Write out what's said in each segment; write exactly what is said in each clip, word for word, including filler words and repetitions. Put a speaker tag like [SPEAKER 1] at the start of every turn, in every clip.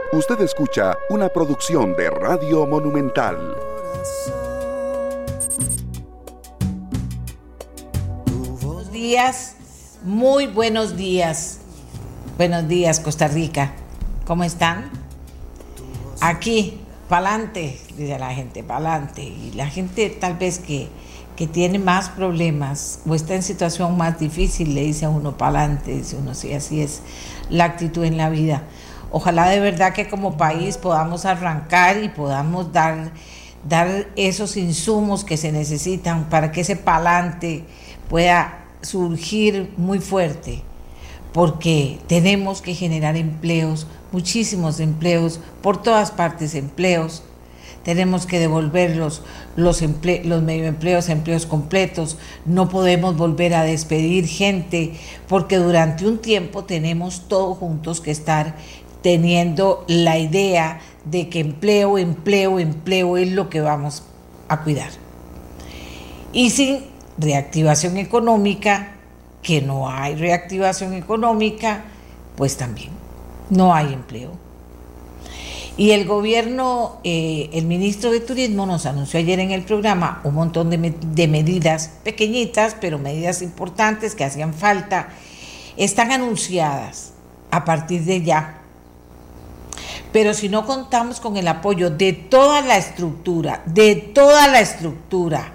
[SPEAKER 1] Usted escucha una producción de Radio Monumental.
[SPEAKER 2] Buenos días, muy buenos días. Buenos días, Costa Rica. ¿Cómo están? Aquí, pa'lante, dice la gente, pa'lante. Y la gente tal vez que, que tiene más problemas o está en situación más difícil, le dice a uno pa'lante, dice uno, sí, así es la actitud en la vida. Ojalá de verdad que como país podamos arrancar y podamos dar, dar esos insumos que se necesitan para que ese pa'lante pueda surgir muy fuerte, porque tenemos que generar empleos, muchísimos empleos, por todas partes empleos. Tenemos que devolver los, los, emple, los medio empleos, empleos completos. No podemos volver a despedir gente, porque durante un tiempo tenemos todos juntos que estar teniendo la idea de que empleo, empleo, empleo es lo que vamos a cuidar. Y sin reactivación económica, que no hay reactivación económica, pues también no hay empleo. Y el gobierno, eh, el ministro de Turismo nos anunció ayer en el programa un montón de, me- de medidas pequeñitas, pero medidas importantes que hacían falta, están anunciadas a partir de ya. Pero si no contamos con el apoyo de toda la estructura, de toda la estructura,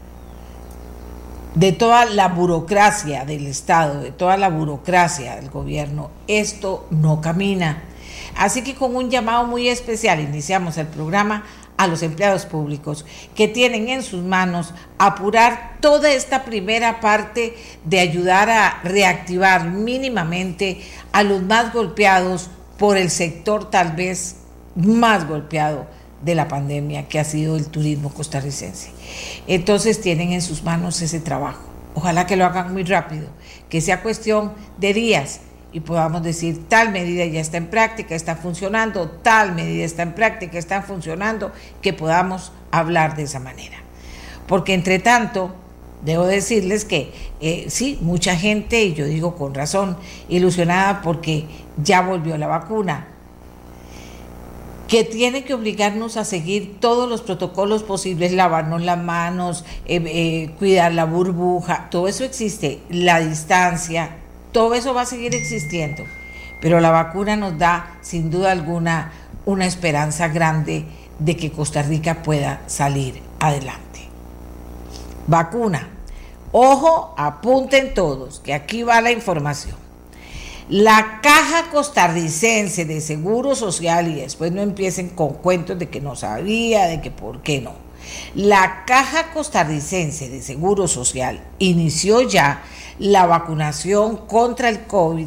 [SPEAKER 2] de toda la burocracia del Estado, de toda la burocracia del gobierno, esto no camina. Así que con un llamado muy especial iniciamos el programa a los empleados públicos que tienen en sus manos apurar toda esta primera parte de ayudar a reactivar mínimamente a los más golpeados por el sector tal vez más golpeado de la pandemia, que ha sido el turismo costarricense. Entonces tienen en sus manos ese trabajo. Ojalá que lo hagan muy rápido, que sea cuestión de días y podamos decir tal medida ya está en práctica, está funcionando, tal medida está en práctica, está funcionando, que podamos hablar de esa manera. Porque entre tanto, debo decirles que eh, sí, mucha gente, y yo digo con razón, ilusionada porque ya volvió la vacuna, que tiene que obligarnos a seguir todos los protocolos posibles, lavarnos las manos, eh, eh, cuidar la burbuja, todo eso existe, la distancia, todo eso va a seguir existiendo, pero la vacuna nos da sin duda alguna una esperanza grande de que Costa Rica pueda salir adelante. Vacuna. Ojo, apunten todos, que aquí va la información. La Caja Costarricense de Seguro Social, y después no empiecen con cuentos de que no sabía, de que por qué no. La Caja Costarricense de Seguro Social inició ya la vacunación contra el COVID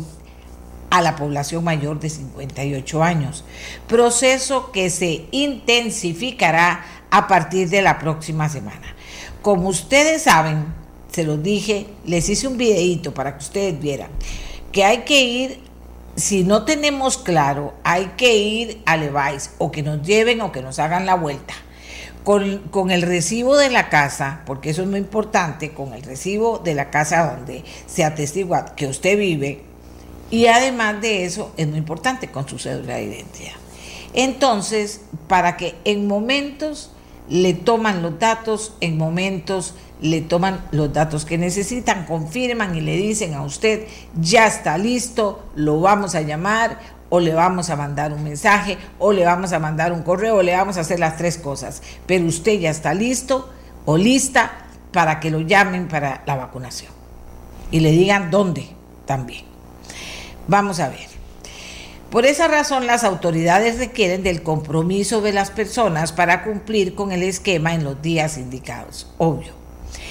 [SPEAKER 2] a la población mayor de cincuenta y ocho años, proceso que se intensificará a partir de la próxima semana. Como ustedes saben, se los dije, les hice un videíto para que ustedes vieran que hay que ir, si no tenemos claro, hay que ir al E V A I S o que nos lleven o que nos hagan la vuelta con, con el recibo de la casa, porque eso es muy importante, con el recibo de la casa donde se atestigua que usted vive, y además de eso es muy importante con su cédula de identidad. Entonces, para que en momentos le toman los datos, en momentos le toman los datos que necesitan, confirman y le dicen a usted, ya está listo, lo vamos a llamar, o le vamos a mandar un mensaje, o le vamos a mandar un correo, o le vamos a hacer las tres cosas, pero usted ya está listo o lista para que lo llamen para la vacunación. Y le digan dónde también. Vamos a ver. Por esa razón, las autoridades requieren del compromiso de las personas para cumplir con el esquema en los días indicados, obvio.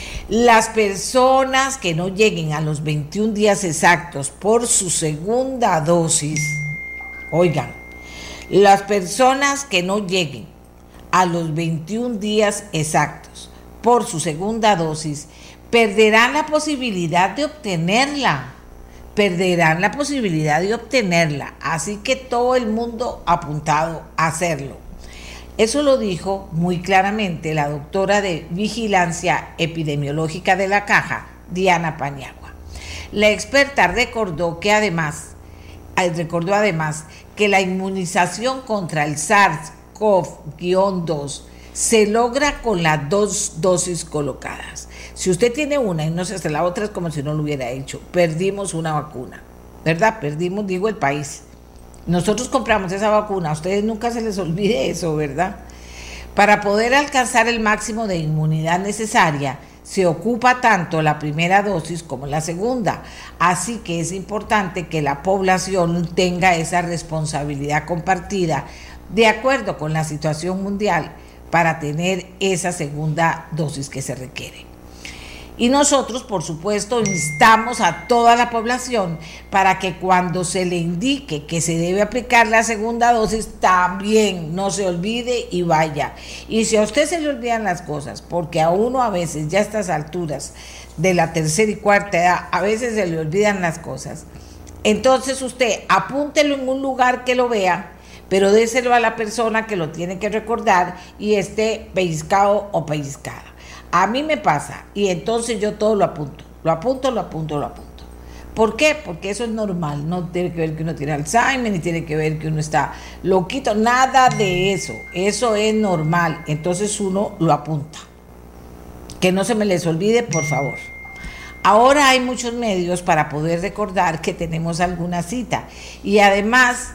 [SPEAKER 2] Las personas que no lleguen a los veintiún días exactos por su segunda dosis, oigan, las personas que no lleguen a los veintiún días exactos por su segunda dosis perderán la posibilidad de obtenerla. perderán la posibilidad de obtenerla, así que todo el mundo apuntado a hacerlo. Eso lo dijo muy claramente la doctora de Vigilancia Epidemiológica de la Caja, Diana Paniagua. La experta recordó que además recordó además que la inmunización contra el SARS-CoV dos se logra con las dos dosis colocadas. Si usted tiene una y no se hace la otra, es como si no lo hubiera hecho. Perdimos una vacuna, ¿verdad? Perdimos, digo, el país. Nosotros compramos esa vacuna, a ustedes nunca se les olvide eso, ¿verdad? Para poder alcanzar el máximo de inmunidad necesaria, se ocupa tanto la primera dosis como la segunda, así que es importante que la población tenga esa responsabilidad compartida de acuerdo con la situación mundial para tener esa segunda dosis que se requiere. Y nosotros, por supuesto, instamos a toda la población para que cuando se le indique que se debe aplicar la segunda dosis, también no se olvide y vaya. Y si a usted se le olvidan las cosas, porque a uno a veces, ya a estas alturas de la tercera y cuarta edad, a veces se le olvidan las cosas, entonces usted apúntelo en un lugar que lo vea, pero déselo a la persona que lo tiene que recordar y esté pellizcado o pellizcada. A mí me pasa, y entonces yo todo lo apunto, lo apunto, lo apunto, lo apunto. ¿Por qué? Porque eso es normal, no tiene que ver que uno tiene Alzheimer, ni tiene que ver que uno está loquito, nada de eso, eso es normal, entonces uno lo apunta. Que no se me les olvide, por favor. Ahora hay muchos medios para poder recordar que tenemos alguna cita, y además,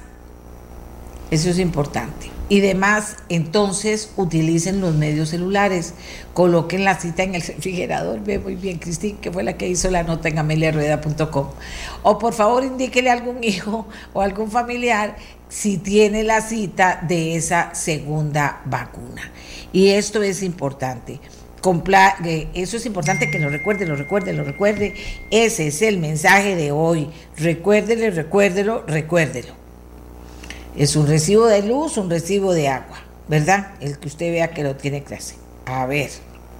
[SPEAKER 2] eso es importante. Y demás, entonces utilicen los medios celulares, coloquen la cita en el refrigerador. Ve muy bien, Cristín, que fue la que hizo la nota en amelia rueda punto com. O por favor indíquele a algún hijo o algún familiar si tiene la cita de esa segunda vacuna. Y esto es importante. Compla- eso es importante que lo recuerde, lo recuerde, lo recuerde. Ese es el mensaje de hoy. Recuérdelo, recuérdelo, recuérdelo. Es un recibo de luz, un recibo de agua, ¿verdad? El que usted vea que lo tiene clase. A ver.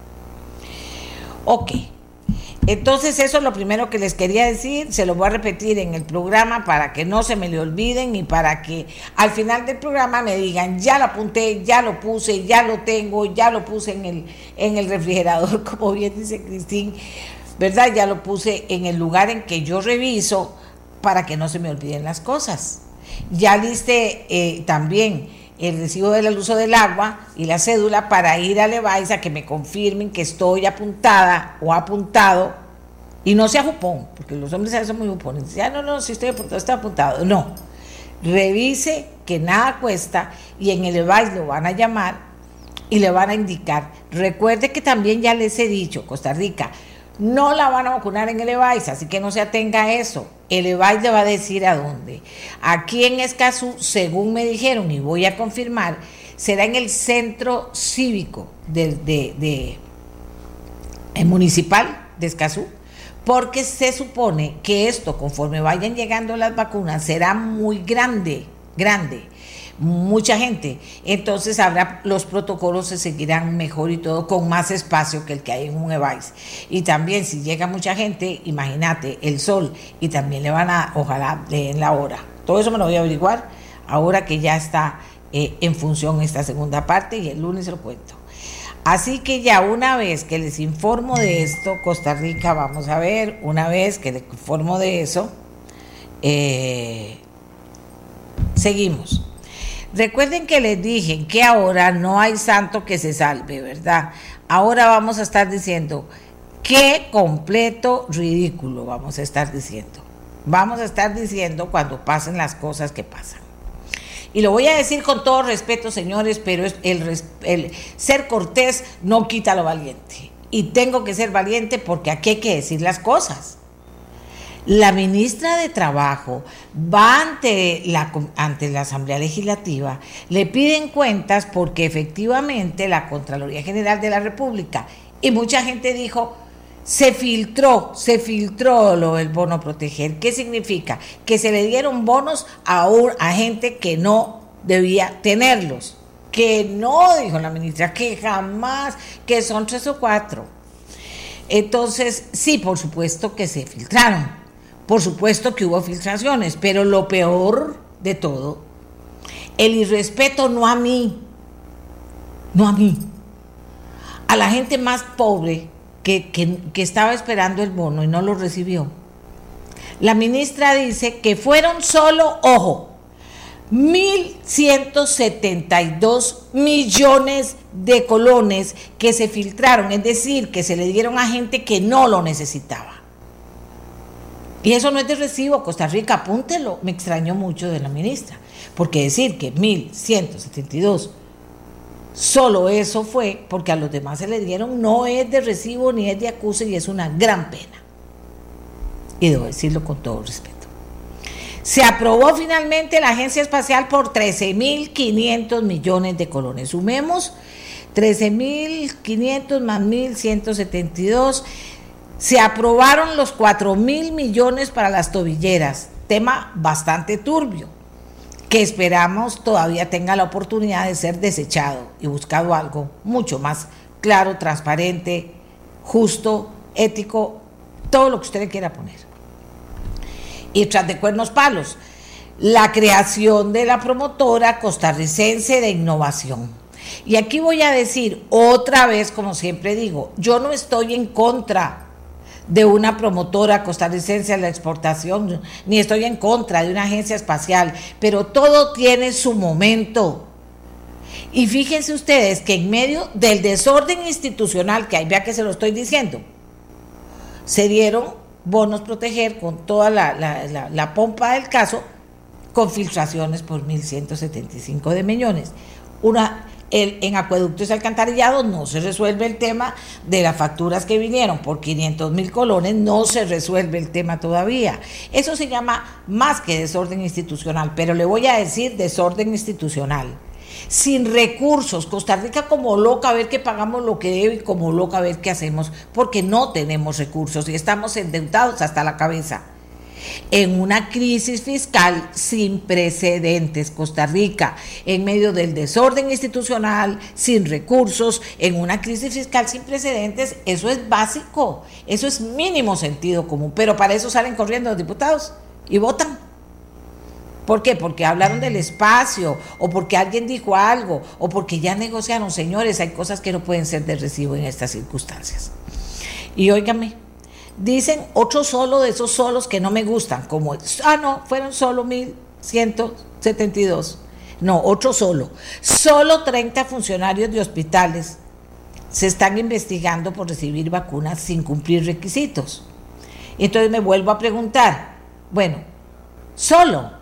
[SPEAKER 2] Ok. Entonces eso es lo primero que les quería decir. Se lo voy a repetir en el programa para que no se me le olviden y para que al final del programa me digan, ya lo apunté, ya lo puse, ya lo tengo, ya lo puse en el, en el refrigerador, como bien dice Cristín, ¿verdad? Ya lo puse en el lugar en que yo reviso para que no se me olviden las cosas. Ya listé eh, también el recibo del uso del agua y la cédula para ir a Levice a que me confirmen que estoy apuntada o apuntado y no sea jupón, porque los hombres a veces son muy jupones. Ya no, no, si estoy apuntado, estoy apuntado. No, revise que nada cuesta y en el Levice lo van a llamar y le van a indicar. Recuerde que también ya les he dicho, Costa Rica, no la van a vacunar en el Levice, así que no se atenga a eso. El Levice le va a decir a dónde. Aquí en Escazú, según me dijeron, y voy a confirmar, será en el centro cívico de, de, de, de municipal de Escazú, porque se supone que esto, conforme vayan llegando las vacunas, será muy grande, grande. Mucha gente, entonces habrá, los protocolos se seguirán mejor y todo con más espacio que el que hay en un Levice. Y también si llega mucha gente, imagínate, el sol, y también le van a, ojalá le den la hora. Todo eso me lo voy a averiguar ahora que ya está eh, en función esta segunda parte y el lunes se lo cuento. Así que ya una vez que les informo de esto, Costa Rica, vamos a ver, una vez que les informo de eso, eh, seguimos. Recuerden que les dije que ahora no hay santo que se salve, ¿verdad? Ahora vamos a estar diciendo, qué completo ridículo vamos a estar diciendo. Vamos a estar diciendo cuando pasen las cosas que pasan. Y lo voy a decir con todo respeto, señores, pero el, el ser cortés no quita lo valiente. Y tengo que ser valiente porque aquí hay que decir las cosas. La ministra de Trabajo va ante la, ante la Asamblea Legislativa, le piden cuentas porque efectivamente la Contraloría General de la República, y mucha gente dijo, se filtró, se filtró lo del bono proteger. ¿Qué significa? Que se le dieron bonos a, un, a gente que no debía tenerlos. Que no, dijo la ministra, que jamás, que son tres o cuatro. Entonces, sí, por supuesto que se filtraron. Por supuesto que hubo filtraciones, pero lo peor de todo, el irrespeto no a mí, no a mí, a la gente más pobre que, que, que estaba esperando el bono y no lo recibió. La ministra dice que fueron solo, ojo, mil ciento setenta y dos millones de colones que se filtraron, es decir, que se le dieron a gente que no lo necesitaba. Y eso no es de recibo, Costa Rica, apúntelo. Me extrañó mucho de la ministra, porque decir que mil ciento setenta y dos, solo eso fue, porque a los demás se le dieron, no es de recibo ni es de acuse, y es una gran pena. Y debo decirlo con todo respeto. Se aprobó finalmente la Agencia Espacial por trece mil quinientos millones de colones. Sumemos trece mil quinientos más mil ciento setenta y dos. Se aprobaron los cuatro mil millones para las tobilleras. Tema bastante turbio, que esperamos todavía tenga la oportunidad de ser desechado y buscado algo mucho más claro, transparente, justo, ético, todo lo que usted le quiera poner. Y tras de cuernos palos, la creación de la promotora costarricense de innovación. Y aquí voy a decir otra vez, como siempre digo, yo no estoy en contra de una promotora costarricense de la exportación, ni estoy en contra de una agencia espacial, pero todo tiene su momento. Y fíjense ustedes que en medio del desorden institucional que hay, vea que se lo estoy diciendo, se dieron bonos proteger con toda la, la, la, la pompa del caso, con filtraciones por mil ciento setenta y cinco de millones. Una, el, en acueductos y alcantarillados no se resuelve el tema de las facturas que vinieron por quinientos mil colones, no se resuelve el tema todavía. Eso se llama más que desorden institucional, pero le voy a decir desorden institucional. Sin recursos, Costa Rica como loca a ver que pagamos lo que debe y como loca a ver qué hacemos, porque no tenemos recursos y estamos endeudados hasta la cabeza. En una crisis fiscal sin precedentes, Costa Rica, en medio del desorden institucional, sin recursos, en una crisis fiscal sin precedentes, eso es básico, eso es mínimo sentido común, pero para eso salen corriendo los diputados y votan. ¿Por qué? Porque hablaron del espacio, o porque alguien dijo algo, o porque ya negociaron. Señores, hay cosas que no pueden ser de recibo en estas circunstancias. Y óigame, dicen otro solo de esos solos que no me gustan, como, ah, no, fueron solo mil ciento setenta y dos. No, otro solo. Solo treinta funcionarios de hospitales se están investigando por recibir vacunas sin cumplir requisitos. Entonces me vuelvo a preguntar, bueno, solo.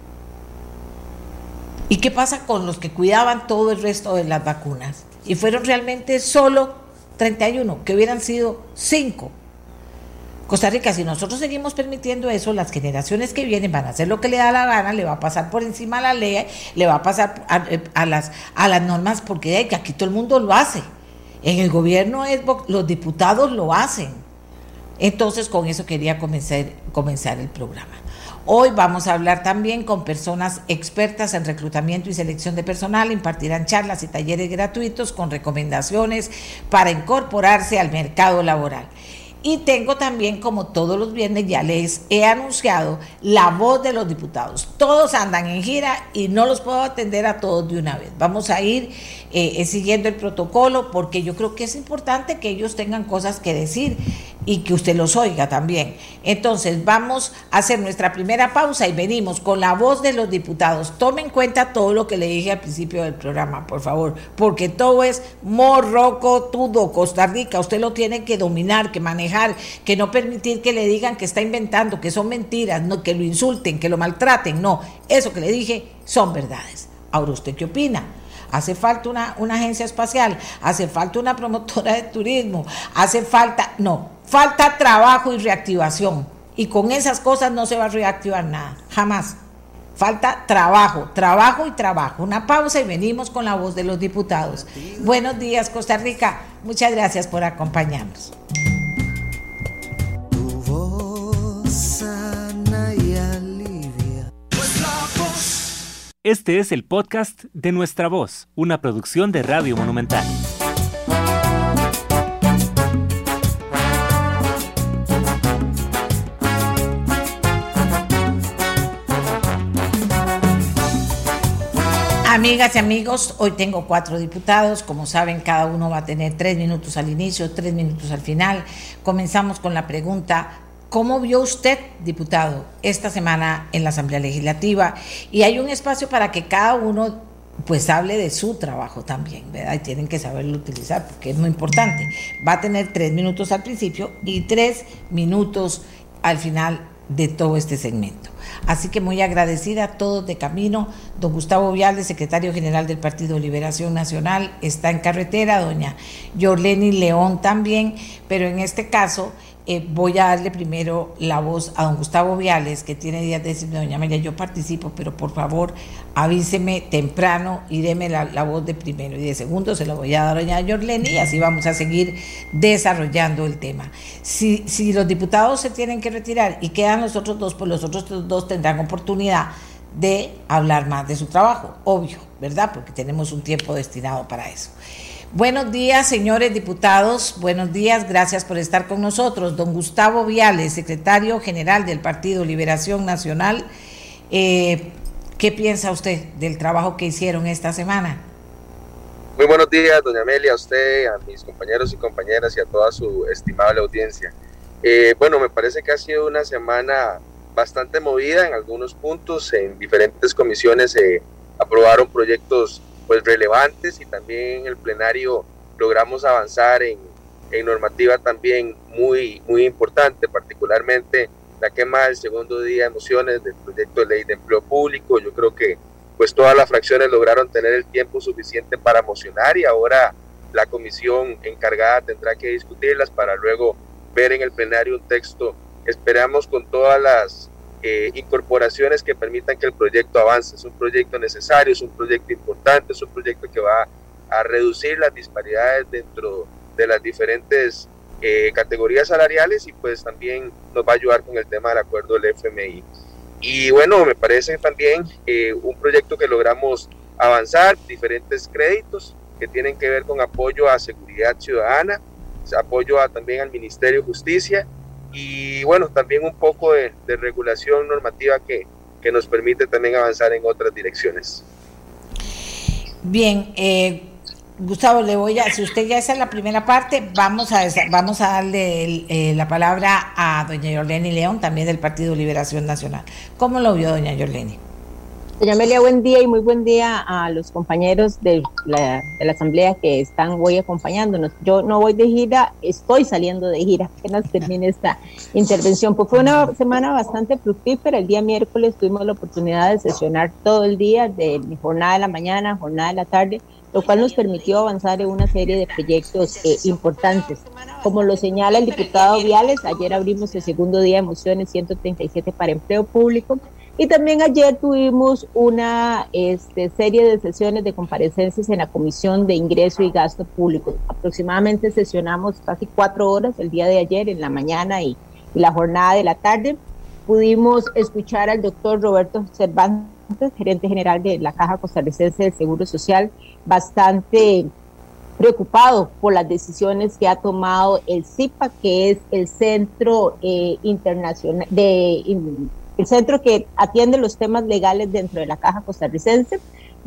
[SPEAKER 2] ¿Y qué pasa con los que cuidaban todo el resto de las vacunas? Y fueron realmente solo treinta y uno, que hubieran sido cinco. Costa Rica, si nosotros seguimos permitiendo eso, las generaciones que vienen van a hacer lo que le da la gana, le va a pasar por encima la ley, le va a pasar a, a, las, a las normas, porque aquí todo el mundo lo hace. En el gobierno es, los diputados lo hacen. Entonces, con eso quería comenzar, comenzar el programa. Hoy vamos a hablar también con personas expertas en reclutamiento y selección de personal, impartirán charlas y talleres gratuitos con recomendaciones para incorporarse al mercado laboral. Y tengo también, como todos los viernes, ya les he anunciado, la voz de los diputados. Todos andan en gira y no los puedo atender a todos de una vez. Vamos a ir eh, siguiendo el protocolo, porque yo creo que es importante que ellos tengan cosas que decir y que usted los oiga también. Entonces vamos a hacer nuestra primera pausa y venimos con la voz de los diputados. Tome en cuenta todo lo que le dije al principio del programa, por favor, porque todo es morrocotudo, Costa Rica. Usted lo tiene que dominar, que manejar, que no permitir que le digan que está inventando, que son mentiras, no, que lo insulten, que lo maltraten. No, eso que le dije son verdades. Ahora, ¿usted qué opina? Hace falta una, una agencia espacial, hace falta una promotora de turismo, hace falta, no, falta trabajo y reactivación. Y con esas cosas no se va a reactivar nada, jamás. Falta trabajo, trabajo y trabajo. Una pausa y venimos con la voz de los diputados. Buenos días, Costa Rica. Muchas gracias por acompañarnos.
[SPEAKER 3] Este es el podcast de Nuestra Voz, una producción de Radio Monumental.
[SPEAKER 2] Amigas y amigos, hoy tengo cuatro diputados. Como saben, cada uno va a tener tres minutos al inicio, tres minutos al final. Comenzamos con la pregunta ¿Cómo vio usted, diputado, esta semana en la Asamblea Legislativa? Y hay un espacio para que cada uno pues hable de su trabajo también, ¿verdad? Y tienen que saberlo utilizar porque es muy importante. Va a tener tres minutos al principio y tres minutos al final de todo este segmento. Así que muy agradecida a todos de camino. Don Gustavo Viales, secretario general del Partido Liberación Nacional, está en carretera, doña Yorleni León también, pero en este caso eh, voy a darle primero la voz a don Gustavo Viales, que tiene días de decirme, doña Amelia, yo participo, pero por favor avíseme temprano y deme la, la voz de primero, y de segundo se la voy a dar a doña Yorleni, y así vamos a seguir desarrollando el tema. Si, si los diputados se tienen que retirar y quedan los otros dos, pues los otros dos tendrán oportunidad de hablar más de su trabajo, obvio, ¿verdad? Porque tenemos un tiempo destinado para eso. Buenos días, señores diputados, buenos días, gracias por estar con nosotros. Don Gustavo Viales, secretario general del Partido Liberación Nacional, eh, ¿qué piensa usted del trabajo que hicieron esta semana?
[SPEAKER 4] Muy buenos días, doña Amelia, a usted, a mis compañeros y compañeras y a toda su estimable audiencia. Eh, bueno, me parece que ha sido una semana bastante movida en algunos puntos. En diferentes comisiones se eh, aprobaron proyectos pues relevantes, y también en el plenario logramos avanzar en, en normativa también muy, muy importante, particularmente la quema del segundo día de mociones del proyecto de ley de empleo público. Yo creo que pues todas las fracciones lograron tener el tiempo suficiente para mocionar, y ahora la comisión encargada tendrá que discutirlas para luego ver en el plenario un texto, esperamos con todas las eh, incorporaciones que permitan que el proyecto avance. Es un proyecto necesario, es un proyecto importante, es un proyecto que va a reducir las disparidades dentro de las diferentes eh, categorías salariales, y pues también nos va a ayudar con el tema del acuerdo del F M I. Y bueno, me parece también eh, un proyecto que logramos avanzar, diferentes créditos que tienen que ver con apoyo a seguridad ciudadana, apoyo a, también al Ministerio de Justicia, y bueno, también un poco de, de regulación normativa que, que nos permite también avanzar en otras direcciones.
[SPEAKER 2] Bien, eh, Gustavo, le voy a, si usted ya está en la primera parte, vamos a, vamos a darle el, eh, la palabra a doña Yorleni León, también del Partido Liberación Nacional. ¿Cómo lo vio doña Yorleni?
[SPEAKER 5] Doña Amelia, buen día, y muy buen día a los compañeros de la, de la Asamblea que están hoy acompañándonos. Yo no voy de gira, estoy saliendo de gira, apenas termine esta intervención. Pues fue una semana bastante fructífera. El día miércoles tuvimos la oportunidad de sesionar todo el día, de jornada de la mañana, jornada de la tarde, lo cual nos permitió avanzar en una serie de proyectos eh, importantes. Como lo señala el diputado Viales, ayer abrimos el segundo día de mociones ciento treinta y siete para empleo público, y también ayer tuvimos una este, serie de sesiones de comparecencias en la Comisión de Ingreso y Gasto Público. Aproximadamente sesionamos casi cuatro horas el día de ayer, en la mañana y, y la jornada de la tarde. Pudimos escuchar al doctor Roberto Cervantes, gerente general de la Caja Costarricense del Seguro Social, bastante preocupado por las decisiones que ha tomado el C I P A, que es el Centro eh, Internacional de... In, el centro que atiende los temas legales dentro de la Caja Costarricense,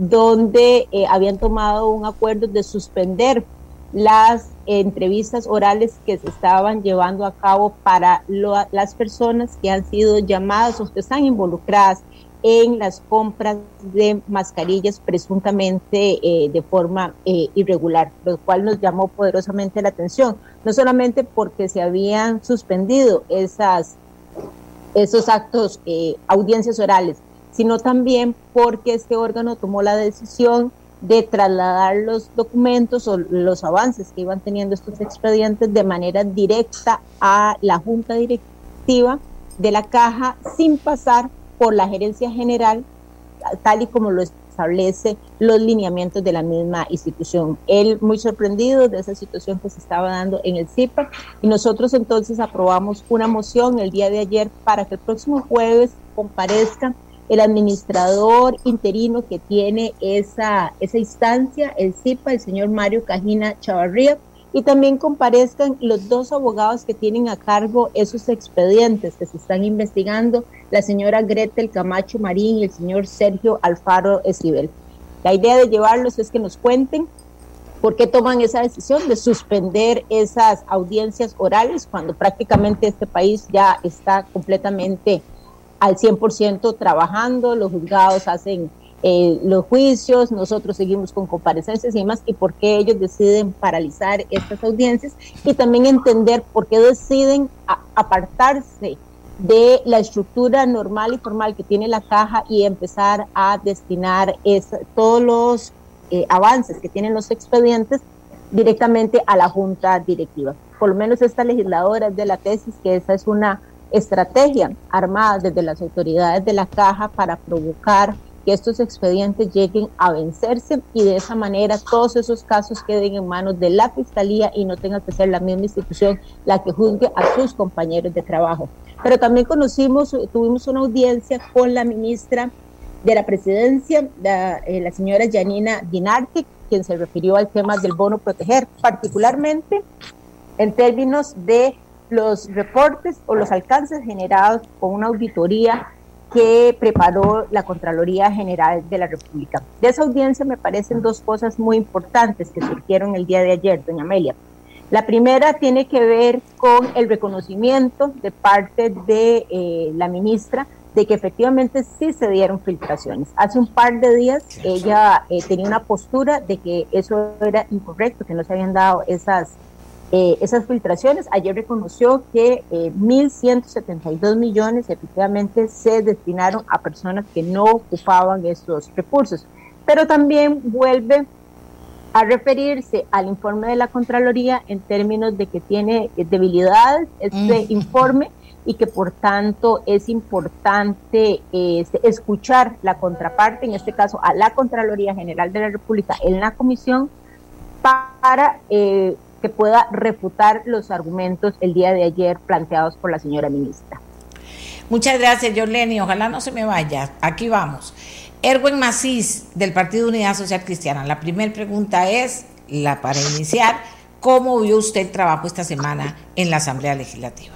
[SPEAKER 5] donde eh, habían tomado un acuerdo de suspender las eh, entrevistas orales que se estaban llevando a cabo para lo, las personas que han sido llamadas o que están involucradas en las compras de mascarillas presuntamente eh, de forma eh, irregular, lo cual nos llamó poderosamente la atención, no solamente porque se habían suspendido esas esos actos, eh, audiencias orales, sino también porque este órgano tomó la decisión de trasladar los documentos o los avances que iban teniendo estos expedientes de manera directa a la Junta Directiva de la Caja, sin pasar por la Gerencia General, tal y como lo establece los lineamientos de la misma institución. Él muy sorprendido de esa situación que se estaba dando en el C I P A, y nosotros entonces aprobamos una moción el día de ayer para que el próximo jueves comparezca el administrador interino que tiene esa, esa instancia, el C I P A, el señor Mario Cajina Chavarría, y también comparezcan los dos abogados que tienen a cargo esos expedientes que se están investigando, la señora Gretel Camacho Marín y el señor Sergio Alfaro Esquivel. La idea de llevarlos es que nos cuenten ¿Por qué toman esa decisión de suspender esas audiencias orales cuando prácticamente este país ya está completamente al cien por ciento trabajando? Los juzgados hacen eh, los juicios, nosotros seguimos con comparecencias y demás, y por qué ellos deciden paralizar estas audiencias, y también entender por qué deciden a, apartarse de la estructura normal y formal que tiene la caja y empezar a destinar esa, todos los eh, avances que tienen los expedientes directamente a la junta directiva. Por lo menos esta legisladora es de la tesis que esa es una estrategia armada desde las autoridades de la caja para provocar que estos expedientes lleguen a vencerse y de esa manera todos esos casos queden en manos de la fiscalía y no tenga que ser la misma institución la que juzgue a sus compañeros de trabajo. Pero también conocimos, tuvimos una audiencia con la ministra de la presidencia, la, eh, la señora Janina Dinarte, quien se refirió al tema del bono proteger, particularmente en términos de los reportes o los alcances generados con una auditoría que preparó la Contraloría General de la República. De esa audiencia me parecen dos cosas muy importantes que surgieron el día de ayer, doña Amelia. La primera tiene que ver con el reconocimiento de parte de eh, la ministra de que efectivamente sí se dieron filtraciones. Hace un par de días ella eh, tenía una postura de que eso era incorrecto, que no se habían dado esas Eh, esas filtraciones. Ayer reconoció que eh, mil ciento setenta y dos millones efectivamente se destinaron a personas que no ocupaban estos recursos, pero también vuelve a referirse al informe de la Contraloría en términos de que tiene debilidades este mm. informe y que por tanto es importante eh, escuchar la contraparte, en este caso a la Contraloría General de la República en la comisión, para eh, que pueda refutar los argumentos el día de ayer planteados por la señora ministra.
[SPEAKER 2] Muchas gracias, Yoleni. Ojalá no se me vaya. Aquí vamos. Erwin Macís, del Partido Unidad Social Cristiana. La primera pregunta es, la para iniciar, ¿cómo vio usted el trabajo esta semana en la Asamblea Legislativa?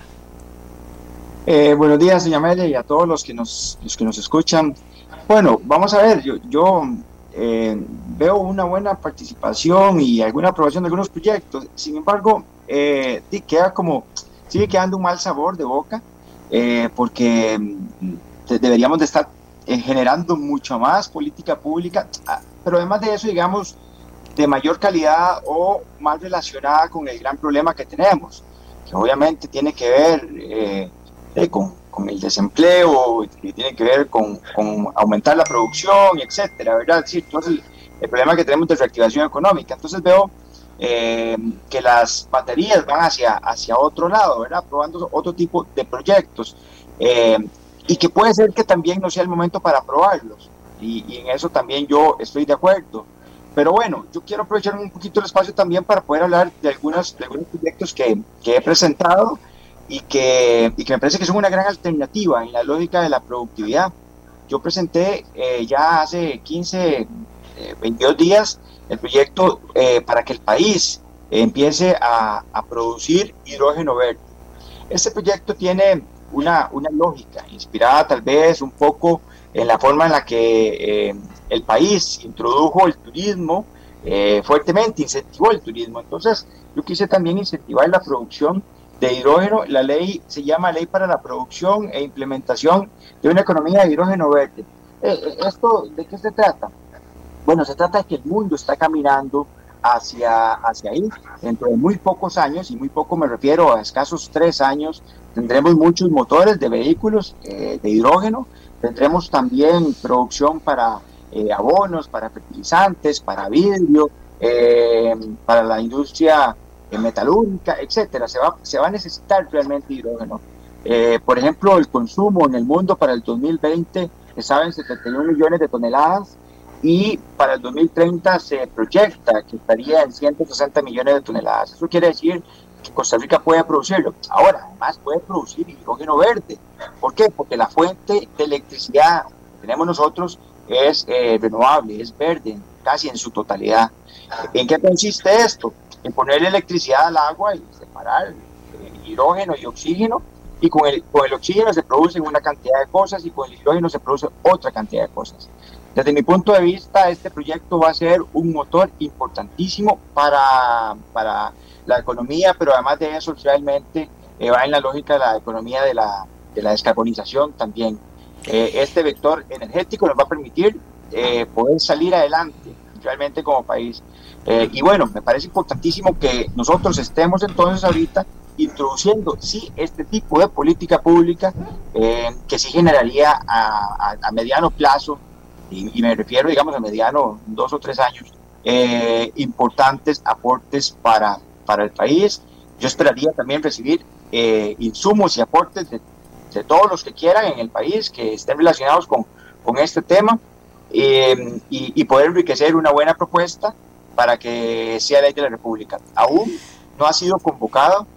[SPEAKER 6] Eh, buenos días, doña Amelia, y a todos los que nos, los que nos escuchan. Bueno, vamos a ver, yo... yo Eh, veo una buena participación y alguna aprobación de algunos proyectos. Sin embargo, eh, queda como, sigue quedando un mal sabor de boca, eh, porque de, deberíamos de estar eh, generando mucha más política pública, pero además de eso, digamos, de mayor calidad o más relacionada con el gran problema que tenemos, que obviamente tiene que ver eh, eh, con con el desempleo, que tiene que ver con, con aumentar la producción, etcétera, ¿verdad? Sí, entonces el, el problema que tenemos de reactivación económica. Entonces veo eh, que las baterías van hacia, hacia otro lado, ¿verdad? Aprobando otro tipo de proyectos, eh, y que puede ser que también no sea el momento para aprobarlos, y, y en eso también yo estoy de acuerdo. Pero bueno, yo quiero aprovechar un poquito el espacio también para poder hablar de algunos, de algunos proyectos que, que he presentado, y que, y que me parece que son una gran alternativa en la lógica de la productividad. Yo presenté eh, ya hace quince, veintidós días el proyecto eh, para que el país eh, empiece a, a producir hidrógeno verde. Este proyecto tiene una, una lógica inspirada tal vez un poco en la forma en la que eh, el país introdujo el turismo eh, fuertemente, incentivó el turismo. Entonces yo quise también incentivar la producción de hidrógeno. La ley se llama Ley para la Producción e Implementación de una Economía de Hidrógeno Verde. Eh, ¿Esto de qué se trata? Bueno, se trata de que el mundo está caminando hacia, hacia ahí. Dentro de muy pocos años, y muy poco me refiero a escasos tres años, tendremos muchos motores de vehículos eh, de hidrógeno, tendremos también producción para eh, abonos, para fertilizantes, para vidrio, eh, para la industria metalúrgica, etcétera. Se va, se va a necesitar realmente hidrógeno. Eh, por ejemplo, el consumo en el mundo para el dos mil veinte estaba en setenta y un millones de toneladas, y para el dos mil treinta se proyecta que estaría en ciento sesenta millones de toneladas. Eso quiere decir que Costa Rica puede producirlo. Ahora, además, puede producir hidrógeno verde. ¿Por qué? Porque la fuente de electricidad que tenemos nosotros es eh, renovable, es verde, casi en su totalidad. ¿En qué consiste esto? En poner electricidad al agua y separar eh, hidrógeno y oxígeno, y con el, con el oxígeno se producen una cantidad de cosas y con el hidrógeno se produce otra cantidad de cosas. Desde mi punto de vista, este proyecto va a ser un motor importantísimo para, para la economía, pero además de eso, realmente eh, va en la lógica de la economía de la, de la descarbonización también. Eh, este vector energético nos va a permitir eh, poder salir adelante realmente como país. Eh, y bueno, me parece importantísimo que nosotros estemos entonces ahorita introduciendo, sí, este tipo de política pública eh, que sí generaría a, a, a mediano plazo, y, y me refiero, digamos, a mediano, dos o tres años, eh, importantes aportes para, para el país. Yo esperaría también recibir eh, insumos y aportes de, de todos los que quieran en el país, que estén relacionados con, con este tema, eh, y, y poder enriquecer una buena propuesta para que sea ley de la República. Aún no ha sido convocado,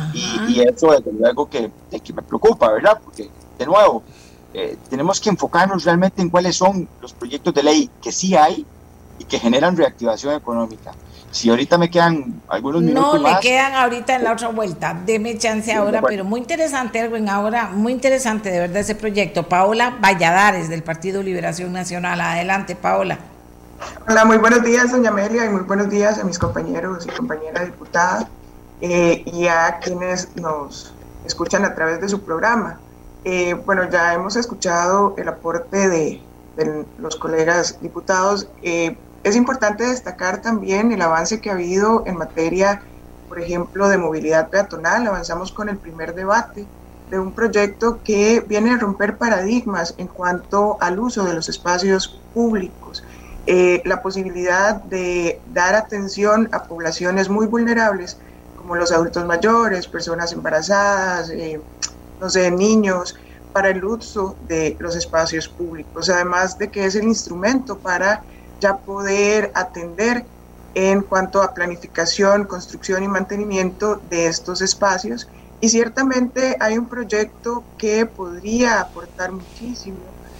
[SPEAKER 6] y, y eso desde luego que, que me preocupa, ¿verdad? Porque, de nuevo, eh, tenemos que enfocarnos realmente en cuáles son los proyectos de ley que sí hay y que generan reactivación económica. Si ahorita me quedan algunos minutos
[SPEAKER 2] no,
[SPEAKER 6] más...
[SPEAKER 2] No, le quedan ahorita en la otra vuelta. Deme chance sí, ahora, pero muy interesante, Erwin, ahora, muy interesante de verdad ese proyecto. Paola Valladares, del Partido Liberación Nacional. Adelante, Paola.
[SPEAKER 7] Hola, muy buenos días, doña Amelia, y muy buenos días a mis compañeros y compañeras diputadas, eh, y a quienes nos escuchan a través de su programa. Eh, bueno, ya hemos escuchado el aporte de, de los colegas diputados. Eh, es importante destacar también el avance que ha habido en materia, por ejemplo, de movilidad peatonal. Avanzamos con el primer debate de un proyecto que viene a romper paradigmas en cuanto al uso de los espacios públicos. Eh, la posibilidad de dar atención a poblaciones muy vulnerables, como los adultos mayores, personas embarazadas, eh, no sé, niños, para el uso de los espacios públicos, además de que es el instrumento para ya poder atender en cuanto a planificación, construcción y mantenimiento de estos espacios. Y ciertamente hay un proyecto que podría aportar muchísimo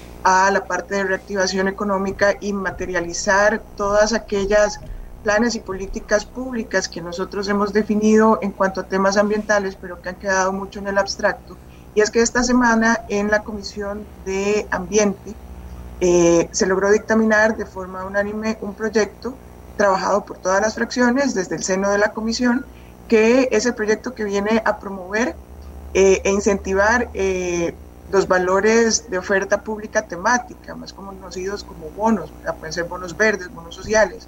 [SPEAKER 7] a la parte de reactivación económica y materializar todas aquellas planes y políticas públicas que nosotros hemos definido en cuanto a temas ambientales, pero que han quedado mucho en el abstracto. Y es que esta semana en la Comisión de Ambiente eh, se logró dictaminar de forma unánime un proyecto trabajado por todas las fracciones desde el seno de la Comisión, que es el proyecto que viene a promover eh, e incentivar eh, los valores de oferta pública temática, más conocidos como bonos, ¿verdad? Pueden ser bonos verdes, bonos sociales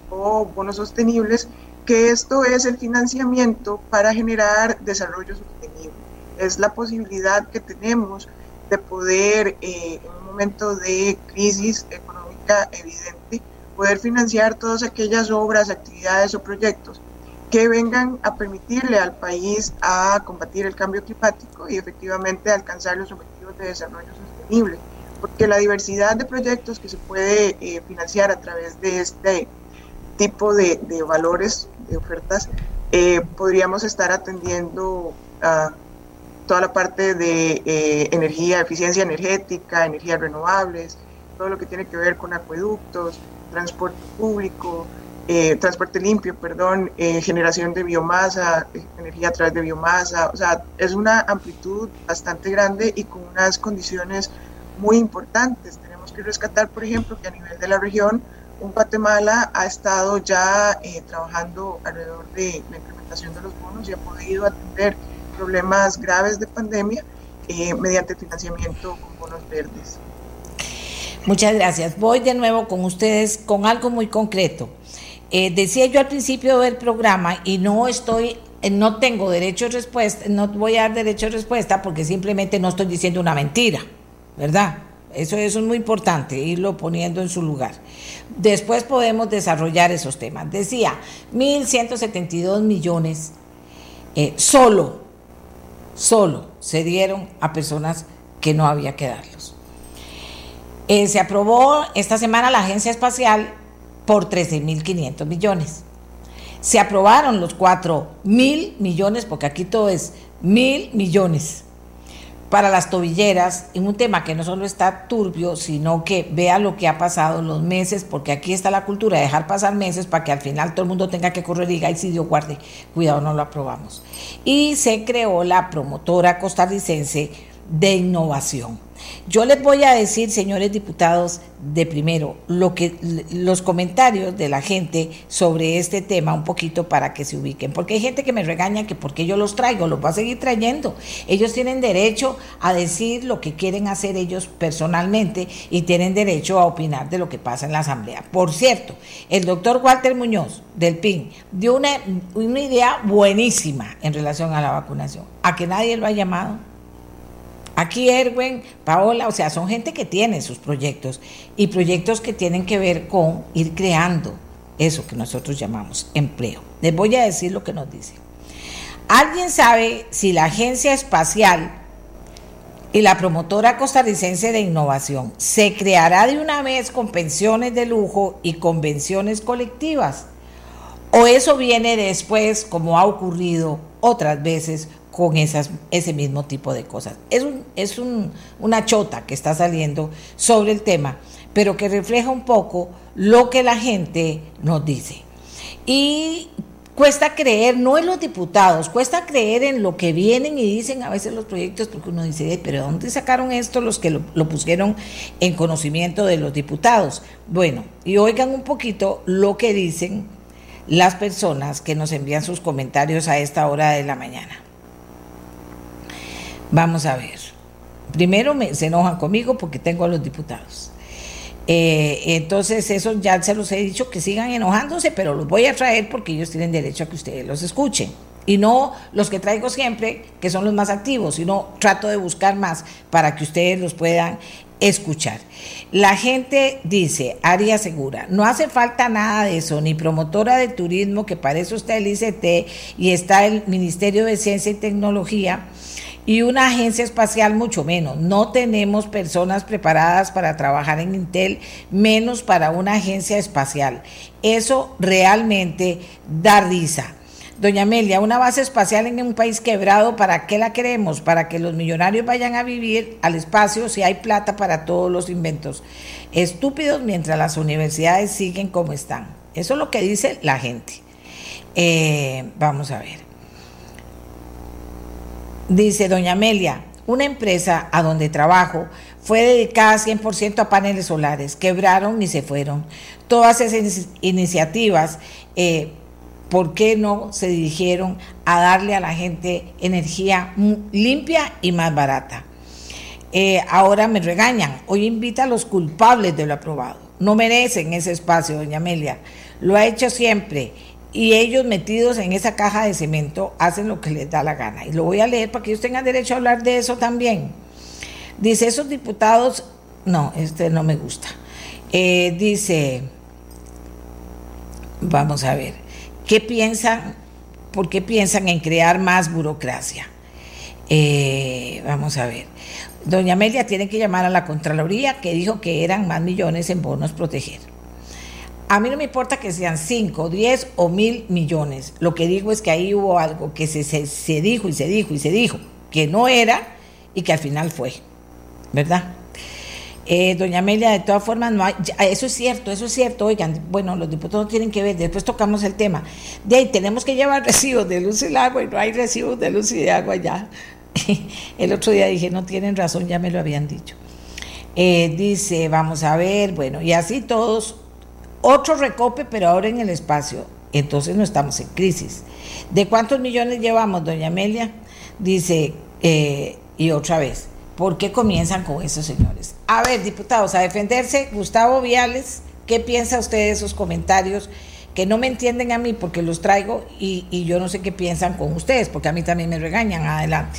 [SPEAKER 7] o bonos sostenibles, que esto es el financiamiento para generar desarrollo sostenible. Es la posibilidad que tenemos de poder, eh, en un momento de crisis económica evidente, poder financiar todas aquellas obras, actividades o proyectos que vengan a permitirle al país a combatir el cambio climático y efectivamente alcanzar los objetivos de desarrollo sostenible, porque la diversidad de proyectos que se puede eh, financiar a través de este tipo de, de valores, de ofertas, eh, podríamos estar atendiendo a toda la parte de eh, energía, eficiencia energética, energías renovables, todo lo que tiene que ver con acueductos, transporte público, Eh, transporte limpio, perdón, eh, generación de biomasa, eh, energía a través de biomasa. O sea, es una amplitud bastante grande y con unas condiciones muy importantes. Tenemos que rescatar, por ejemplo, que a nivel de la región, un Guatemala ha estado ya eh, trabajando alrededor de la implementación de los bonos y ha podido atender problemas graves de pandemia eh, mediante financiamiento con bonos verdes.
[SPEAKER 2] Muchas gracias. Voy de nuevo con ustedes con algo muy concreto. Eh, decía yo al principio del programa, y no estoy, no tengo derecho a respuesta, no voy a dar derecho a respuesta porque simplemente no estoy diciendo una mentira, ¿verdad? Eso, eso es muy importante, irlo poniendo en su lugar. Después podemos desarrollar esos temas. Decía, mil ciento setenta y dos millones eh, solo, solo se dieron a personas que no había que darlos. Eh, se aprobó esta semana la Agencia Espacial por trece mil quinientos millones. Se aprobaron los cuatro mil millones, porque aquí todo es mil millones, para las tobilleras, en un tema que no solo está turbio, sino que vea lo que ha pasado los meses, porque aquí está la cultura de dejar pasar meses para que al final todo el mundo tenga que correr y diga, ay, si Dios guarde, cuidado, no lo aprobamos. Y se creó la promotora costarricense de Innovación. Yo les voy a decir, señores diputados, de primero, lo que los comentarios de la gente sobre este tema un poquito para que se ubiquen, porque hay gente que me regaña que porque yo los traigo, los voy a seguir trayendo. Ellos tienen derecho a decir lo que quieren hacer ellos personalmente y tienen derecho a opinar de lo que pasa en la Asamblea. Por cierto, el doctor Walter Muñoz del P I N dio una, una idea buenísima en relación a la vacunación, a que nadie lo ha llamado. Aquí Erwin, Paola, o sea, son gente que tiene sus proyectos y proyectos que tienen que ver con ir creando eso que nosotros llamamos empleo. Les voy a decir lo que nos dice. ¿Alguien sabe si la Agencia Espacial y la promotora costarricense de innovación se creará de una vez con pensiones de lujo y convenciones colectivas? ¿O eso viene después, como ha ocurrido otras veces con esas, ese mismo tipo de cosas? Es, un, es un, una chota que está saliendo sobre el tema, pero que refleja un poco lo que la gente nos dice. Y cuesta creer, no en los diputados, cuesta creer en lo que vienen y dicen a veces los proyectos, porque uno dice, pero ¿de dónde sacaron esto los que lo, lo pusieron en conocimiento de los diputados? Bueno, y oigan un poquito lo que dicen las personas que nos envían sus comentarios a esta hora de la mañana. Vamos a ver. Primero me, se enojan conmigo porque tengo a los diputados. Eh, entonces, eso ya se los he dicho que sigan enojándose, pero los voy a traer porque ellos tienen derecho a que ustedes los escuchen. Y no los que traigo siempre, que son los más activos, sino trato de buscar más para que ustedes los puedan escuchar. La gente dice, Aria Segura, no hace falta nada de eso, ni promotora de turismo, que para eso está el I C T y está el Ministerio de Ciencia y Tecnología, y una agencia espacial mucho menos. No tenemos personas preparadas para trabajar en Intel, menos para una agencia espacial. Eso realmente da risa. Doña Amelia, una base espacial en un país quebrado, ¿para qué la queremos? Para que los millonarios vayan a vivir al espacio si hay plata para todos los inventos estúpidos mientras las universidades siguen como están. Eso es lo que dice la gente. Eh, vamos a ver. Dice doña Amelia, una empresa a donde trabajo fue dedicada cien por ciento a paneles solares, quebraron y se fueron. Todas esas iniciativas, eh, ¿por qué no se dirigieron a darle a la gente energía limpia y más barata? Eh, ahora me regañan, hoy invita a los culpables de lo aprobado. No merecen ese espacio, doña Amelia, lo ha hecho siempre. Y ellos metidos en esa caja de cemento hacen lo que les da la gana. Y lo voy a leer para que ellos tengan derecho a hablar de eso también. Dice, esos diputados, no, este no me gusta. Eh, dice, vamos a ver, ¿qué piensan? ¿Por qué piensan en crear más burocracia? Eh, vamos a ver. Doña Amelia tiene que llamar a la Contraloría, que dijo que eran más millones en bonos proteger. A mí no me importa que sean cinco, diez o mil millones. Lo que digo es que ahí hubo algo que se, se, se dijo y se dijo y se dijo que no era y que al final fue, ¿verdad? Eh, doña Amelia, de todas formas, no hay, eso es cierto, eso es cierto. Oigan, bueno, los diputados tienen que ver, después tocamos el tema. De ahí tenemos que llevar recibos de luz y agua y no hay recibos de luz y de agua ya. El otro día dije, no tienen razón, ya me lo habían dicho. Eh, dice, vamos a ver, bueno, y así todos. Otro recope, pero ahora en el espacio. Entonces no estamos en crisis. ¿De cuántos millones llevamos, doña Amelia? Dice, eh, y otra vez, ¿por qué comienzan con esos señores? A ver, diputados, a defenderse. Gustavo Viales, ¿qué piensa usted de esos comentarios? Que no me entienden a mí porque los traigo y, y yo no sé qué piensan con ustedes, porque a mí también me regañan. Adelante.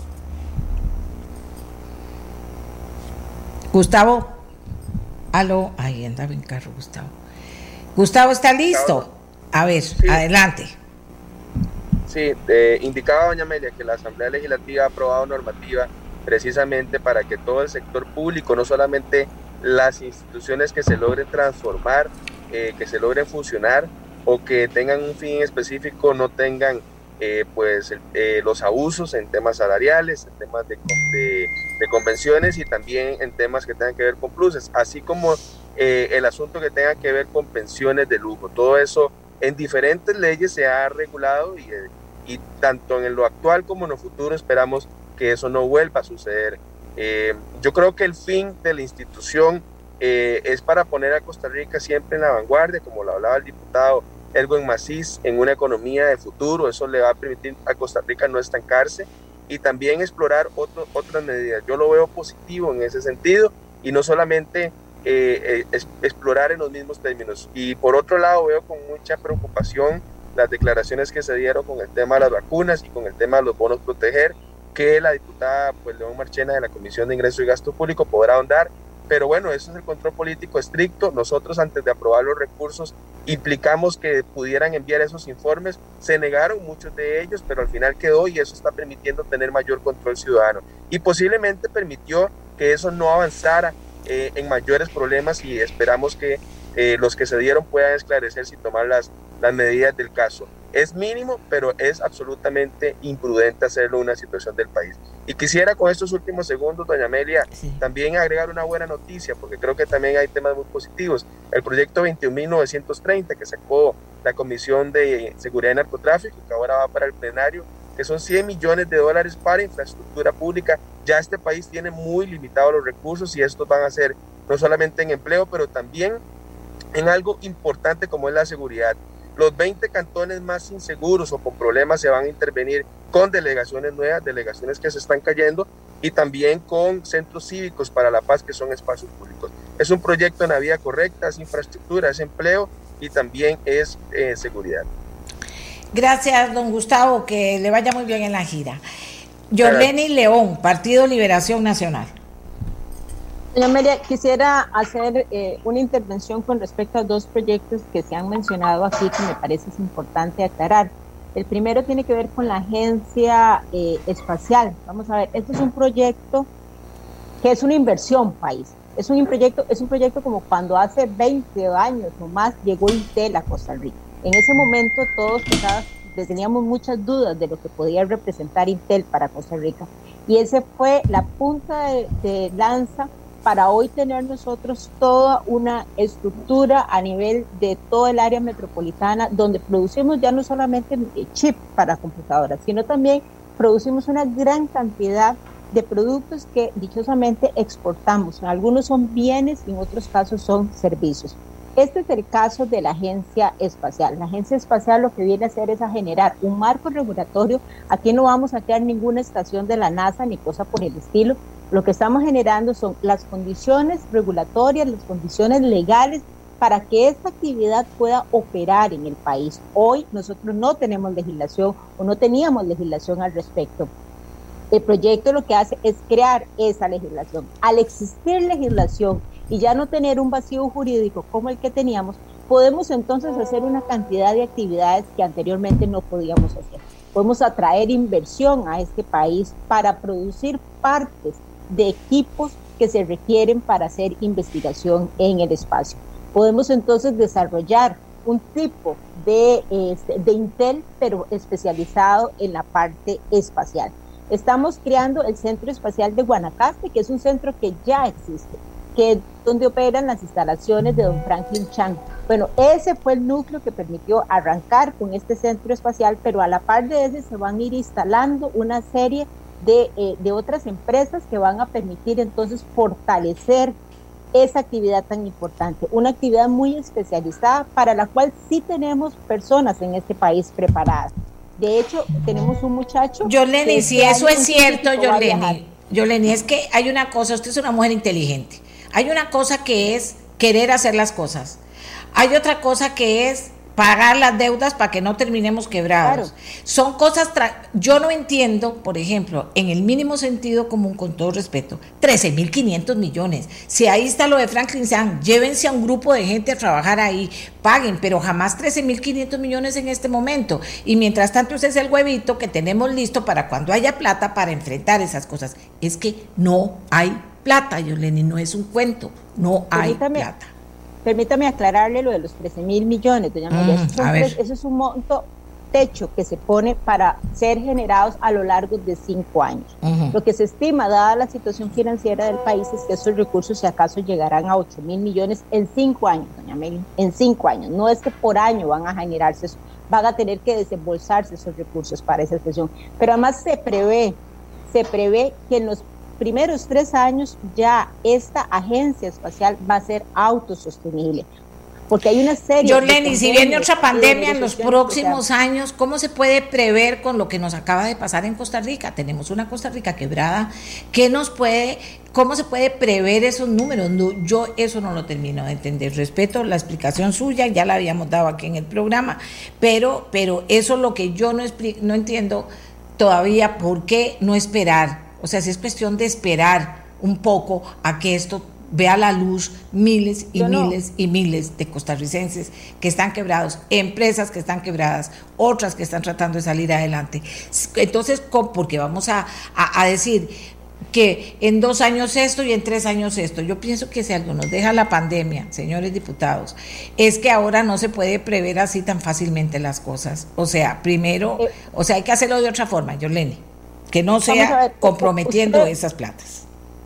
[SPEAKER 2] Gustavo. Aló. Ahí andaba en carro, Gustavo. Gustavo, ¿está listo? A ver, sí. Adelante.
[SPEAKER 4] Sí, eh, indicaba doña Amelia que la Asamblea Legislativa ha aprobado normativa precisamente para que todo el sector público, no solamente las instituciones que se logren transformar, eh, que se logren funcionar o que tengan un fin específico, no tengan eh, pues eh, los abusos en temas salariales, en temas de, de, de convenciones y también en temas que tengan que ver con pluses, así como eh, el asunto que tenga que ver con pensiones de lujo. Todo eso en diferentes leyes se ha regulado y, y tanto en lo actual como en lo futuro esperamos que eso no vuelva a suceder. Eh, yo creo que el fin de la institución eh, es para poner a Costa Rica siempre en la vanguardia, como lo hablaba el diputado Erwin Macís, en una economía de futuro. Eso le va a permitir a Costa Rica no estancarse y también explorar otro, otras medidas. Yo lo veo positivo en ese sentido y no solamente eh, eh, explorar en los mismos términos. Y por otro lado veo con mucha preocupación las declaraciones que se dieron con el tema de las vacunas y con el tema de los bonos proteger, que la diputada pues, León Marchena de la Comisión de Ingreso y Gasto Público podrá ahondar, pero bueno, eso es el control político estricto. Nosotros antes de aprobar los recursos implicamos que pudieran enviar esos informes, se negaron muchos de ellos, pero al final quedó y eso está permitiendo tener mayor control ciudadano y posiblemente permitió que eso no avanzara eh, en mayores problemas y esperamos que eh, los que se dieron puedan esclarecerse y tomar las, las medidas del caso. Es mínimo, pero es absolutamente imprudente hacerlo en una situación del país. Y quisiera con estos últimos segundos, doña Amelia, sí. también agregar una buena noticia, porque creo que también hay temas muy positivos. El proyecto veintiún mil novecientos treinta que sacó la Comisión de Seguridad y Narcotráfico, que ahora va para el plenario, que son cien millones de dólares para infraestructura pública. Ya este país tiene muy limitados los recursos y estos van a ser no solamente en empleo, pero también en algo importante como es la seguridad. Los veinte cantones más inseguros o con problemas se van a intervenir con delegaciones nuevas, delegaciones que se están cayendo y también con centros cívicos para la paz que son espacios públicos. Es un proyecto en la vía correcta, es infraestructura, es empleo y también es eh, seguridad.
[SPEAKER 2] Gracias, don Gustavo, que le vaya muy bien en la gira. Yoleni León, Partido Liberación Nacional.
[SPEAKER 5] Doña Amelia, quisiera hacer eh, una intervención con respecto a dos proyectos que se han mencionado aquí que me parece es importante aclarar. El primero tiene que ver con la Agencia eh, Espacial. Vamos a ver, este es un proyecto que es una inversión país. Es un proyecto, es un proyecto como cuando hace veinte años o más llegó Intel a Costa Rica. En ese momento todos quizás teníamos muchas dudas de lo que podía representar Intel para Costa Rica. Y ese fue la punta de, de lanza para hoy tener nosotros toda una estructura a nivel de todo el área metropolitana, donde producimos ya no solamente chip para computadoras, sino también producimos una gran cantidad de productos que dichosamente exportamos. Algunos son bienes y en otros casos son servicios. Este es el caso de la Agencia Espacial. La Agencia Espacial lo que viene a hacer es a generar un marco regulatorio. Aquí no vamos a crear ninguna estación de la NASA ni cosa por el estilo. Lo que estamos generando son las condiciones regulatorias, las condiciones legales para que esta actividad pueda operar en el país. Hoy nosotros no tenemos legislación o no teníamos legislación al respecto. El proyecto lo que hace es crear esa legislación. Al existir legislación y ya no tener un vacío jurídico como el que teníamos, podemos entonces hacer una cantidad de actividades que anteriormente no podíamos hacer. Podemos atraer inversión a este país para producir partes de equipos que se requieren para hacer investigación en el espacio. Podemos entonces desarrollar un tipo de, este, de Intel, pero especializado en la parte espacial. Estamos creando el Centro Espacial de Guanacaste, que es un centro que ya existe, que es donde operan las instalaciones de don Franklin Chan. Bueno, ese fue el núcleo que permitió arrancar con este centro espacial, pero a la par de ese se van a ir instalando una serie de, eh, de otras empresas que van a permitir entonces fortalecer esa actividad tan importante, una actividad muy especializada para la cual sí tenemos personas en este país preparadas. De hecho, tenemos un muchacho...
[SPEAKER 2] Yoleni, si eso es cierto, Yoleni, Yoleni, es que hay una cosa, usted es una mujer inteligente, hay una cosa que es querer hacer las cosas, hay otra cosa que es pagar las deudas para que no terminemos quebrados. Claro. Son cosas, tra- yo no entiendo, por ejemplo, en el mínimo sentido común, con todo respeto, trece mil quinientos millones. Si ahí está lo de Franklin Chan, llévense a un grupo de gente a trabajar ahí, paguen, pero jamás trece mil quinientos millones en este momento. Y mientras tanto ese es el huevito que tenemos listo para cuando haya plata para enfrentar esas cosas. Es que no hay plata, Yoleni, no es un cuento, no hay
[SPEAKER 5] Permítame.
[SPEAKER 2] plata.
[SPEAKER 5] Permítame aclararle lo de los trece mil millones, doña María. Mm, eso, es, eso es un monto techo que se pone para ser generados a lo largo de cinco años. Uh-huh. Lo que se estima, dada la situación financiera del país, es que esos recursos, si acaso, llegarán a ocho mil millones en cinco años, doña María. En cinco años. No es que por año van a generarse eso, van a tener que desembolsarse esos recursos para esa expresión. Pero además se prevé se prevé que en los primeros tres años ya esta agencia espacial va a ser autosostenible. Porque hay una serie
[SPEAKER 2] Yorleni, de si viene otra pandemia en los próximos años, ¿cómo se puede prever con lo que nos acaba de pasar en Costa Rica? Tenemos una Costa Rica quebrada. ¿Qué nos puede, cómo se puede prever esos números? No, yo eso no lo termino de entender. Respeto la explicación suya, ya la habíamos dado aquí en el programa, pero, pero eso es lo que yo no, expli- no entiendo todavía, ¿por qué no esperar? O sea, si es cuestión de esperar un poco a que esto vea la luz, miles y Yo miles no. y miles de costarricenses que están quebrados, empresas que están quebradas, otras que están tratando de salir adelante. Entonces, porque vamos a, a, a decir que en dos años esto y en tres años esto. Yo pienso que si algo nos deja la pandemia, señores diputados, es que ahora no se puede prever así tan fácilmente las cosas. O sea, primero, eh, o sea, hay que hacerlo de otra forma, Yorleni, que no sea ver, comprometiendo usted, esas platas.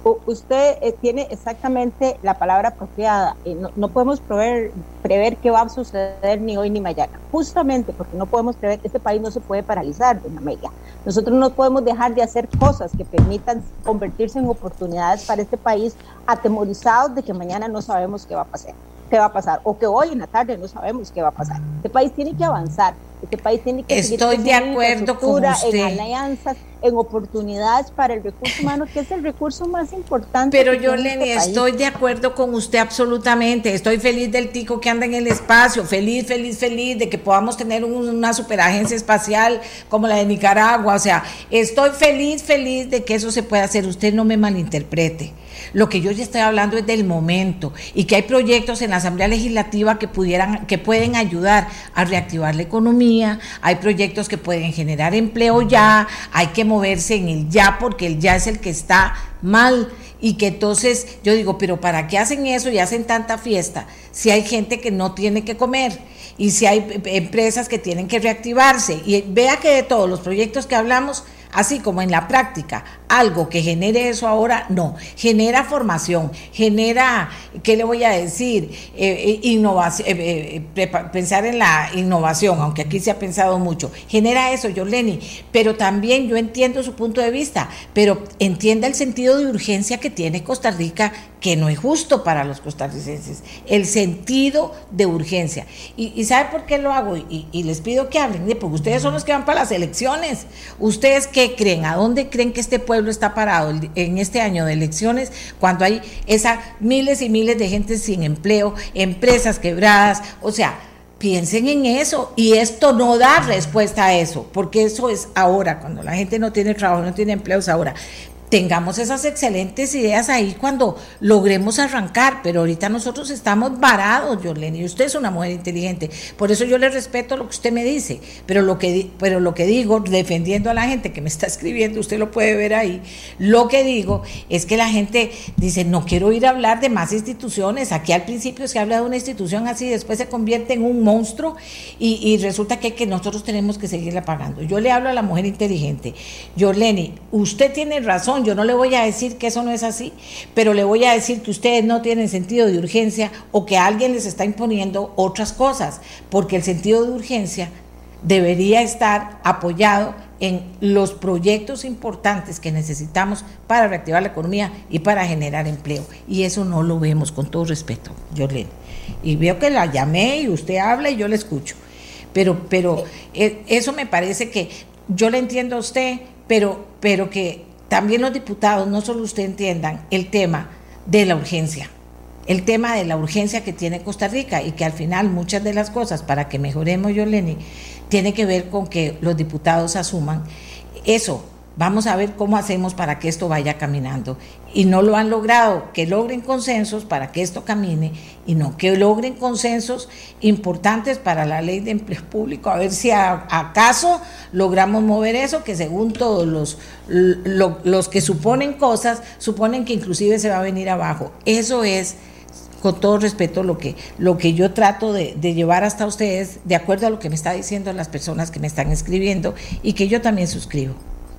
[SPEAKER 5] Usted eh, tiene exactamente la palabra apropiada. Eh, no, no podemos prever, prever qué va a suceder ni hoy ni mañana. Justamente porque no podemos prever, este país no se puede paralizar, doña Amelia. Nosotros no podemos dejar de hacer cosas que permitan convertirse en oportunidades para este país, atemorizados de que mañana no sabemos qué va a pasar, qué va a pasar, o que hoy en la tarde no sabemos qué va a pasar. Este país tiene que avanzar. Este país tiene que
[SPEAKER 2] Estoy de acuerdo con usted.
[SPEAKER 5] En alianzas, en oportunidades para el recurso humano, que es el recurso más importante.
[SPEAKER 2] Pero yo, Leni, este estoy de acuerdo con usted absolutamente. Estoy feliz del tico que anda en el espacio, feliz, feliz, feliz de que podamos tener un, una superagencia espacial como la de Nicaragua. O sea, estoy feliz, feliz de que eso se pueda hacer. Usted no me malinterprete. Lo que yo ya estoy hablando es del momento y que hay proyectos en la Asamblea Legislativa que pudieran, que pueden ayudar a reactivar la economía, hay proyectos que pueden generar empleo ya, hay que moverse en el ya porque el ya es el que está mal y que entonces yo digo, pero ¿para qué hacen eso y hacen tanta fiesta si hay gente que no tiene que comer? Y si hay empresas que tienen que reactivarse y vea que de todos los proyectos que hablamos, así como en la práctica, algo que genere eso ahora, no, genera formación, genera, ¿qué le voy a decir? Eh, innovación, eh, eh, pensar en la innovación, aunque aquí se ha pensado mucho, genera eso, Yorleni, pero también yo entiendo su punto de vista, pero entienda el sentido de urgencia que tiene Costa Rica, que no es justo para los costarricenses, el sentido de urgencia. Y, y ¿sabe por qué lo hago? Y, y les pido que hablen, porque ustedes son los que van para las elecciones. ¿Ustedes qué creen? ¿A dónde creen que este pueblo está parado en este año de elecciones cuando hay esa miles y miles de gente sin empleo, empresas quebradas? O sea, piensen en eso, y esto no da respuesta a eso, porque eso es ahora, cuando la gente no tiene trabajo, no tiene empleos ahora. Tengamos esas excelentes ideas ahí cuando logremos arrancar, pero ahorita nosotros estamos varados, Yorleni, y usted es una mujer inteligente, por eso yo le respeto lo que usted me dice, pero lo que, pero lo que digo, defendiendo a la gente que me está escribiendo, usted lo puede ver ahí, lo que digo es que la gente dice, no quiero ir a hablar de más instituciones, aquí al principio se habla de una institución así, después se convierte en un monstruo, y, y resulta que, que nosotros tenemos que seguirla pagando. Yo le hablo a la mujer inteligente, Yorleni, usted tiene razón, yo no le voy a decir que eso no es así, pero le voy a decir que ustedes no tienen sentido de urgencia o que alguien les está imponiendo otras cosas, porque el sentido de urgencia debería estar apoyado en los proyectos importantes que necesitamos para reactivar la economía y para generar empleo, y eso no lo vemos, con todo respeto, Yorleni, y veo que la llamé y usted habla y yo le escucho, pero, pero eso me parece que yo le entiendo a usted, pero, pero que también los diputados, no solo usted, entiendan el tema de la urgencia, el tema de la urgencia que tiene Costa Rica, y que al final muchas de las cosas para que mejoremos, Yorleni, tiene que ver con que los diputados asuman eso. Vamos a ver cómo hacemos para que esto vaya caminando, y no lo han logrado, que logren consensos para que esto camine, y no que logren consensos importantes para la ley de empleo público, a ver si a, acaso logramos mover eso, que según todos los, lo, los que suponen cosas, suponen que inclusive se va a venir abajo. Eso es, con todo respeto, lo que, lo que yo trato de, de llevar hasta ustedes, de acuerdo a lo que me está diciendo las personas que me están escribiendo, y que yo también suscribo.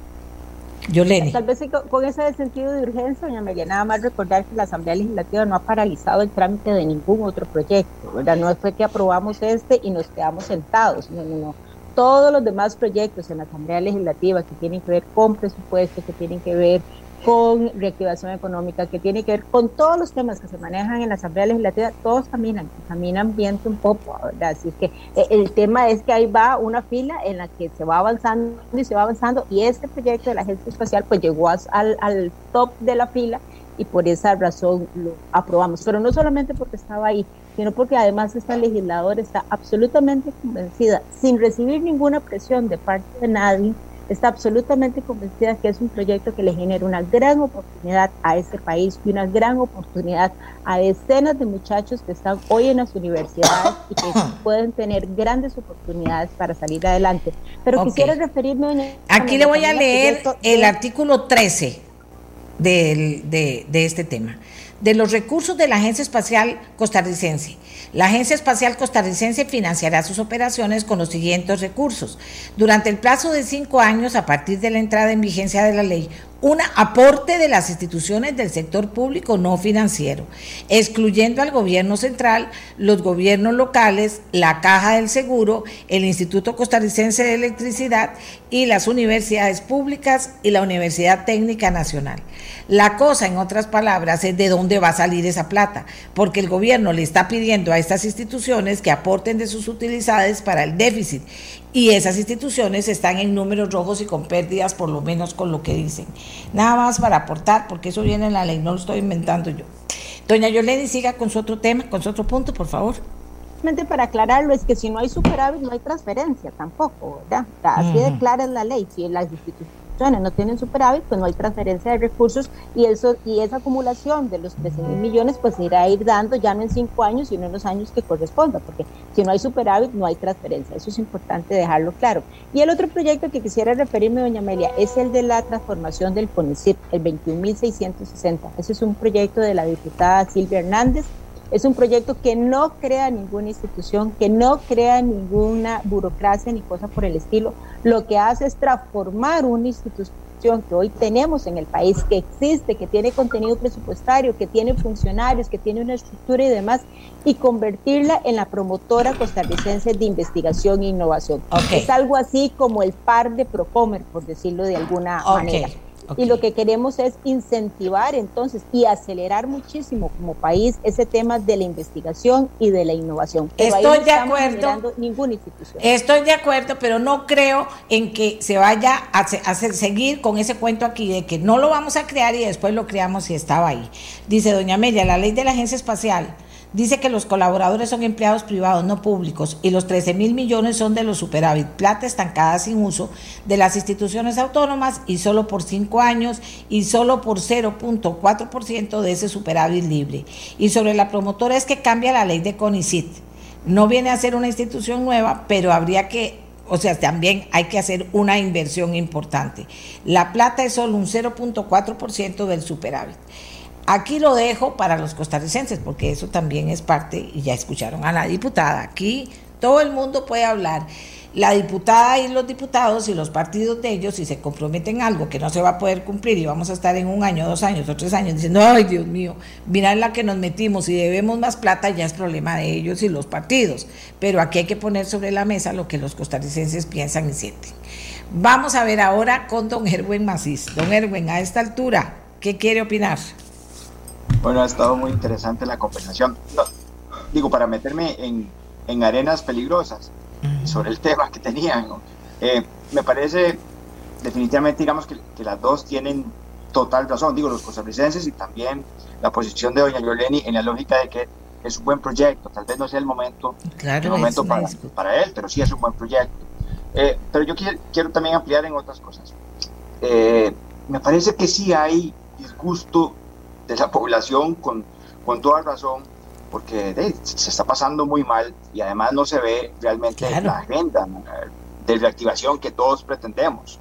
[SPEAKER 2] Yorleni.
[SPEAKER 5] Tal vez con, con ese sentido de urgencia, doña Amelia, nada más recordar que la Asamblea Legislativa no ha paralizado el trámite de ningún otro proyecto, ¿verdad? No fue que aprobamos este y nos quedamos sentados, no, no, no. todos los demás proyectos en la Asamblea Legislativa que tienen que ver con presupuesto, que tienen que ver con reactivación económica, que tiene que ver con todos los temas que se manejan en la Asamblea Legislativa, todos caminan, caminan viento un poco, ¿verdad? Así que eh, el tema es que ahí va una fila en la que se va avanzando y se va avanzando, y este proyecto de la Agencia Espacial pues llegó a, al, al top de la fila, y por esa razón lo aprobamos, pero no solamente porque estaba ahí, sino porque además esta legisladora está absolutamente convencida, sin recibir ninguna presión de parte de nadie, está absolutamente convencida que es un proyecto que le genera una gran oportunidad a este país y una gran oportunidad a decenas de muchachos que están hoy en las universidades y que pueden tener grandes oportunidades para salir adelante. Pero okay. quisiera referirme...
[SPEAKER 2] Aquí le voy a leer el artículo trece del, de, de este tema. De los recursos de la Agencia Espacial Costarricense. La Agencia Espacial Costarricense financiará sus operaciones con los siguientes recursos. Durante el plazo de cinco años, a partir de la entrada en vigencia de la ley, un aporte de las instituciones del sector público no financiero, excluyendo al gobierno central, los gobiernos locales, la Caja del Seguro, el Instituto Costarricense de Electricidad y las universidades públicas y la Universidad Técnica Nacional. La cosa, en otras palabras, es de dónde va a salir esa plata, porque el gobierno le está pidiendo a estas instituciones que aporten de sus utilidades para el déficit, y esas instituciones están en números rojos y con pérdidas, por lo menos con lo que dicen. Nada más para aportar, porque eso viene en la ley, no lo estoy inventando yo. Doña Yoleni, siga con su otro tema, con su otro punto, por favor.
[SPEAKER 5] Para aclararlo, es que si no hay superávit no hay transferencia tampoco, ¿verdad? Así uh-huh. de clara es la ley. Si las instituciones no tienen superávit, pues no hay transferencia de recursos, y eso y esa acumulación de los trece mil millones pues se irá a ir dando ya no en cinco años, sino en los años que corresponda, porque si no hay superávit no hay transferencia. Eso es importante dejarlo claro. Y el otro proyecto que quisiera referirme, doña Amelia, es el de la transformación del CONICYT, el veintiún mil seiscientos sesenta. Ese es un proyecto de la diputada Silvia Hernández. Es un proyecto que no crea ninguna institución, que no crea ninguna burocracia ni cosa por el estilo. Lo que hace es transformar una institución que hoy tenemos en el país, que existe, que tiene contenido presupuestario, que tiene funcionarios, que tiene una estructura y demás, y convertirla en la promotora costarricense de investigación e innovación. Okay. Es algo así como el par de Procomer, por decirlo de alguna okay. manera. Okay. Y lo que queremos es incentivar entonces y acelerar muchísimo como país ese tema de la investigación y de la innovación.
[SPEAKER 2] Pero estoy no de acuerdo.
[SPEAKER 5] Ninguna institución.
[SPEAKER 2] Estoy de acuerdo, pero no creo en que se vaya a, a seguir con ese cuento aquí de que no lo vamos a crear y después lo creamos si estaba ahí. Dice doña Amelia, la ley de la Agencia Espacial dice que los colaboradores son empleados privados, no públicos, y los trece mil millones son de los superávit, plata estancada sin uso de las instituciones autónomas, y solo por cinco años y solo por cero punto cuatro por ciento de ese superávit libre. Y sobre la promotora es que cambia la ley de CONICYT. No viene a ser una institución nueva, pero habría que, o sea, también hay que hacer una inversión importante. La plata es solo un cero punto cuatro por ciento del superávit. Aquí lo dejo para los costarricenses, porque eso también es parte, y ya escucharon a la diputada. Aquí todo el mundo puede hablar. La diputada y los diputados y los partidos de ellos, si se comprometen a algo que no se va a poder cumplir y vamos a estar en un año, dos años o tres años diciendo, ay Dios mío, mirad la que nos metimos y debemos más plata, ya es problema de ellos y los partidos. Pero aquí hay que poner sobre la mesa lo que los costarricenses piensan y sienten. Vamos a ver ahora con don Erwin Macís. Don Erwin, a esta altura, ¿qué quiere opinar?
[SPEAKER 6] Bueno, ha estado muy interesante la conversación. No, digo, para meterme en, en arenas peligrosas uh-huh. sobre el tema que tenían, ¿no? eh, me parece definitivamente, digamos, que, que las dos tienen total razón. Digo, los costarricenses y también la posición de doña Yoleni en la lógica de que es un buen proyecto. Tal vez no sea el momento, claro, el momento para, para él, pero sí es un buen proyecto. Eh, pero yo quiero, quiero también ampliar en otras cosas. Eh, me parece que sí hay disgusto de la población con, con toda razón, porque de, se está pasando muy mal y además no se ve realmente claro. la agenda de reactivación que todos pretendemos.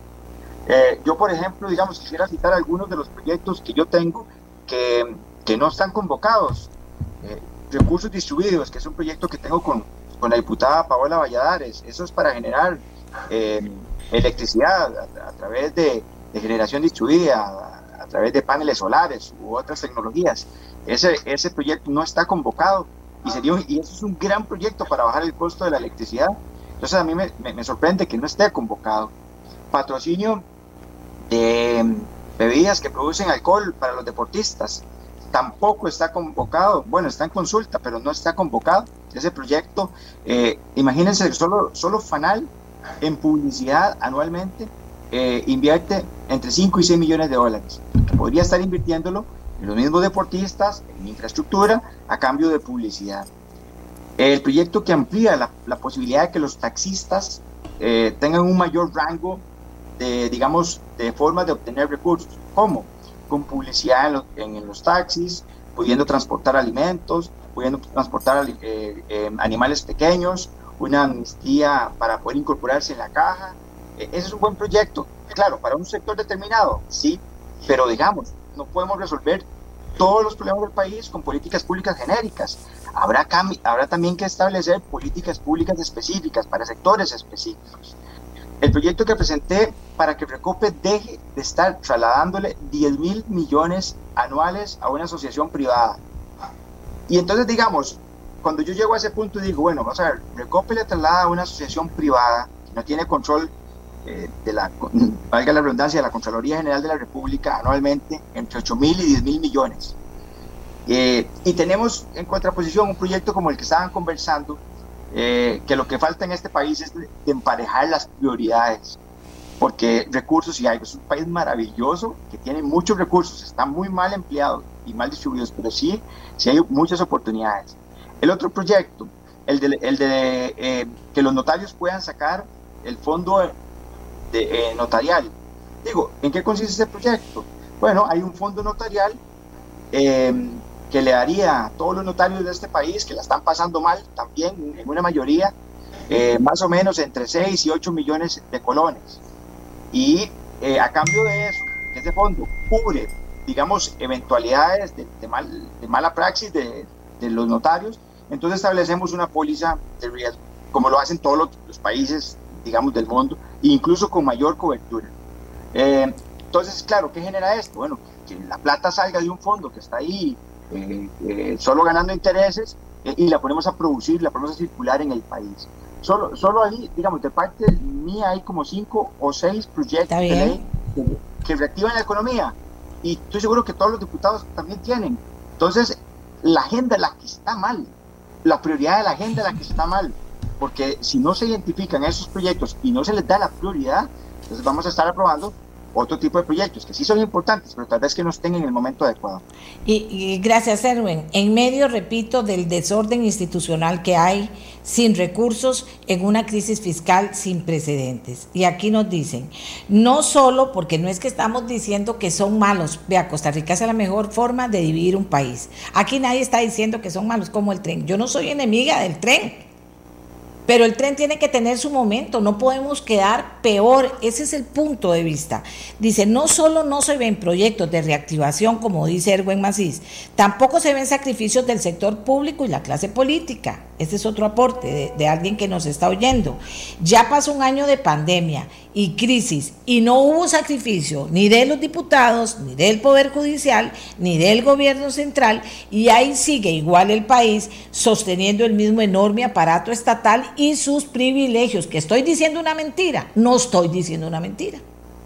[SPEAKER 6] Eh, yo, por ejemplo, digamos, quisiera citar algunos de los proyectos que yo tengo que, que no están convocados. Eh, recursos distribuidos, que es un proyecto que tengo con, con la diputada Paola Valladares. Eso es para generar eh, electricidad a, a través de, de generación distribuida, a través de paneles solares u otras tecnologías. Ese, ese proyecto no está convocado y, sería un, y eso es un gran proyecto para bajar el costo de la electricidad. Entonces a mí me, me, me sorprende que no esté convocado. Patrocinio de bebidas que producen alcohol para los deportistas, tampoco está convocado. Bueno, está en consulta, pero no está convocado ese proyecto. Eh, imagínense, solo, solo Fanal en publicidad anualmente eh, invierte entre cinco y seis millones de dólares, que podría estar invirtiéndolo en los mismos deportistas, en infraestructura, a cambio de publicidad. El proyecto que amplía la, la posibilidad de que los taxistas eh, tengan un mayor rango de, digamos, de formas de obtener recursos. ¿Cómo? Con publicidad en los, en, en los taxis, pudiendo transportar alimentos, pudiendo transportar eh, eh, animales pequeños, una amnistía para poder incorporarse en la caja. Eh, ese es un buen proyecto. Claro, para un sector determinado, sí, pero digamos, no podemos resolver todos los problemas del país con políticas públicas genéricas. Habrá, habrá también que establecer políticas públicas específicas para sectores específicos. El proyecto que presenté para que Recope deje de estar trasladándole diez mil millones anuales a una asociación privada. Y entonces, digamos, cuando yo llego a ese punto y digo, bueno, vamos a ver, Recope le traslada a una asociación privada que no tiene control eh, de la, valga la redundancia, de la Contraloría General de la República anualmente entre ocho mil y diez mil millones. Eh, y tenemos en contraposición un proyecto como el que estaban conversando, eh, que lo que falta en este país es de, de emparejar las prioridades, porque recursos sí hay, es un país maravilloso que tiene muchos recursos, está muy mal empleados y mal distribuidos, pero sí, sí hay muchas oportunidades. El otro proyecto, el de, el de eh, que los notarios puedan sacar el fondo de, eh, notarial. Digo, ¿en qué consiste este proyecto? Bueno, hay un fondo notarial eh, que le daría a todos los notarios de este país que la están pasando mal, también en una mayoría, eh, más o menos entre seis y ocho millones de colones. Y eh, a cambio de eso, que ese fondo cubre, digamos, eventualidades de, de, mal, de mala praxis de, de los notarios, entonces establecemos una póliza de riesgo, como lo hacen todos los, los países, digamos, del mundo, incluso con mayor cobertura. Eh, entonces, claro, ¿qué genera esto? Bueno, que la plata salga de un fondo que está ahí eh, eh, solo ganando intereses eh, y la ponemos a producir, la ponemos a circular en el país. Solo, solo ahí, digamos, de parte mía hay como cinco o seis proyectos de ley que, que reactivan la economía, y estoy seguro que todos los diputados también tienen. Entonces, la agenda es la que está mal, la prioridad de la agenda es la que está mal, porque si no se identifican esos proyectos y no se les da la prioridad, entonces vamos a estar aprobando otro tipo de proyectos que sí son importantes, pero tal vez que no estén en el momento adecuado.
[SPEAKER 2] Y, y gracias, Erwin. En medio, repito, del desorden institucional que hay, sin recursos, en una crisis fiscal sin precedentes. Y aquí nos dicen, no solo porque no es que estamos diciendo que son malos, vea, Costa Rica es la mejor forma de dividir un país. Aquí nadie está diciendo que son malos, como el tren. Yo no soy enemiga del tren, pero el tren tiene que tener su momento, no podemos quedar peor, ese es el punto de vista. Dice, no solo no se ven proyectos de reactivación, como dice Erwin Macís, tampoco se ven sacrificios del sector público y la clase política. Este es otro aporte de, de alguien que nos está oyendo. Ya pasó un año de pandemia y crisis y no hubo sacrificio ni de los diputados, ni del Poder Judicial, ni del gobierno central, y ahí sigue igual el país sosteniendo el mismo enorme aparato estatal y sus privilegios. Que estoy diciendo una mentira, no estoy diciendo una mentira.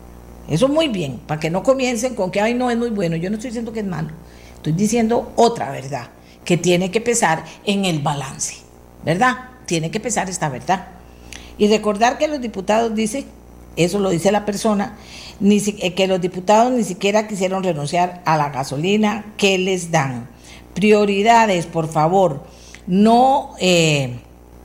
[SPEAKER 2] Eso muy bien, para que no comiencen con que ay no es muy bueno, yo no estoy diciendo que es malo, estoy diciendo otra verdad que tiene que pesar en el balance, ¿verdad? Tiene que pesar esta verdad. Y recordar que los diputados dicen, eso lo dice la persona, ni si, que los diputados ni siquiera quisieron renunciar a la gasolina que les dan. Prioridades, por favor, no... Eh,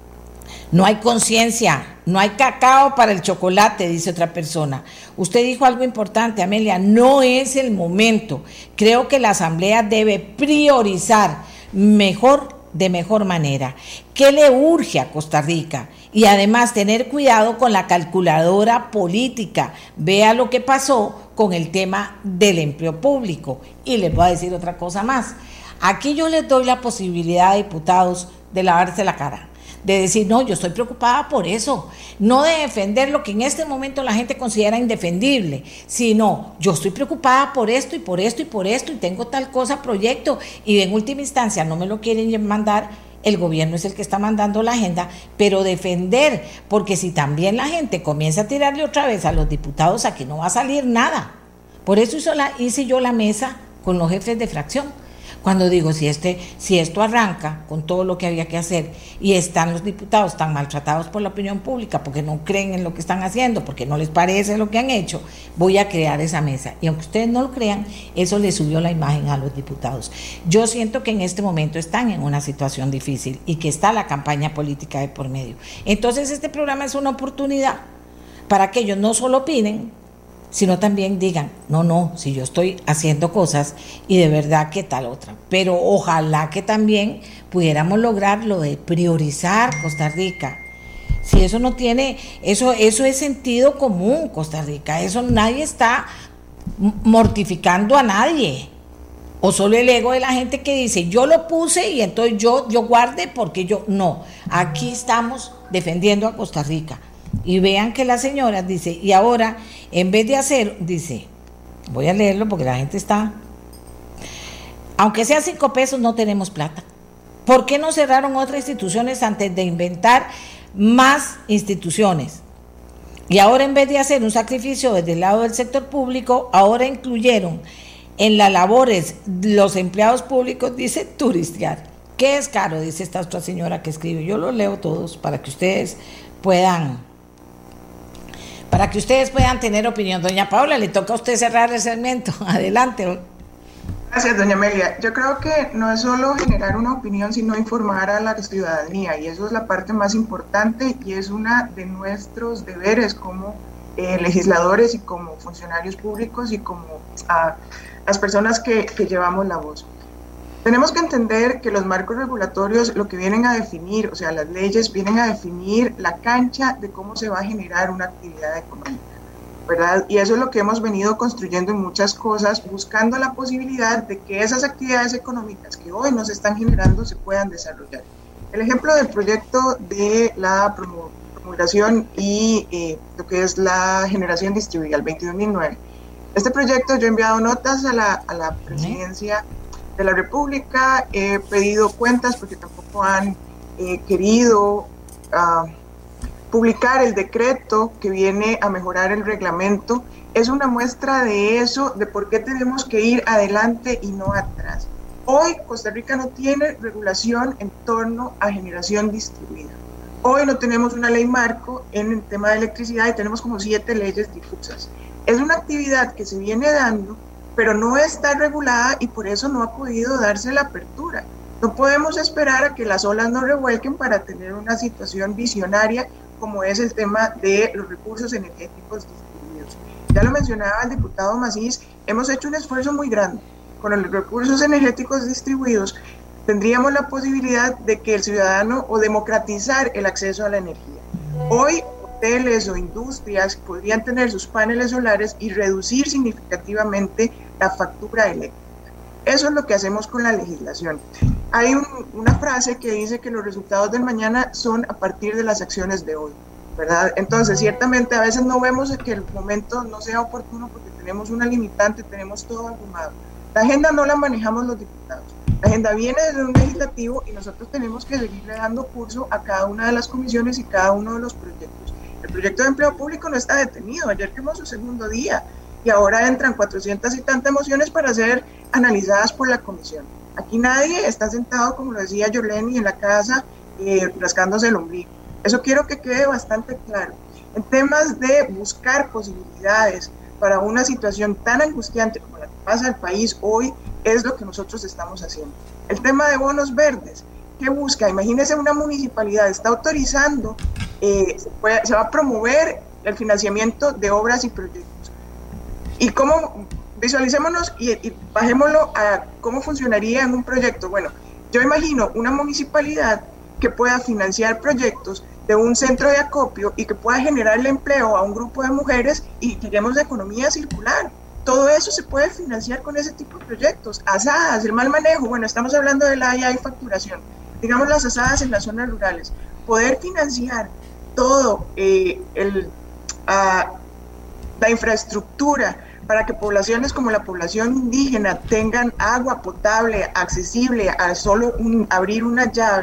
[SPEAKER 2] No hay conciencia, no hay cacao para el chocolate, dice otra persona. Usted dijo algo importante, Amelia, no es el momento. Creo que la Asamblea debe priorizar mejor, de mejor manera. ¿Qué le urge a Costa Rica? Y además tener cuidado con la calculadora política. Vea lo que pasó con el tema del empleo público. Y les voy a decir otra cosa más. Aquí yo les doy la posibilidad a diputados de lavarse la cara, de decir, no, yo estoy preocupada por eso, no de defender lo que en este momento la gente considera indefendible, sino yo estoy preocupada por esto y por esto y por esto y tengo tal cosa, proyecto, y en última instancia no me lo quieren mandar el gobierno es el que está mandando la agenda, pero defender, porque si también la gente comienza a tirarle otra vez a los diputados, aquí no va a salir nada. Por eso hizo la, hice yo la mesa con los jefes de fracción. Cuando digo, si, este, si esto arranca con todo lo que había que hacer y están los diputados tan maltratados por la opinión pública porque no creen en lo que están haciendo, porque no les parece lo que han hecho, voy a crear esa mesa. Y aunque ustedes no lo crean, eso le subió la imagen a los diputados. Yo siento que en este momento están en una situación difícil y que está la campaña política de por medio. Entonces este programa es una oportunidad para que ellos no solo opinen, sino también digan, no, no, si yo estoy haciendo cosas y de verdad que tal otra. Pero ojalá que también pudiéramos lograr lo de priorizar Costa Rica. Si eso no tiene, eso, eso es sentido común, Costa Rica, eso nadie está mortificando a nadie. O solo el ego de la gente que dice, yo lo puse y entonces yo, yo guarde porque yo, no, aquí estamos defendiendo a Costa Rica. Y vean que la señora dice, y ahora, en vez de hacer, dice, voy a leerlo porque la gente está, aunque sea cinco pesos, no tenemos plata. ¿Por qué no cerraron otras instituciones antes de inventar más instituciones? Y ahora, en vez de hacer un sacrificio desde el lado del sector público, ahora incluyeron en las labores los empleados públicos, dice, turistear. ¿Qué es caro? Dice esta otra señora que escribe. Yo los leo todos para que ustedes puedan... Para que ustedes puedan tener opinión. Doña Paula, le toca a usted cerrar el segmento. Adelante.
[SPEAKER 7] Gracias, doña Amelia. Yo creo que no es solo generar una opinión, sino informar a la ciudadanía, y eso es la parte más importante y es una de nuestros deberes como eh, legisladores y como funcionarios públicos y como uh, las personas que, que llevamos la voz. Tenemos que entender que los marcos regulatorios lo que vienen a definir, o sea, las leyes vienen a definir la cancha de cómo se va a generar una actividad económica, ¿verdad? Y eso es lo que hemos venido construyendo en muchas cosas, buscando la posibilidad de que esas actividades económicas que hoy nos están generando se puedan desarrollar. El ejemplo del proyecto de la promulgación y eh, lo que es la generación distribuida, el veintidós mil nueve. Este proyecto yo he enviado notas a la, a la presidencia de la República, he pedido cuentas porque tampoco han eh, querido uh, publicar el decreto que viene a mejorar el reglamento. Es una muestra de eso, de por qué tenemos que ir adelante y no atrás. Hoy Costa Rica no tiene regulación en torno a generación distribuida. Hoy no tenemos una ley marco en el tema de electricidad y tenemos como siete leyes difusas. Es una actividad que se viene dando, pero no está regulada y por eso no ha podido darse la apertura. No podemos esperar a que las olas nos revuelquen para tener una situación visionaria como es el tema de los recursos energéticos distribuidos. Ya lo mencionaba el diputado Macís, hemos hecho un esfuerzo muy grande. Con los recursos energéticos distribuidos tendríamos la posibilidad de que el ciudadano o democratizar el acceso a la energía. Hoy hoteles o industrias podrían tener sus paneles solares y reducir significativamente la factura eléctrica. Eso es lo que hacemos con la legislación. Hay un, una frase que dice que los resultados del mañana son a partir de las acciones de hoy, ¿verdad? Entonces, ciertamente a veces no vemos que el momento no sea oportuno porque tenemos una limitante, tenemos todo abrumado. La agenda no la manejamos los diputados. La agenda viene desde un legislativo y nosotros tenemos que seguirle dando curso a cada una de las comisiones y cada uno de los proyectos. El proyecto de empleo público no está detenido, ayer tuvimos su segundo día y ahora entran cuatrocientas y tantas mociones para ser analizadas por la comisión. Aquí nadie está sentado, como lo decía Yoleni, en la casa eh, rascándose el ombligo. Eso quiero que quede bastante claro. En temas de buscar posibilidades para una situación tan angustiante como la que pasa el país hoy, es lo que nosotros estamos haciendo. El tema de bonos verdes, ¿qué busca? Imagínense, una municipalidad está autorizando, eh, se, puede, se va a promover el financiamiento de obras y proyectos. ¿Y cómo? Visualicémonos y, y bajémoslo a cómo funcionaría en un proyecto. Bueno, yo imagino una municipalidad que pueda financiar proyectos de un centro de acopio y que pueda generarle empleo a un grupo de mujeres y digamos de economía circular. Todo eso se puede financiar con ese tipo de proyectos. Asadas, el mal manejo, bueno, estamos hablando de la I A y facturación. Digamos las asadas en las zonas rurales. Poder financiar todo eh, el, uh, la infraestructura para que poblaciones como la población indígena tengan agua potable, accesible a solo un, abrir una llave,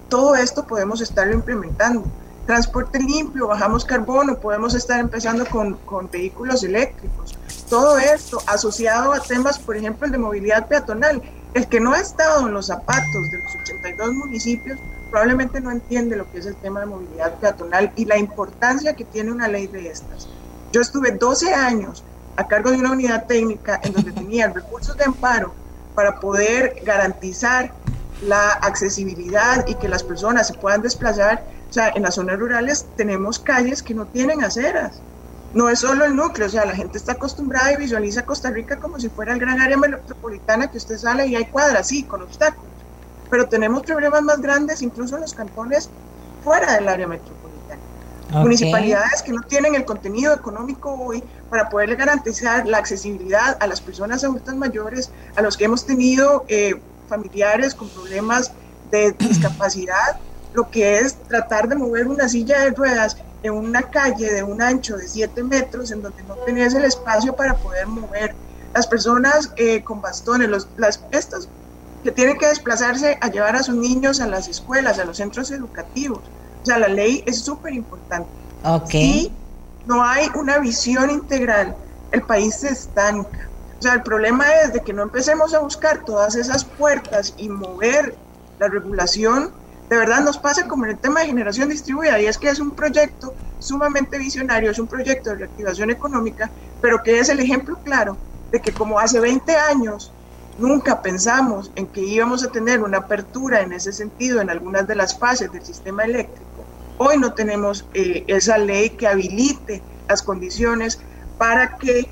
[SPEAKER 7] todo esto podemos estarlo implementando. Transporte limpio, bajamos carbono, podemos estar empezando con, con vehículos eléctricos. Todo esto asociado a temas, por ejemplo, el de movilidad peatonal. El que no ha estado en los zapatos de los ochenta y dos municipios probablemente no entiende lo que es el tema de movilidad peatonal y la importancia que tiene una ley de estas. Yo estuve doce años a cargo de una unidad técnica en donde tenía recursos de amparo para poder garantizar la accesibilidad y que las personas se puedan desplazar. O sea, en las zonas rurales tenemos calles que no tienen aceras. No es solo el núcleo, o sea, la gente está acostumbrada y visualiza Costa Rica como si fuera el gran área metropolitana que usted sale y hay cuadras, sí, con obstáculos. Pero tenemos problemas más grandes incluso en los cantones fuera del área metropolitana. Okay. Municipalidades que no tienen el contenido económico hoy para poderle garantizar la accesibilidad a las personas adultas mayores, a los que hemos tenido eh, familiares con problemas de discapacidad, lo que es tratar de mover una silla de ruedas en una calle de un ancho de siete metros en donde no tenés el espacio para poder mover. Las personas eh, con bastones, los, las, estos que tienen que desplazarse a llevar a sus niños a las escuelas, a los centros educativos. O sea, la ley es súper importante.
[SPEAKER 2] Okay.
[SPEAKER 7] Si no hay una visión integral, el país se estanca. O sea, el problema es de que no empecemos a buscar todas esas puertas y mover la regulación. De verdad nos pasa como en el tema de generación distribuida, y es que es un proyecto sumamente visionario, es un proyecto de reactivación económica, pero que es el ejemplo claro de que como hace veinte años nunca pensamos en que íbamos a tener una apertura en ese sentido en algunas de las fases del sistema eléctrico, hoy no tenemos eh, esa ley que habilite las condiciones para que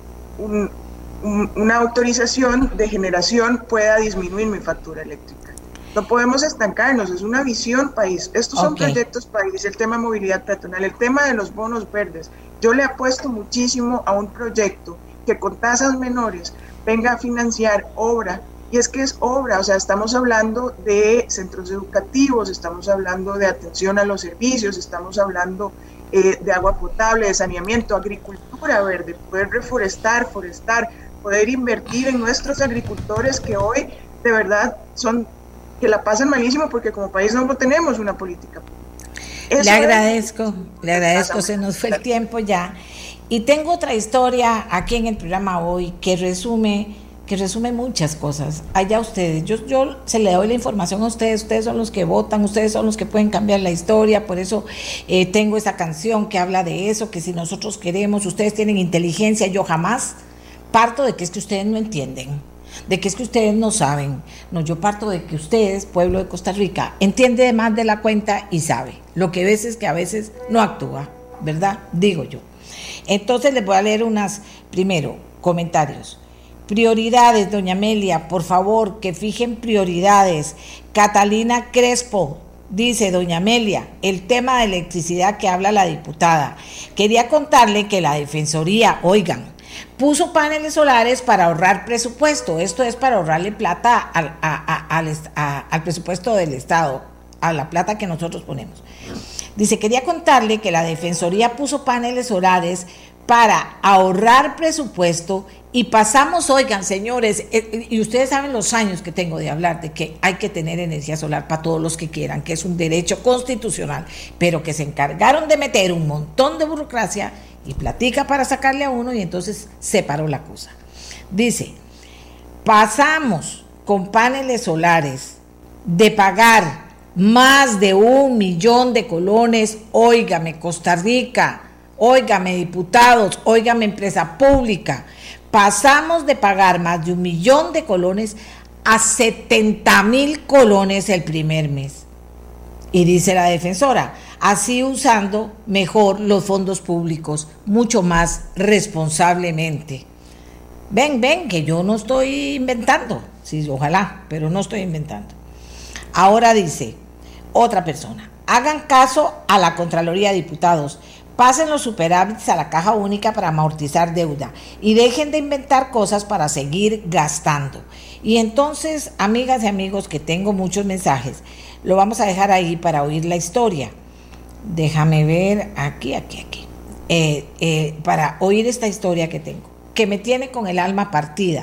[SPEAKER 7] un, un, una autorización de generación pueda disminuir mi factura eléctrica. No podemos estancarnos, es una visión país. Estos son okay. proyectos país, el tema de movilidad peatonal, el tema de los bonos verdes. Yo le apuesto muchísimo a un proyecto que con tasas menores venga a financiar obra, y es que es obra, o sea, estamos hablando de centros educativos, estamos hablando de atención a los servicios, estamos hablando eh, de agua potable, de saneamiento, agricultura verde, poder reforestar, forestar, poder invertir en nuestros agricultores que hoy de verdad son... que la pasan malísimo porque como país no tenemos una política pública.
[SPEAKER 2] Le agradezco, es, le agradezco, se nos fue el tiempo ya. Y tengo otra historia aquí en el programa hoy que resume, que resume muchas cosas. Allá ustedes, yo, yo se le doy la información a ustedes, ustedes son los que votan, ustedes son los que pueden cambiar la historia, por eso eh, tengo esa canción que habla de eso, que si nosotros queremos, ustedes tienen inteligencia, yo jamás parto de que es que ustedes no entienden. De que es que ustedes no saben. No, yo parto de que ustedes, pueblo de Costa Rica, entiende más de la cuenta y sabe. Lo que ves es que a veces no actúa, ¿verdad? Digo yo. Entonces les voy a leer unas, primero, comentarios. Prioridades, doña Amelia, por favor, que fijen prioridades. Catalina Crespo dice, doña Amelia, el tema de electricidad que habla la diputada. Quería contarle que la Defensoría, oigan, puso paneles solares para ahorrar presupuesto. Esto es para ahorrarle plata al, a, a, al, a, al presupuesto del Estado, a la plata que nosotros ponemos. Dice, quería contarle que la Defensoría puso paneles solares para ahorrar presupuesto y pasamos, oigan, señores, eh, y ustedes saben los años que tengo de hablar de que hay que tener energía solar para todos los que quieran, que es un derecho constitucional, pero que se encargaron de meter un montón de burocracia y platica para sacarle a uno y entonces se paró la cosa. Dice, pasamos con paneles solares de pagar más de un millón de colones, óigame Costa Rica, óigame diputados, óigame empresa pública, pasamos de pagar más de un millón de colones a setenta mil colones el primer mes. Y dice la defensora, así usando mejor los fondos públicos, mucho más responsablemente. Ven, ven, que yo no estoy inventando, sí, ojalá, pero no estoy inventando. Ahora dice otra persona, hagan caso a la Contraloría de Diputados, pasen los superávits a la caja única para amortizar deuda y dejen de inventar cosas para seguir gastando. Y entonces, amigas y amigos, que tengo muchos mensajes, lo vamos a dejar ahí para oír la historia. Déjame ver, aquí, aquí, aquí, eh, eh, para oír esta historia que tengo, que me tiene con el alma partida,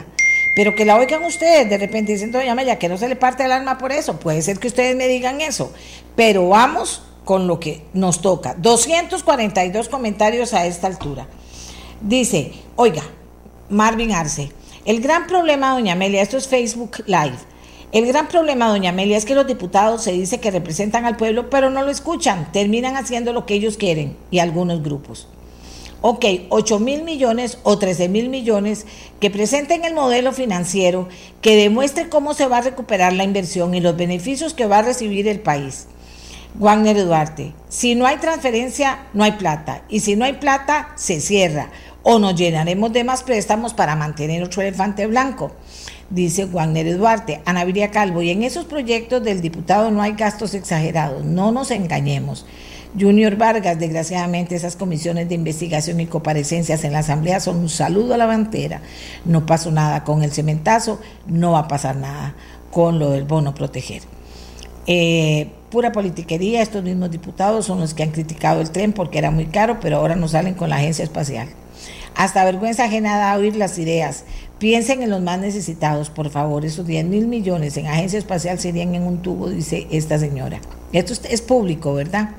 [SPEAKER 2] pero que la oigan ustedes de repente diciendo, doña Amelia, que no se le parte el alma por eso, puede ser que ustedes me digan eso, pero vamos con lo que nos toca. doscientos cuarenta y dos comentarios a esta altura. Dice, oiga, Marvin Arce, el gran problema, doña Amelia, esto es Facebook Live, el gran problema, doña Amelia, es que los diputados se dice que representan al pueblo, pero no lo escuchan, terminan haciendo lo que ellos quieren, y algunos grupos. Ok, ocho mil millones o trece mil millones que presenten el modelo financiero que demuestre cómo se va a recuperar la inversión y los beneficios que va a recibir el país. Wagner Duarte, si no hay transferencia, no hay plata, y si no hay plata, se cierra, o nos llenaremos de más préstamos para mantener otro elefante blanco. Dice Wagner Duarte. Ana Viria Calvo, y en esos proyectos del diputado no hay gastos exagerados, no nos engañemos. Junior Vargas, desgraciadamente esas comisiones de investigación y comparecencias en la Asamblea son un saludo a la bandera. No pasó nada con el cementazo, no va a pasar nada con lo del bono proteger. Eh, pura politiquería, estos mismos diputados son los que han criticado el tren porque era muy caro, pero ahora no salen con la agencia espacial. Hasta vergüenza ajena da oír las ideas. Piensen en los más necesitados, por favor. Esos diez mil millones en agencia espacial serían en un tubo, dice esta señora. Esto es público, ¿verdad?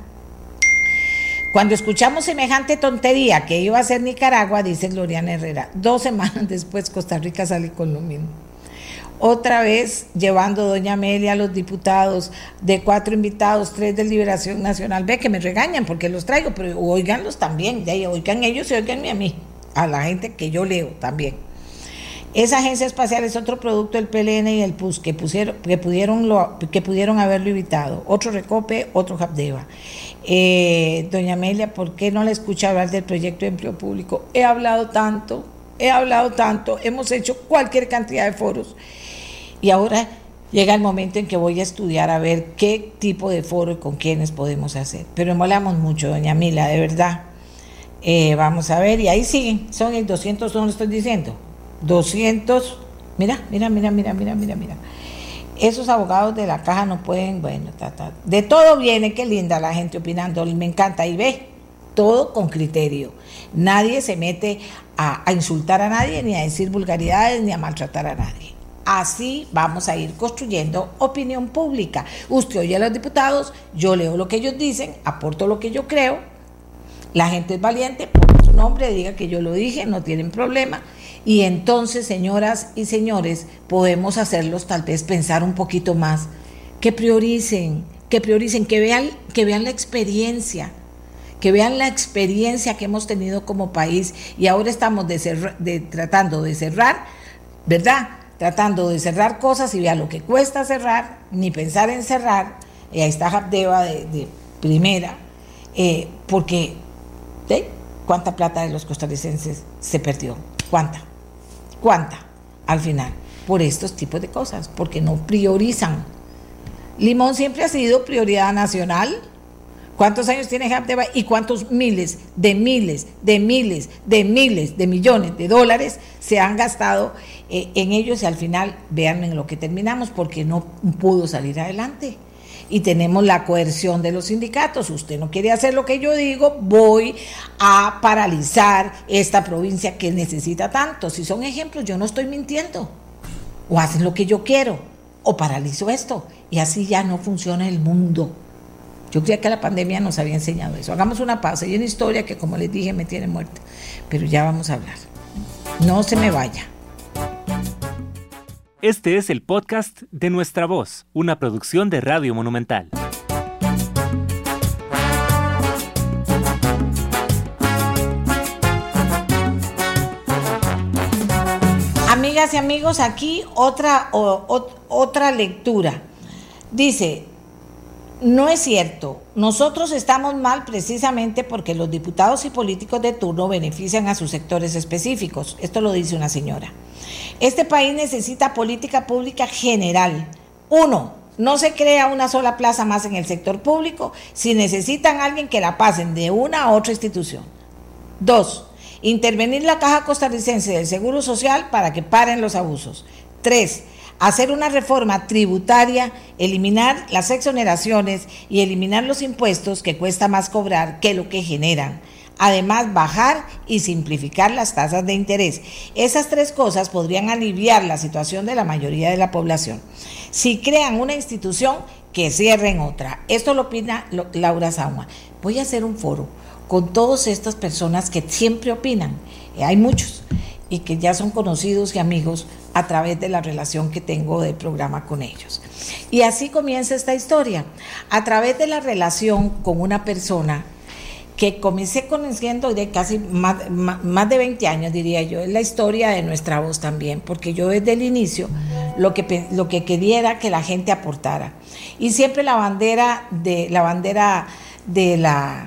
[SPEAKER 2] Cuando escuchamos semejante tontería que iba a ser Nicaragua, dice Gloriana Herrera, dos semanas después Costa Rica sale con lo mismo. Otra vez llevando doña Amelia a los diputados, de cuatro invitados, tres de Liberación Nacional. Ve que me regañan porque los traigo, pero oíganlos también, de ahí, oigan ellos y oiganme a mí, a la gente que yo leo también. Esa agencia espacial es otro producto del P L N y el P U S que, pusieron, que, pudieron, lo, que pudieron haberlo evitado. Otro Recope, otro Habdeba. Eh, doña Amelia, ¿por qué no la escucha hablar del proyecto de empleo público? He hablado tanto, he hablado tanto, hemos hecho cualquier cantidad de foros. Y ahora llega el momento en que voy a estudiar a ver qué tipo de foro y con quiénes podemos hacer. Pero molamos mucho, doña Mila, de verdad. Eh, vamos a ver, y ahí siguen, son el doscientos, no lo estoy diciendo, doscientos, mira, mira, mira, mira, mira, mira, mira. Esos abogados de la caja no pueden, bueno, ta, ta. De todo viene, qué linda la gente opinando, me encanta, y ve, todo con criterio. Nadie se mete a, a insultar a nadie, ni a decir vulgaridades, ni a maltratar a nadie. Así vamos a ir construyendo opinión pública. Usted oye a los diputados, yo leo lo que ellos dicen, aporto lo que yo creo, la gente es valiente, por su nombre, diga que yo lo dije, no tienen problema, y entonces, señoras y señores, podemos hacerlos tal vez pensar un poquito más, que prioricen, que prioricen, que vean, que vean la experiencia, que vean la experiencia que hemos tenido como país, y ahora estamos de cerrar, de, tratando de cerrar, ¿verdad?, tratando de cerrar cosas, y vea lo que cuesta cerrar, ni pensar en cerrar, y ahí está Habdeba de, de primera, eh, porque ¿eh? ¿cuánta plata de los costarricenses se perdió? ¿Cuánta? ¿Cuánta? Al final, por estos tipos de cosas, porque no priorizan. Limón siempre ha sido prioridad nacional. ¿Cuántos años tiene Habdeba y cuántos miles de miles de miles de miles de millones de dólares se han gastado eh, en ellos, y al final vean en lo que terminamos, porque no pudo salir adelante? Y tenemos la coerción de los sindicatos. Usted no quiere hacer lo que yo digo, voy a paralizar esta provincia que necesita tanto. Si son ejemplos, yo no estoy mintiendo. O hacen lo que yo quiero, o paralizo esto, y así ya no funciona el mundo. Yo creía que la pandemia nos había enseñado eso. Hagamos una pausa. Hay una historia que, como les dije, me tiene muerta, pero ya vamos a hablar. No se me vaya.
[SPEAKER 3] Este es el podcast de Nuestra Voz, una producción de Radio Monumental.
[SPEAKER 2] Amigas y amigos, aquí otra, o, o, otra lectura. Dice, no es cierto, nosotros estamos mal precisamente porque los diputados y políticos de turno benefician a sus sectores específicos. Esto lo dice una señora. Este país necesita política pública general. Uno, no se crea una sola plaza más en el sector público si necesitan a alguien que la pasen de una a otra institución. Dos, intervenir la Caja Costarricense del Seguro Social para que paren los abusos. Tres, hacer una reforma tributaria, eliminar las exoneraciones y eliminar los impuestos que cuesta más cobrar que lo que generan. Además, bajar y simplificar las tasas de interés. Esas tres cosas podrían aliviar la situación de la mayoría de la población. Si crean una institución, que cierren otra. Esto lo opina Laura Sauma. Voy a hacer un foro con todas estas personas que siempre opinan. Eh, hay muchos y que ya son conocidos y amigos a través de la relación que tengo del programa con ellos. Y así comienza esta historia, a través de la relación con una persona que comencé conociendo de casi más, más, más de veinte años, diría yo. Es la historia de Nuestra Voz también, porque yo desde el inicio lo que, lo que quería era que la gente aportara. Y siempre la bandera de la bandera de la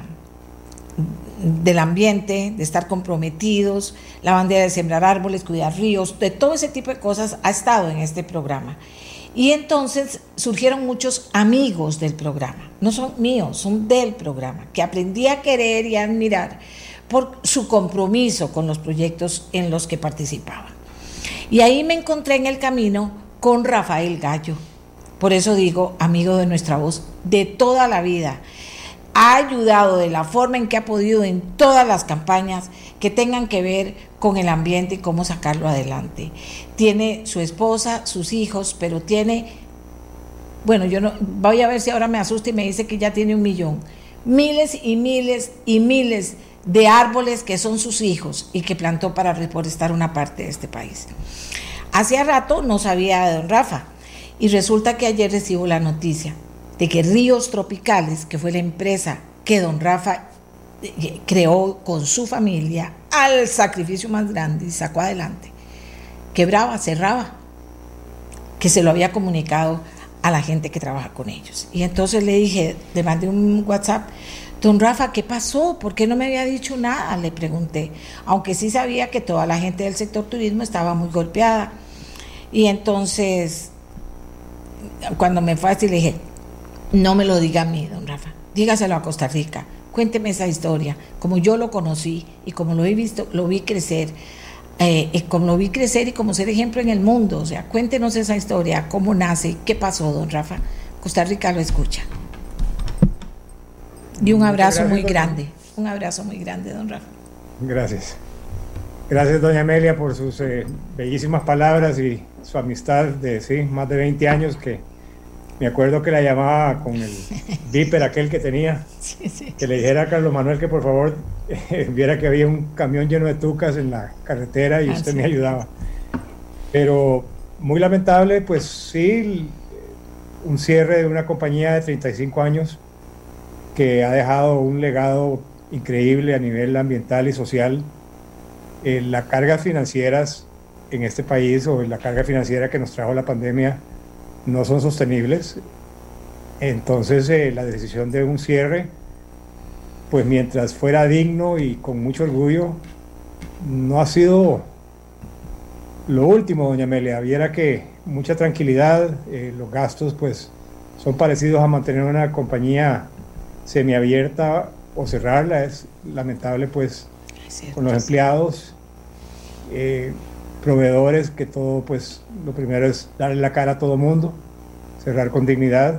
[SPEAKER 2] del ambiente, de estar comprometidos, la bandera de sembrar árboles, cuidar ríos, de todo ese tipo de cosas ha estado en este programa. Y entonces surgieron muchos amigos del programa, no son míos, son del programa, que aprendí a querer y a admirar por su compromiso con los proyectos en los que participaba. Y ahí me encontré en el camino con Rafael Gallo, por eso digo, amigo de Nuestra Voz, de toda la vida. Ha ayudado de la forma en que ha podido en todas las campañas que tengan que ver con el ambiente y cómo sacarlo adelante. Tiene su esposa, sus hijos, pero tiene, bueno, yo no, voy a ver si ahora me asusta y me dice que ya tiene un millón, miles y miles y miles de árboles que son sus hijos y que plantó para reforestar una parte de este país. Hacía rato no sabía de don Rafa y resulta que ayer recibo la noticia de que Ríos Tropicales, que fue la empresa que don Rafa creó con su familia al sacrificio más grande y sacó adelante, quebraba, cerraba, que se lo había comunicado a la gente que trabaja con ellos. Y entonces le dije, le mandé un WhatsApp, don Rafa, ¿qué pasó? ¿Por qué no me había dicho nada? Le pregunté, aunque sí sabía que toda la gente del sector turismo estaba muy golpeada. Y entonces, cuando me fue así, le dije, no me lo diga a mí, don Rafa, dígaselo a Costa Rica, cuénteme esa historia, como yo lo conocí y como lo he visto, lo vi crecer, eh, como lo vi crecer y como ser ejemplo en el mundo. O sea, cuéntenos esa historia, cómo nace, qué pasó, don Rafa. Costa Rica lo escucha. Y un abrazo gracias, muy grande, un abrazo muy grande, don Rafa.
[SPEAKER 8] Gracias. Gracias, doña Amelia, por sus eh, bellísimas palabras y su amistad de sí, más de veinte años, que me acuerdo que la llamaba con el viper aquel que tenía, sí, sí, que le dijera a Carlos Manuel que por favor eh, viera que había un camión lleno de tucas en la carretera y ah, usted sí. me ayudaba. Pero muy lamentable, pues sí, un cierre de una compañía de treinta y cinco años que ha dejado un legado increíble a nivel ambiental y social. Eh, las cargas financieras en este país, o la carga financiera que nos trajo la pandemia, no son sostenibles. Entonces eh, la decisión de un cierre, pues mientras fuera digno y con mucho orgullo, no ha sido lo último, doña Amelia. Viera que mucha tranquilidad, eh, los gastos pues son parecidos a mantener una compañía semiabierta o cerrarla. Es lamentable pues con los empleados, eh, proveedores, que todo pues lo primero es darle la cara a todo mundo, cerrar con dignidad,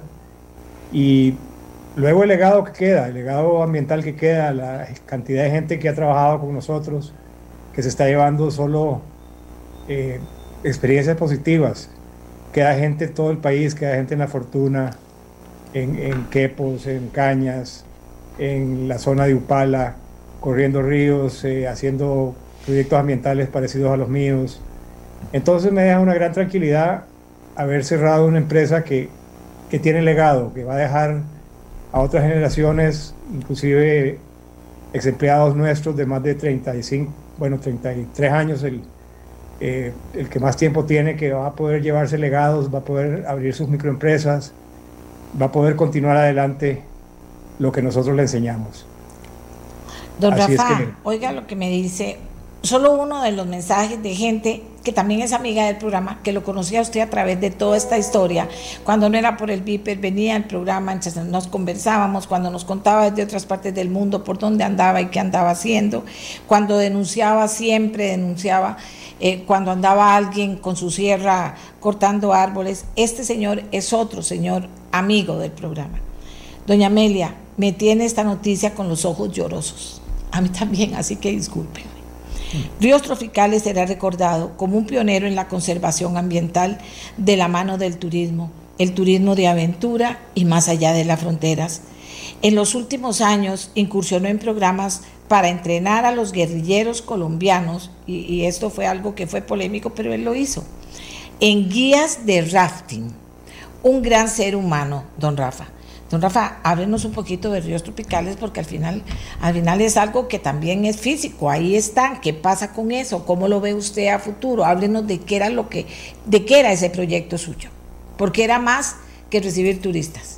[SPEAKER 8] y luego el legado que queda, el legado ambiental que queda, la cantidad de gente que ha trabajado con nosotros, que se está llevando solo eh, experiencias positivas. Queda gente en todo el país, queda gente en La Fortuna, en, en Quepos, en Cañas, en la zona de Upala, corriendo ríos, eh, haciendo proyectos ambientales parecidos a los míos. Entonces me deja una gran tranquilidad haber cerrado una empresa que, que tiene legado, que va a dejar a otras generaciones, inclusive ex empleados nuestros de más de treinta y cinco, bueno, treinta y tres años, el, eh, el que más tiempo tiene, que va a poder llevarse legados, va a poder abrir sus microempresas, va a poder continuar adelante lo que nosotros le enseñamos.
[SPEAKER 2] Don Así Rafa, es que, oiga lo que me dice, solo uno de los mensajes de gente que también es amiga del programa, que lo conocía usted a través de toda esta historia, cuando no era por el viper, venía al programa, entonces nos conversábamos, cuando nos contaba desde otras partes del mundo por dónde andaba y qué andaba haciendo, cuando denunciaba, siempre denunciaba, eh, cuando andaba alguien con su sierra cortando árboles. Este señor es otro señor amigo del programa. Doña Amelia, me tiene esta noticia con los ojos llorosos. A mí también, así que discúlpenme. Ríos Tropicales será recordado como un pionero en la conservación ambiental de la mano del turismo, el turismo de aventura y más allá de las fronteras. En los últimos años incursionó en programas para entrenar a los guerrilleros colombianos, y, y esto fue algo que fue polémico, pero él lo hizo, en guías de rafting. Un gran ser humano, don Rafa. Don Rafa, háblenos un poquito de Ríos Tropicales, porque al final, al final es algo que también es físico, ahí están. ¿Qué pasa con eso? ¿Cómo lo ve usted a futuro? Háblenos de qué era lo que, de qué era ese proyecto suyo, porque era más que recibir turistas.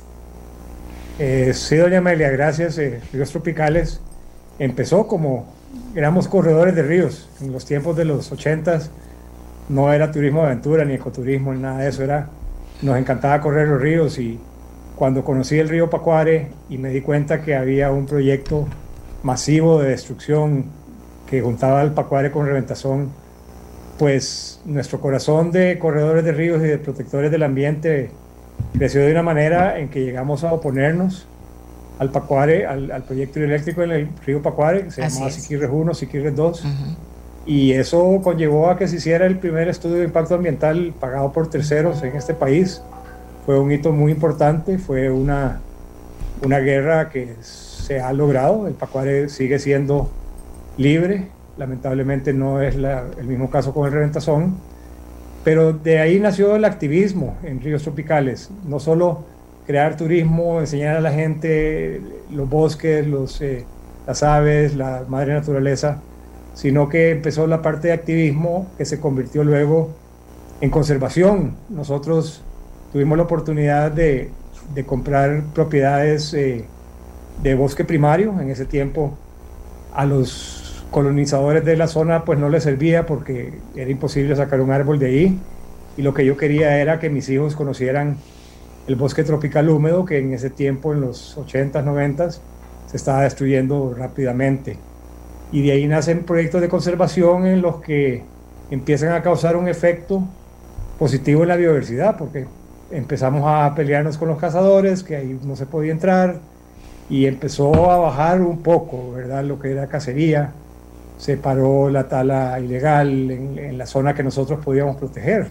[SPEAKER 8] Eh, sí, doña Amelia, gracias. Eh, Ríos Tropicales empezó como, éramos corredores de ríos. En los tiempos de los ochentas no era turismo de aventura, ni ecoturismo, ni nada de eso. Era, nos encantaba correr los ríos, y cuando conocí el río Pacuare y me di cuenta que había un proyecto masivo de destrucción que juntaba el Pacuare con Reventazón, pues nuestro corazón de corredores de ríos y de protectores del ambiente creció de una manera en que llegamos a oponernos al Pacuare, al, al proyecto eléctrico en el río Pacuare, que se Así llamaba Siquirres uno, Siquirres dos, uh-huh. Y eso conllevó a que se hiciera el primer estudio de impacto ambiental pagado por terceros en este país. Fue un hito muy importante, fue una, una guerra que se ha logrado. El Pacuare sigue siendo libre, lamentablemente no es la, el mismo caso con el Reventazón, pero de ahí nació el activismo en Ríos Tropicales. No solo crear turismo, enseñar a la gente los bosques, los, eh, las aves, la madre naturaleza, sino que empezó la parte de activismo que se convirtió luego en conservación. Nosotros tuvimos la oportunidad de, de comprar propiedades eh, de bosque primario. En ese tiempo a los colonizadores de la zona pues no les servía porque era imposible sacar un árbol de ahí, y lo que yo quería era que mis hijos conocieran el bosque tropical húmedo, que en ese tiempo, en los ochentas, noventas, se estaba destruyendo rápidamente. Y de ahí nacen proyectos de conservación en los que empiezan a causar un efecto positivo en la biodiversidad, porque empezamos a pelearnos con los cazadores, que ahí no se podía entrar, y empezó a bajar un poco, ¿verdad?, lo que era cacería. Se paró la tala ilegal en, en la zona que nosotros podíamos proteger.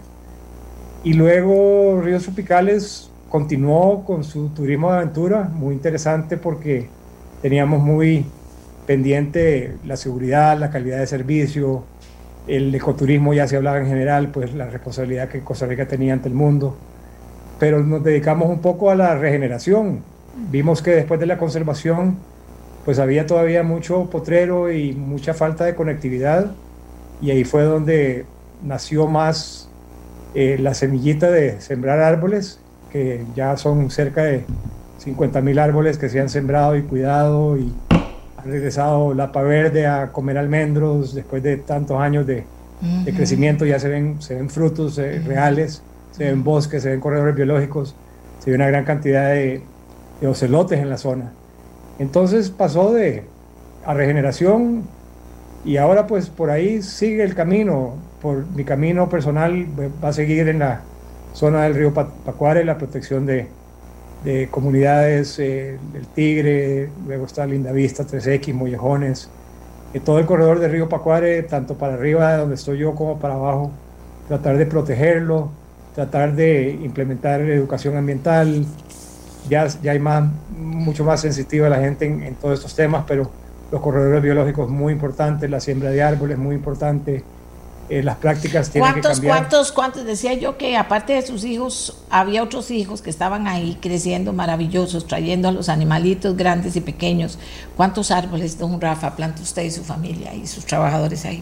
[SPEAKER 8] Y luego Ríos Tropicales continuó con su turismo de aventura, muy interesante porque teníamos muy pendiente la seguridad, la calidad de servicio, el ecoturismo ya se hablaba en general, pues la responsabilidad que Costa Rica tenía ante el mundo. Pero nos dedicamos un poco a la regeneración. Vimos que después de la conservación pues había todavía mucho potrero y mucha falta de conectividad, y ahí fue donde nació más eh, la semillita de sembrar árboles, que ya son cerca de cincuenta mil árboles que se han sembrado y cuidado, y han regresado Lapa Verde a comer almendros después de tantos años de, uh-huh. de crecimiento. Ya se ven, se ven frutos eh, uh-huh. reales, se ven bosques, se ven corredores biológicos, se ve una gran cantidad de, de ocelotes en la zona. Entonces pasó de a regeneración, y ahora pues por ahí sigue el camino. Por mi camino personal va a seguir en la zona del río Pacuare, la protección de, de comunidades, eh, el Tigre, luego está Lindavista, tres equis, Mollejones, eh, todo el corredor del río Pacuare, tanto para arriba de donde estoy yo como para abajo, tratar de protegerlo, tratar de implementar educación ambiental. Ya, ya hay más, mucho más sensitiva la gente en, en todos estos temas, pero los corredores biológicos muy importantes, la siembra de árboles muy importante, eh, las prácticas tienen que cambiar.
[SPEAKER 2] ¿Cuántos, cuántos? Decía yo que aparte de sus hijos, había otros hijos que estaban ahí creciendo maravillosos, trayendo a los animalitos grandes y pequeños. ¿Cuántos árboles, don Rafa, planta usted y su familia y sus trabajadores ahí?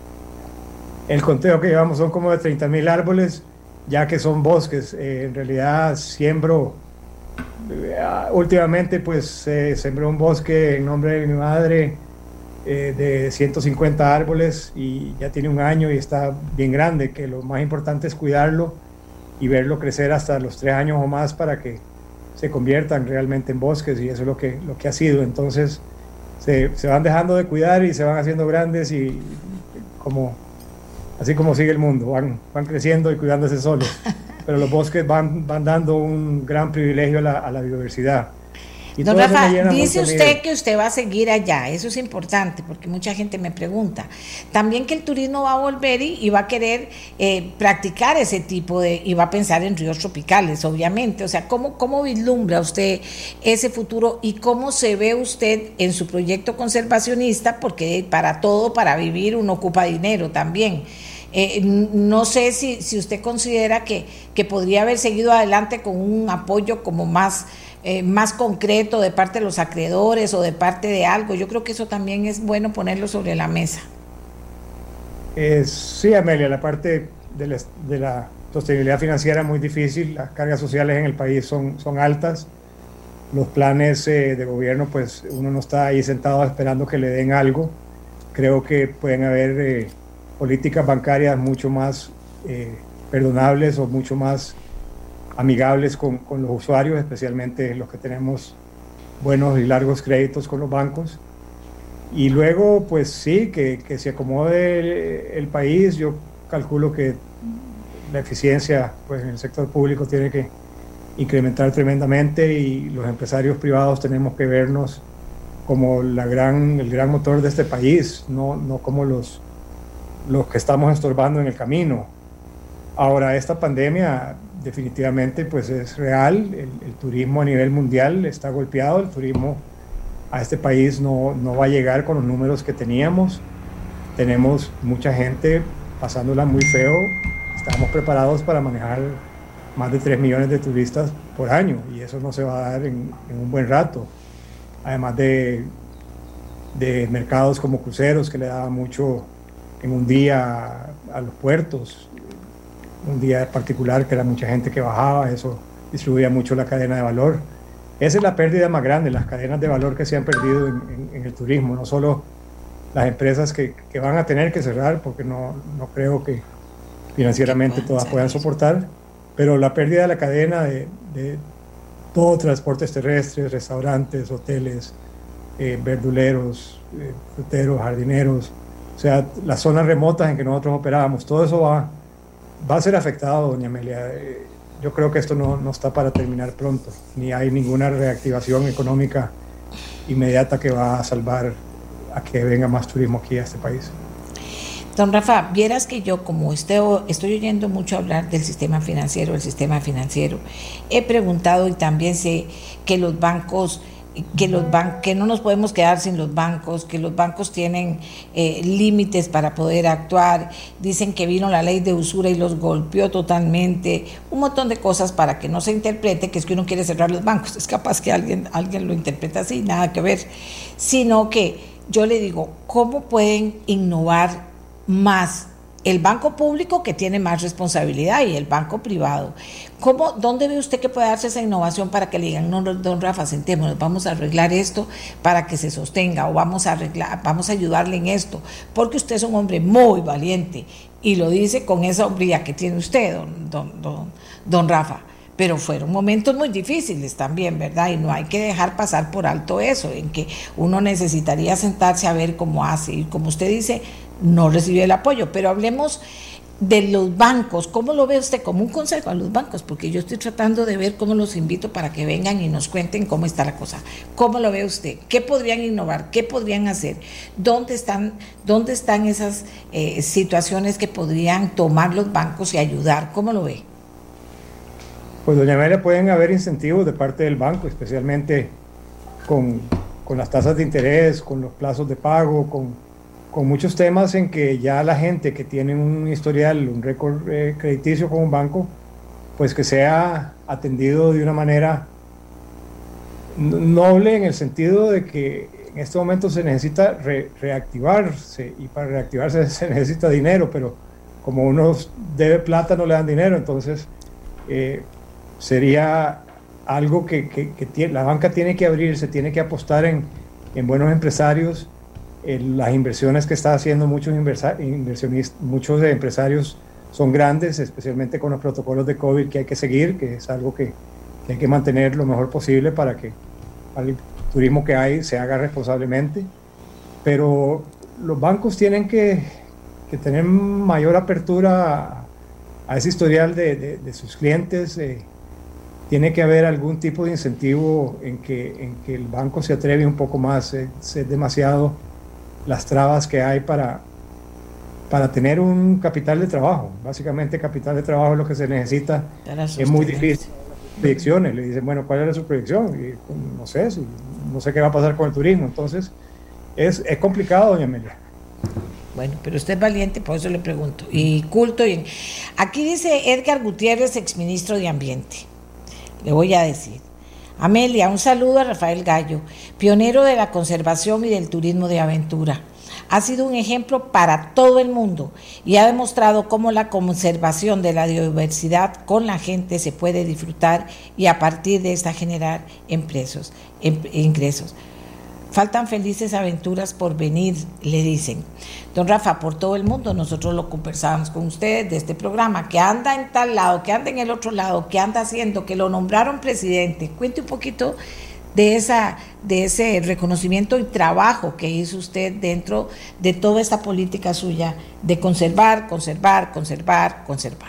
[SPEAKER 8] El conteo que llevamos son como de treinta mil árboles, ya que son bosques. Eh, en realidad siembro... Últimamente pues eh, sembré un bosque en nombre de mi madre eh, de ciento cincuenta árboles, y ya tiene un año y está bien grande, que lo más importante es cuidarlo y verlo crecer hasta los tres años o más para que se conviertan realmente en bosques, y eso es lo que, lo que ha sido. Entonces se, se van dejando de cuidar y se van haciendo grandes, y como, así como sigue el mundo, van, van creciendo y cuidándose solos. Pero los bosques van, van dando un gran privilegio a la, a la biodiversidad. Y
[SPEAKER 2] Don
[SPEAKER 8] todo eso
[SPEAKER 2] Rafa,
[SPEAKER 8] me llena
[SPEAKER 2] dice
[SPEAKER 8] mucho,
[SPEAKER 2] usted
[SPEAKER 8] mire.
[SPEAKER 2] que usted va a seguir allá, eso es importante porque mucha gente me pregunta. También que el turismo va a volver y, y va a querer eh, practicar ese tipo de, y va a pensar en ríos tropicales, obviamente. O sea, ¿cómo, cómo vislumbra usted ese futuro y cómo se ve usted en su proyecto conservacionista? Porque para todo, para vivir, uno ocupa dinero también. Eh, no sé si, si usted considera que, que podría haber seguido adelante con un apoyo como más... Eh, más concreto de parte de los acreedores o de parte de algo. Yo creo que eso también es bueno ponerlo sobre la mesa.
[SPEAKER 8] Eh, sí, Amelia, la parte de la, de la sostenibilidad financiera es muy difícil, las cargas sociales en el país son, son altas, los planes eh, de gobierno, pues uno no está ahí sentado esperando que le den algo. Creo que pueden haber eh, políticas bancarias mucho más eh, perdonables o mucho más amigables con, con los usuarios, especialmente los que tenemos buenos y largos créditos con los bancos. Y luego, pues sí, que, que se acomode el, el país. Yo calculo que la eficiencia pues, en el sector público tiene que incrementar tremendamente y los empresarios privados tenemos que vernos como la gran, el gran motor de este país, no, no como los, los que estamos estorbando en el camino. Ahora, esta pandemia definitivamente pues es real, el, el turismo a nivel mundial está golpeado, el turismo a este país no, no va a llegar con los números que teníamos, tenemos mucha gente pasándola muy feo, estamos preparados para manejar más de tres millones de turistas por año y eso no se va a dar en, en un buen rato, además de, de mercados como cruceros que le daban mucho en un día a, a los puertos, un día particular que era mucha gente que bajaba, eso distribuía mucho la cadena de valor. Esa es la pérdida más grande, las cadenas de valor que se han perdido en, en, en el turismo, no solo las empresas que, que van a tener que cerrar, porque no, no creo que financieramente todas puedan soportar, pero la pérdida de la cadena de, de todo, transportes terrestres, restaurantes, hoteles, eh, verduleros, eh, fruteros, jardineros, o sea, las zonas remotas en que nosotros operábamos, todo eso va Va a ser afectado, doña Amelia. Yo creo que esto no, no está para terminar pronto, ni hay ninguna reactivación económica inmediata que va a salvar a que venga más turismo aquí a este país.
[SPEAKER 2] Don Rafa, vieras que yo como estoy, estoy oyendo mucho hablar del sistema financiero, el sistema financiero, he preguntado y también sé que los bancos... que los ban- que no nos podemos quedar sin los bancos, que los bancos tienen eh, límites para poder actuar, dicen que vino la ley de usura y los golpeó totalmente, un montón de cosas para que no se interprete que es que uno quiere cerrar los bancos, es capaz que alguien, alguien lo interpreta así, nada que ver, sino que yo le digo, ¿cómo pueden innovar más el banco público que tiene más responsabilidad y el banco privado? ¿Cómo, ¿Dónde ve usted que puede darse esa innovación para que le digan, no, don Rafa, sentémonos, vamos a arreglar esto para que se sostenga o vamos a arreglar, vamos a ayudarle en esto? Porque usted es un hombre muy valiente y lo dice con esa hombría que tiene usted, don, don, don, don Rafa. Pero fueron momentos muy difíciles también, ¿verdad? Y no hay que dejar pasar por alto eso, en que uno necesitaría sentarse a ver cómo hace. Y como usted dice, no recibe el apoyo. Pero hablemos de los bancos. ¿Cómo lo ve usted? Como un consejo a los bancos, porque yo estoy tratando de ver cómo los invito para que vengan y nos cuenten cómo está la cosa. ¿Cómo lo ve usted? ¿Qué podrían innovar? ¿Qué podrían hacer? ¿Dónde están, dónde están esas eh, situaciones que podrían tomar los bancos y ayudar? ¿Cómo lo ve?
[SPEAKER 8] Pues, doña Amelia, pueden haber incentivos de parte del banco, especialmente con, con las tasas de interés, con los plazos de pago, con, con muchos temas en que ya la gente que tiene un historial, un récord eh, crediticio con un banco, pues que sea atendido de una manera noble, en el sentido de que en este momento se necesita re, reactivarse, y para reactivarse se necesita dinero, pero como uno debe plata no le dan dinero, entonces eh, sería algo que, que, que tiene, la banca tiene que abrirse, tiene que apostar en, en buenos empresarios, en las inversiones que está haciendo muchos inversionistas, muchos empresarios son grandes, especialmente con los protocolos de COVID que hay que seguir, que es algo que, que hay que mantener lo mejor posible para que el turismo que hay se haga responsablemente, pero los bancos tienen que, que tener mayor apertura a, a ese historial de, de, de sus clientes, eh, tiene que haber algún tipo de incentivo en que, en que el banco se atreve un poco más. Es, es demasiado las trabas que hay para, para tener un capital de trabajo. Básicamente capital de trabajo es lo que se necesita. Es muy difícil. Proyecciones, le dicen, bueno, ¿cuál era su proyección? Y, no sé, si, no sé qué va a pasar con el turismo. Entonces, es, es complicado, doña Amelia.
[SPEAKER 2] Bueno, pero usted es valiente, por eso le pregunto. Y culto. Y... Aquí dice Edgar Gutiérrez, exministro de Ambiente. Le voy a decir. Amelia, un saludo a Rafael Gallo, pionero de la conservación y del turismo de aventura. Ha sido un ejemplo para todo el mundo y ha demostrado cómo la conservación de la biodiversidad con la gente se puede disfrutar y a partir de esta generar empleos, em, ingresos. Faltan felices aventuras por venir, le dicen. Don Rafa, por todo el mundo, nosotros lo conversábamos con ustedes de este programa, que anda en tal lado, que anda en el otro lado, que anda haciendo, que lo nombraron presidente. Cuente un poquito de esa, de ese reconocimiento y trabajo que hizo usted dentro de toda esta política suya de conservar, conservar, conservar, conservar.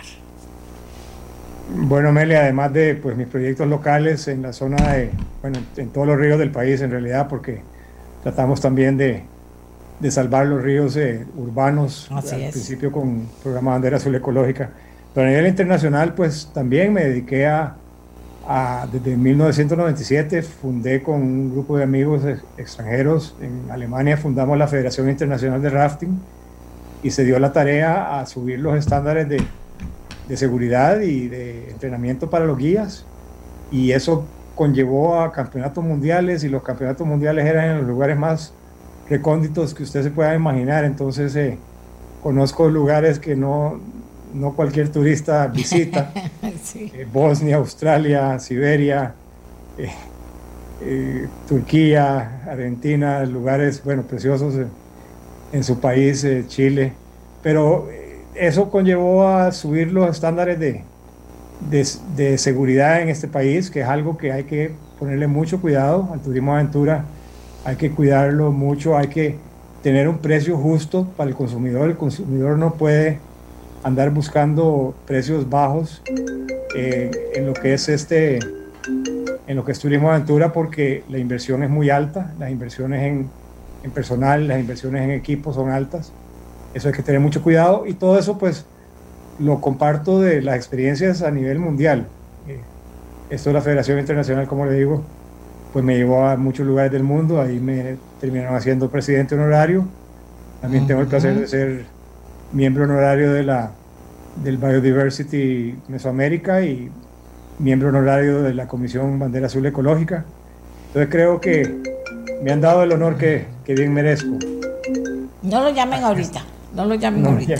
[SPEAKER 8] Bueno, Amelia, además de pues mis proyectos locales en la zona de, bueno, en todos los ríos del país en realidad, porque tratamos también de, de salvar los ríos eh, urbanos,
[SPEAKER 2] Así
[SPEAKER 8] al
[SPEAKER 2] es.
[SPEAKER 8] principio con el programa Bandera Azul Ecológica, pero a nivel internacional pues también me dediqué a, a desde mil novecientos noventa y siete fundé con un grupo de amigos ex, extranjeros en Alemania, fundamos la Federación Internacional de Rafting y se dio la tarea a subir los estándares de, de seguridad y de entrenamiento para los guías, y eso conllevó a campeonatos mundiales, y los campeonatos mundiales eran en los lugares más recónditos que usted se pueda imaginar. Entonces eh, conozco lugares que no, no cualquier turista visita. Sí. eh, Bosnia, Australia, Siberia, eh, eh, Turquía, Argentina, lugares bueno preciosos en, en su país, eh, Chile, pero eh, eso conllevó a subir los estándares de De, de seguridad en este país, que es algo que hay que ponerle mucho cuidado al turismo de aventura. Hay que cuidarlo mucho, hay que tener un precio justo para el consumidor. El consumidor no puede andar buscando precios bajos eh, en lo que es este en lo que es turismo de aventura, porque la inversión es muy alta, las inversiones en, en personal, las inversiones en equipos son altas. Eso hay que tener mucho cuidado, y todo eso pues lo comparto de las experiencias a nivel mundial. Eh, esto de la Federación Internacional, como le digo, pues me llevó a muchos lugares del mundo. Ahí me terminaron haciendo presidente honorario. También uh-huh. tengo el placer de ser miembro honorario de la, del Biodiversity Mesoamérica y miembro honorario de la Comisión Bandera Azul Ecológica. Entonces creo que me han dado el honor que, que bien merezco.
[SPEAKER 2] No lo llamen ahorita, no lo llamen no, ahorita.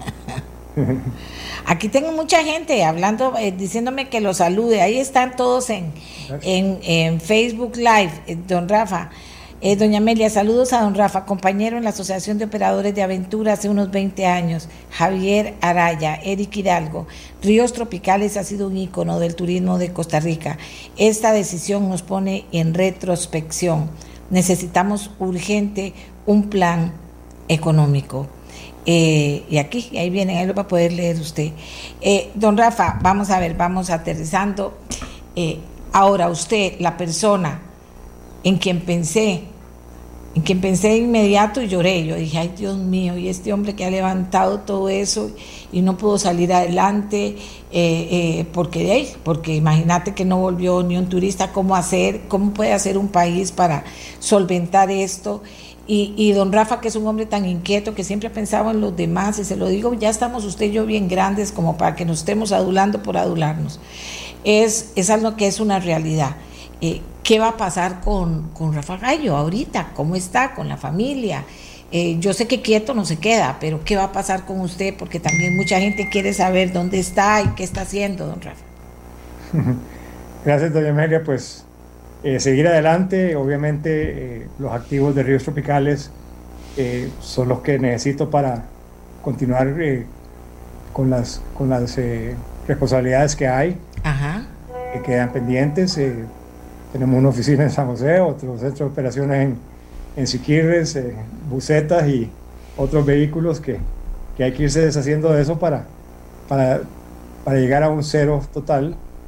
[SPEAKER 2] Aquí tengo mucha gente hablando, eh, diciéndome que lo salude. Ahí están todos en, en, en Facebook Live. Eh, don Rafa, eh, doña Amelia, saludos a don Rafa, compañero en la Asociación de Operadores de Aventura hace unos veinte años. Javier Araya, Eric Hidalgo. Ríos Tropicales ha sido un ícono del turismo de Costa Rica. Esta decisión nos pone en retrospección. Necesitamos urgente un plan económico. Eh, y aquí, ahí viene, ahí lo va a poder leer usted. Eh, don Rafa, vamos a ver, vamos aterrizando. Eh, ahora usted, la persona en quien pensé, en quien pensé de inmediato y lloré. Yo dije, ay Dios mío, y este hombre que ha levantado todo eso y no pudo salir adelante, eh, eh, porque de ahí, porque imagínate que no volvió ni un turista. ¿Cómo hacer? ¿Cómo puede hacer un país para solventar esto? Y, y don Rafa, que es un hombre tan inquieto, que siempre ha pensado en los demás, y se lo digo, ya estamos usted y yo bien grandes como para que nos estemos adulando por adularnos. Es, es algo que es una realidad. Eh, ¿Qué va a pasar con, con Rafa Gallo ahorita? ¿Cómo está con la familia? Eh, yo sé que quieto no se queda, pero ¿qué va a pasar con usted? Porque también mucha gente quiere saber dónde está y qué está haciendo, don Rafa.
[SPEAKER 8] Gracias, doña Amelia. Pues Eh, seguir adelante. Obviamente eh, los activos de Ríos Tropicales eh, son los que necesito para continuar eh, con las, con las eh, responsabilidades que hay. Ajá. Que quedan pendientes. Eh, tenemos una oficina en San José, otro centro de operaciones en, en Siquirres, eh, busetas y otros vehículos que, que hay que irse deshaciendo de eso para, para, para llegar a un cero total.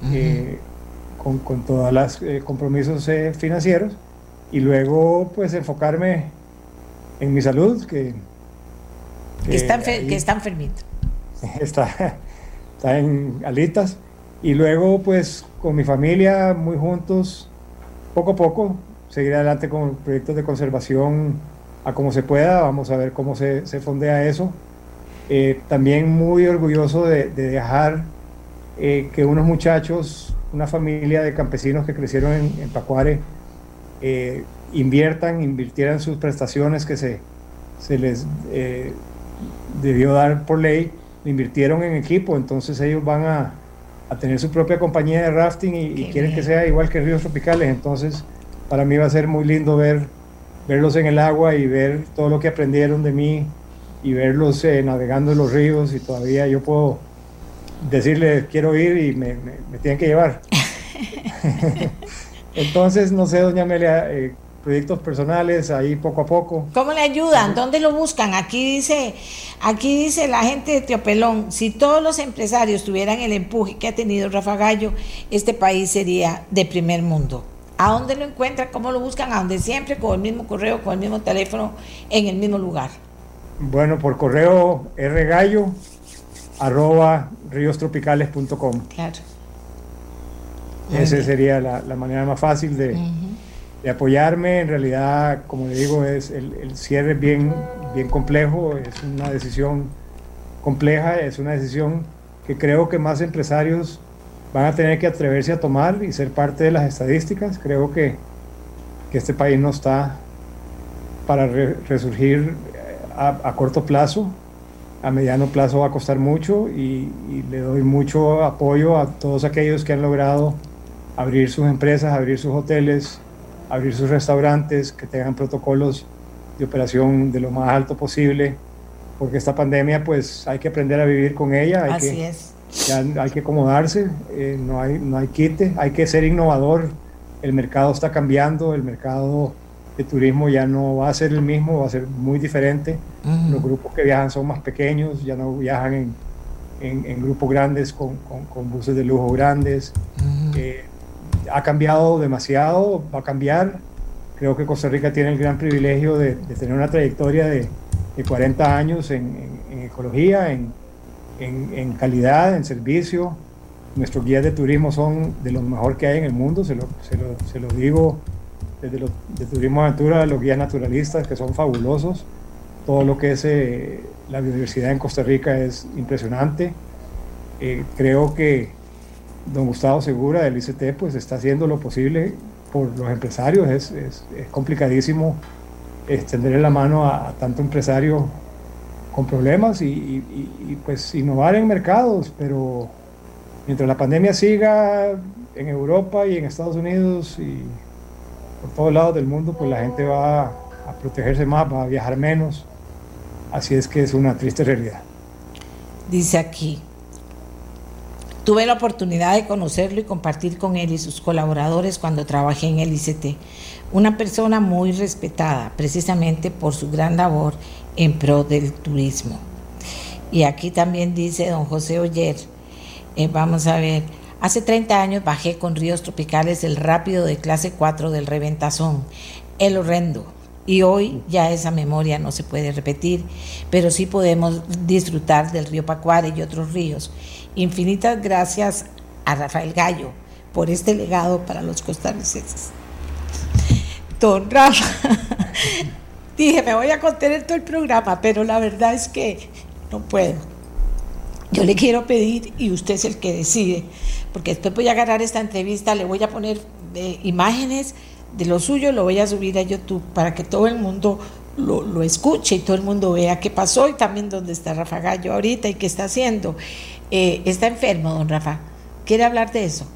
[SPEAKER 8] uh-huh. eh, con, con todos los eh, compromisos eh, financieros, y luego pues enfocarme en mi salud, que,
[SPEAKER 2] que, que, está, enfer- que está enfermito.
[SPEAKER 8] Está, está en alitas, y luego pues con mi familia muy juntos, poco a poco, seguir adelante con proyectos de conservación a como se pueda. Vamos a ver cómo se, se fondea eso. Eh, también muy orgulloso de, de dejar eh, que unos muchachos, una familia de campesinos que crecieron en, en Pacuare, eh, inviertan, invirtieran sus prestaciones que se, se les eh, debió dar por ley, invirtieron en equipo. Entonces ellos van a, a tener su propia compañía de rafting y, y quieren bien. Que sea igual que Ríos Tropicales. Entonces para mí va a ser muy lindo ver, verlos en el agua y ver todo lo que aprendieron de mí, y verlos eh, navegando en los ríos, y todavía yo puedo decirles quiero ir y me, me, me tienen que llevar. Entonces, no sé, doña Amelia, eh, proyectos personales ahí poco a poco.
[SPEAKER 2] ¿Cómo le ayudan? ¿Dónde lo buscan? Aquí dice, aquí dice la gente de Teopelón, si todos los empresarios tuvieran el empuje que ha tenido Rafa Gallo, este país sería de primer mundo. ¿A dónde lo encuentran? ¿Cómo lo buscan? A donde siempre, con el mismo correo, con el mismo teléfono, en el mismo lugar.
[SPEAKER 8] Bueno, por correo rgallo arroba riostropicales punto com.
[SPEAKER 2] Claro.
[SPEAKER 8] Esa sería la, la manera más fácil de, uh-huh. de apoyarme. En realidad, como le digo, es el, el cierre es bien, bien complejo, es una decisión compleja, es una decisión que creo que más empresarios van a tener que atreverse a tomar y ser parte de las estadísticas. Creo que, que este país no está para re, resurgir a, a corto plazo. A mediano plazo va a costar mucho, y, y le doy mucho apoyo a todos aquellos que han logrado abrir sus empresas, abrir sus hoteles, abrir sus restaurantes, que tengan protocolos de operación de lo más alto posible, porque esta pandemia pues hay que aprender a vivir con ella. Hay
[SPEAKER 2] Así
[SPEAKER 8] que,
[SPEAKER 2] es.
[SPEAKER 8] Ya hay que acomodarse, eh, no hay, no hay quite, hay que ser innovador. El mercado está cambiando, el mercado de turismo ya no va a ser el mismo, va a ser muy diferente. Uh-huh. Los grupos que viajan son más pequeños, ya no viajan en, en, en grupos grandes con, con, con buses de lujo grandes. Uh-huh. Eh, ha cambiado demasiado, va a cambiar. Creo que Costa Rica tiene el gran privilegio de, de tener una trayectoria de, de cuarenta años en, en, en ecología, en, en, en calidad, en servicio. Nuestros guías de turismo son de lo mejor que hay en el mundo, se lo, se lo, se lo digo desde los de turismo aventura, los guías naturalistas, que son fabulosos. Todo lo que es eh, la biodiversidad en Costa Rica es impresionante. Eh, creo que don Gustavo Segura del I C T pues está haciendo lo posible por los empresarios. Es, es, es complicadísimo extenderle la mano a, a tanto empresario con problemas y, y, y pues innovar en mercados, pero mientras la pandemia siga en Europa y en Estados Unidos y por todos lados del mundo, pues la gente va a protegerse más, va a viajar menos. Así es que es una triste realidad.
[SPEAKER 2] Dice aquí, tuve la oportunidad de conocerlo y compartir con él y sus colaboradores cuando trabajé en el I C T. Una persona muy respetada, precisamente por su gran labor en pro del turismo. Y aquí también dice don José Oyer, eh, vamos a ver, hace treinta años bajé con Ríos Tropicales el rápido de clase cuatro del Reventazón, el horrendo. Y hoy ya esa memoria no se puede repetir, pero sí podemos disfrutar del río Pacuare y otros ríos. Infinitas gracias a Rafael Gallo por este legado para los costarricenses. Don Rafa, dije, me voy a contener todo el programa, pero la verdad es que no puedo. Yo le quiero pedir, y usted es el que decide, porque después voy a agarrar esta entrevista, le voy a poner eh, imágenes de lo suyo, lo voy a subir a YouTube para que todo el mundo lo, lo escuche y todo el mundo vea qué pasó y también dónde está Rafa Gallo ahorita y qué está haciendo. Eh, está enfermo, don Rafa. ¿Quiere hablar de eso?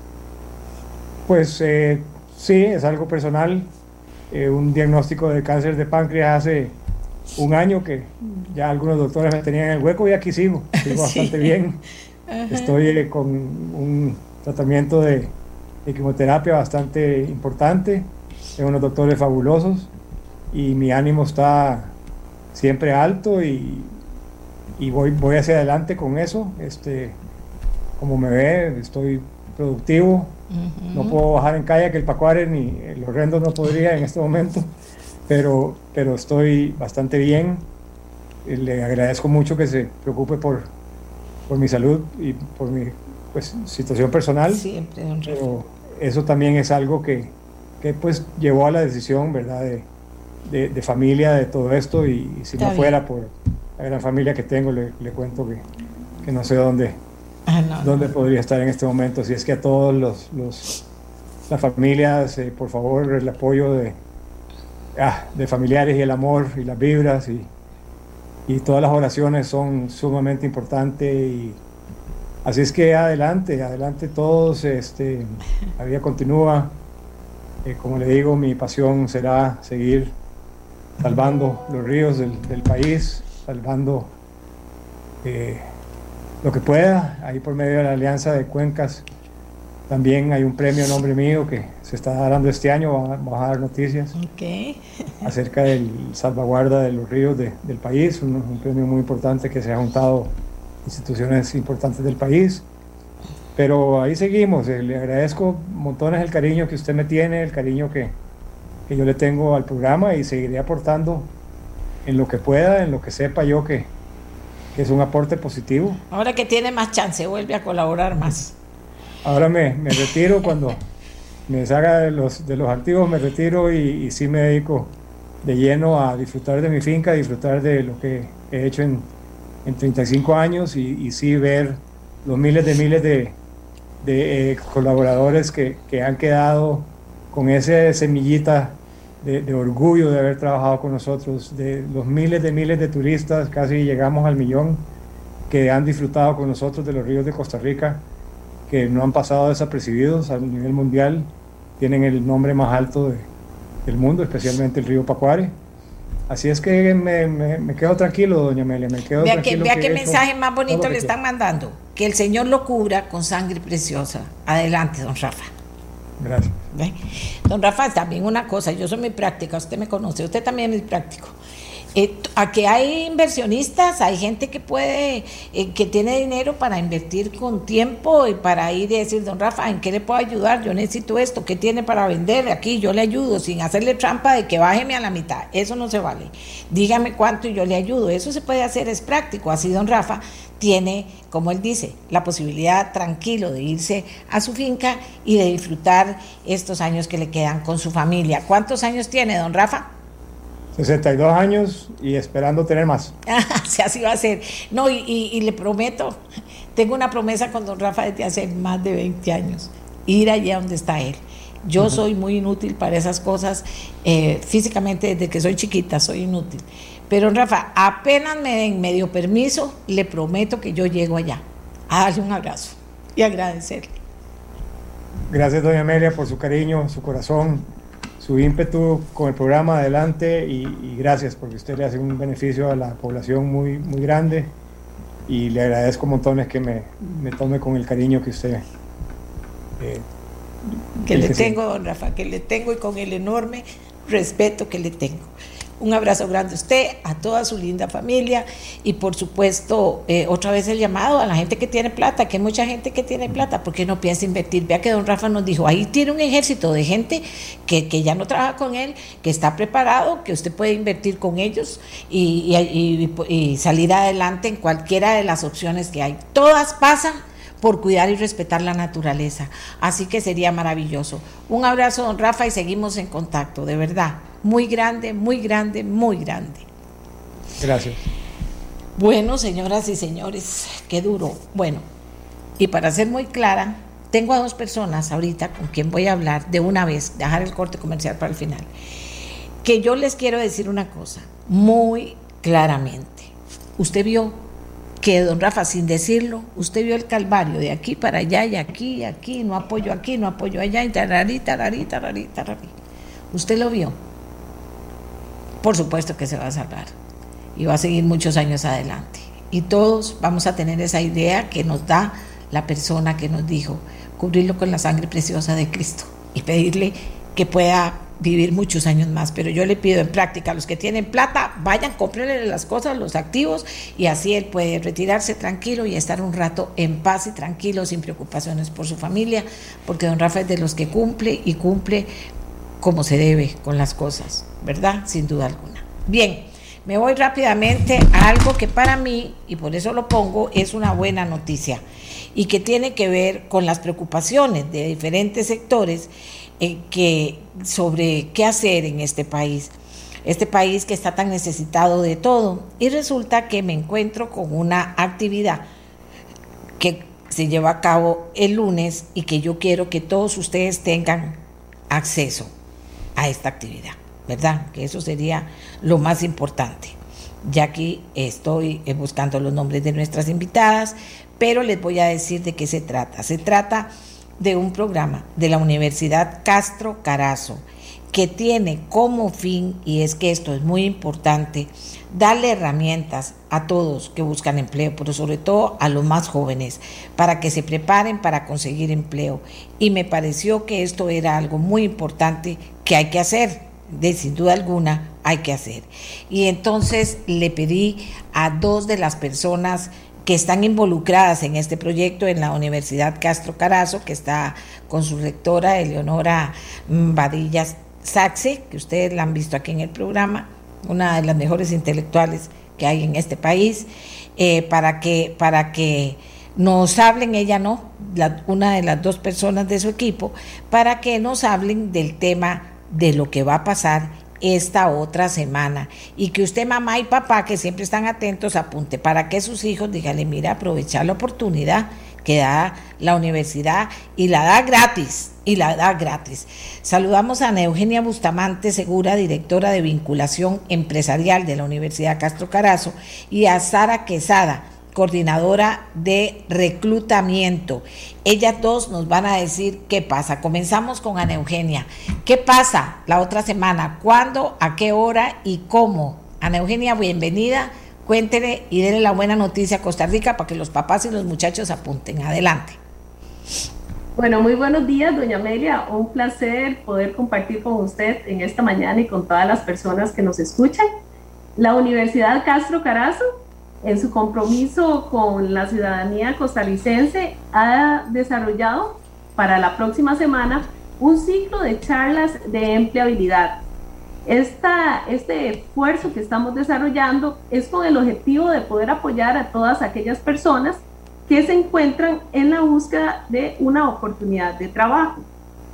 [SPEAKER 8] Pues eh, sí, es algo personal. Eh, un diagnóstico de cáncer de páncreas hace un año que ya algunos doctores me tenían en el hueco y aquí sigo, sigo sí. bastante bien. Uh-huh. Estoy eh, con un tratamiento de, de quimioterapia bastante importante. Tengo unos doctores fabulosos y mi ánimo está siempre alto y, y voy, voy hacia adelante con eso. Este, como me ve, estoy productivo. Uh-huh. No puedo bajar en calle que el Pacuare ni el horrendo no podría en este momento, pero, pero estoy bastante bien. Le agradezco mucho que se preocupe por, por mi salud y por mi pues, situación personal.
[SPEAKER 2] Siempre, don Rafa.
[SPEAKER 8] Pero eso también es algo que, que pues llevó a la decisión, ¿verdad? De, de, de familia, de todo esto, y, y si Está no bien. fuera por la gran familia que tengo, le, le cuento que, que no sé dónde, ah, no, dónde no. podría estar en este momento. Así es que a todos los, los las familias, eh, por favor, el apoyo de, ah, de familiares y el amor y las vibras y, y todas las oraciones son sumamente importantes. Y así es que adelante, adelante todos, este, la vida continúa. Eh, como le digo, mi pasión será seguir salvando los ríos del, del país, salvando eh, lo que pueda. Ahí por medio de la Alianza de Cuencas también hay un premio a nombre mío que se está dando este año. Vamos a dar noticias
[SPEAKER 2] okay.
[SPEAKER 8] acerca de la salvaguarda de los ríos de, del país, un, un premio muy importante que se ha juntado instituciones importantes del país. Pero ahí seguimos. Eh, le agradezco montones el cariño que usted me tiene, el cariño que, que yo le tengo al programa, y seguiré aportando en lo que pueda, en lo que sepa yo que, que es un aporte positivo.
[SPEAKER 2] Ahora que tiene más chance, vuelve a colaborar más.
[SPEAKER 8] Ahora me, me retiro, cuando me deshaga de los, de los activos me retiro, y, y sí me dedico de lleno a disfrutar de mi finca, a disfrutar de lo que he hecho en, en treinta y cinco años, y, y sí ver los miles de miles de, de eh, colaboradores que, que han quedado con esa semillita de, de orgullo de haber trabajado con nosotros, de los miles de miles de turistas, casi llegamos al millón, que han disfrutado con nosotros de los ríos de Costa Rica, que no han pasado desapercibidos a nivel mundial, tienen el nombre más alto de, del mundo, especialmente el río Pacuare. Así es que me, me, me quedo tranquilo, doña Amelia, me quedo
[SPEAKER 2] vea
[SPEAKER 8] tranquilo.
[SPEAKER 2] Que, vea qué mensaje más bonito le están mandando. Que el Señor lo cubra con sangre preciosa. Adelante, don Rafa.
[SPEAKER 8] Gracias.
[SPEAKER 2] ¿Ve? Don Rafa, también una cosa, yo soy muy práctica, usted me conoce, usted también es práctico. Eh, aquí hay inversionistas, hay gente que puede, eh, que tiene dinero para invertir con tiempo y para ir y decir, don Rafa, ¿en qué le puedo ayudar? Yo necesito esto, ¿qué tiene para vender? Aquí yo le ayudo, sin hacerle trampa de que bájeme a la mitad, eso no se vale. Dígame cuánto y yo le ayudo, eso se puede hacer, es práctico. Así don Rafa tiene, como él dice, la posibilidad tranquilo de irse a su finca y de disfrutar estos años que le quedan con su familia. ¿Cuántos años tiene don Rafa?
[SPEAKER 8] sesenta y dos años y esperando tener más.
[SPEAKER 2] Sí, así va a ser. No, y, y, y le prometo, tengo una promesa con don Rafa desde hace más de veinte años, ir allá donde está él. Yo uh-huh. soy muy inútil para esas cosas, eh, físicamente desde que soy chiquita soy inútil. Pero don Rafa, apenas me den medio permiso, le prometo que yo llego allá a darle un abrazo y agradecerle.
[SPEAKER 8] Gracias, doña Amelia, por su cariño, su corazón, su ímpetu con el programa. Adelante, y, y gracias, porque usted le hace un beneficio a la población muy, muy grande, y le agradezco montones que me, me tome con el cariño que usted eh,
[SPEAKER 2] que le tengo, don Rafa, que le tengo, y con el enorme respeto que le tengo. Un abrazo grande a usted, a toda su linda familia, y por supuesto, eh, otra vez el llamado a la gente que tiene plata, que hay mucha gente que tiene plata, ¿por qué no piensa invertir? Vea que don Rafa nos dijo, ahí tiene un ejército de gente que, que ya no trabaja con él, que está preparado, que usted puede invertir con ellos y, y, y, y salir adelante en cualquiera de las opciones que hay. Todas pasan por cuidar y respetar la naturaleza, así que sería maravilloso. Un abrazo, don Rafa, y seguimos en contacto, de verdad. Muy grande, muy grande, muy grande.
[SPEAKER 8] Gracias.
[SPEAKER 2] Bueno, señoras y señores, qué duro. Bueno, y para ser muy clara, tengo a dos personas ahorita con quien voy a hablar de una vez, dejar el corte comercial para el final, que yo les quiero decir una cosa muy claramente. Usted vio que don Rafa, sin decirlo, usted vio el calvario de aquí para allá y aquí y aquí, no apoyo aquí, no apoyo allá, y tararita, tararita, tararita, tararita. Usted lo vio. Por supuesto que se va a salvar y va a seguir muchos años adelante, y todos vamos a tener esa idea que nos da la persona que nos dijo, cubrirlo con la sangre preciosa de Cristo y pedirle que pueda vivir muchos años más, pero yo le pido en práctica a los que tienen plata, vayan, cómprenle las cosas, los activos, y así él puede retirarse tranquilo y estar un rato en paz y tranquilo, sin preocupaciones por su familia, porque don Rafa es de los que cumple y cumple como se debe con las cosas, ¿verdad? Sin duda alguna. Bien, me voy rápidamente a algo que para mí, y por eso lo pongo, es una buena noticia, y que tiene que ver con las preocupaciones de diferentes sectores eh, que, sobre qué hacer en este país, este país que está tan necesitado de todo. Y resulta que me encuentro con una actividad que se lleva a cabo el lunes y que yo quiero que todos ustedes tengan acceso a esta actividad, ¿verdad? Que eso sería lo más importante. Ya aquí estoy buscando los nombres de nuestras invitadas, pero les voy a decir de qué se trata. Se trata de un programa de la Universidad Castro Carazo que tiene como fin, y es que esto es muy importante, darle herramientas a todos que buscan empleo, pero sobre todo a los más jóvenes, para que se preparen para conseguir empleo. Y me pareció que esto era algo muy importante que hay que hacer, de sin duda alguna hay que hacer. Y entonces le pedí a dos de las personas que están involucradas en este proyecto en la Universidad Castro Carazo, que está con su rectora Eleonora Badilla Saxe, que ustedes la han visto aquí en el programa, una de las mejores intelectuales que hay en este país, eh, para que para que nos hablen, ella no, la, una de las dos personas de su equipo, para que nos hablen del tema de lo que va a pasar esta otra semana, y que usted, mamá y papá, que siempre están atentos, apunte para que sus hijos, díganle, mira, aprovechar la oportunidad que da la universidad, y la da gratis, y la da gratis. Saludamos a Ana Eugenia Bustamante Segura, directora de vinculación empresarial de la Universidad Castro Carazo, y a Sara Quesada, coordinadora de reclutamiento. Ellas dos nos van a decir qué pasa. Comenzamos con Ana Eugenia. ¿Qué pasa la otra semana? ¿Cuándo? ¿A qué hora? ¿Y cómo? Ana Eugenia, bienvenida. Cuéntele y déle la buena noticia a Costa Rica para que los papás y los muchachos apunten. Adelante.
[SPEAKER 9] Bueno, muy buenos días, doña Amelia. Un placer poder compartir con usted en esta mañana y con todas las personas que nos escuchan. La Universidad Castro Carazo, en su compromiso con la ciudadanía costarricense, ha desarrollado para la próxima semana un ciclo de charlas de empleabilidad. Esta, este esfuerzo que estamos desarrollando es con el objetivo de poder apoyar a todas aquellas personas que se encuentran en la búsqueda de una oportunidad de trabajo.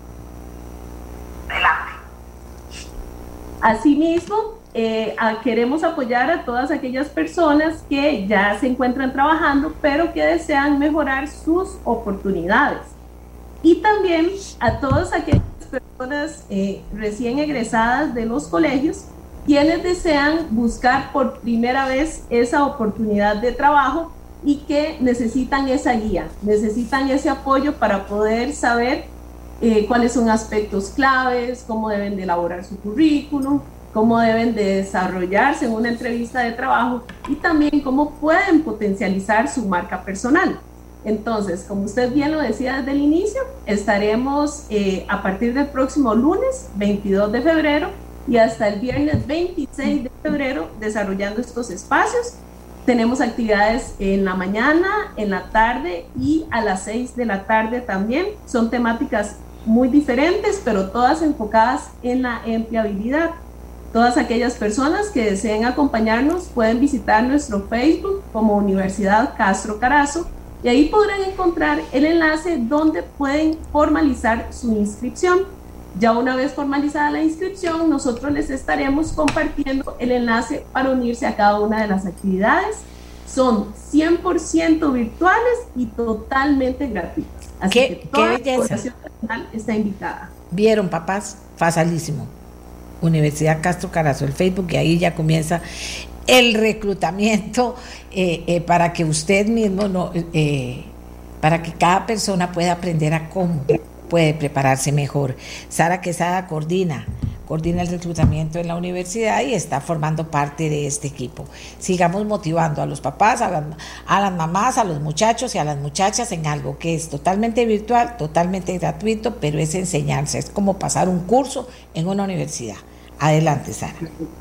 [SPEAKER 9] Asimismo, eh, a, queremos apoyar a todas aquellas personas que ya se encuentran trabajando, pero que desean mejorar sus oportunidades. Y también a todas aquellas personas eh, recién egresadas de los colegios, quienes desean buscar por primera vez esa oportunidad de trabajo y que necesitan esa guía, necesitan ese apoyo para poder saber eh, cuáles son aspectos claves, cómo deben de elaborar su currículum, cómo deben de desarrollarse en una entrevista de trabajo y también cómo pueden potencializar su marca personal. Entonces, como usted bien lo decía desde el inicio, estaremos eh, a partir del próximo lunes veintidós de febrero y hasta el viernes veintiséis de febrero desarrollando estos espacios. Tenemos actividades en la mañana, en la tarde y a las seis de la tarde también. Son temáticas muy diferentes, pero todas enfocadas en la empleabilidad. Todas aquellas personas que deseen acompañarnos pueden visitar nuestro Facebook como Universidad Castro Carazo y ahí podrán encontrar el enlace donde pueden formalizar su inscripción. Ya una vez formalizada la inscripción, nosotros les estaremos compartiendo el enlace para unirse a cada una de las actividades. Son cien por ciento virtuales y totalmente gratuitas. Así
[SPEAKER 2] ¿Qué,
[SPEAKER 9] que toda
[SPEAKER 2] qué belleza.
[SPEAKER 9] la población nacional está invitada.
[SPEAKER 2] ¿Vieron, papás? Facilísimo. Universidad Castro Carazo, el Facebook, y ahí ya comienza el reclutamiento eh, eh, para que usted mismo, no, eh, para que cada persona pueda aprender a cómo puede prepararse mejor. Sara Quesada coordina coordina el reclutamiento en la universidad y está formando parte de este equipo. Sigamos motivando a los papás, a las, a las mamás, a los muchachos y a las muchachas en algo que es totalmente virtual, totalmente gratuito, pero es enseñarse, es como pasar un curso en una universidad. Adelante, Sara.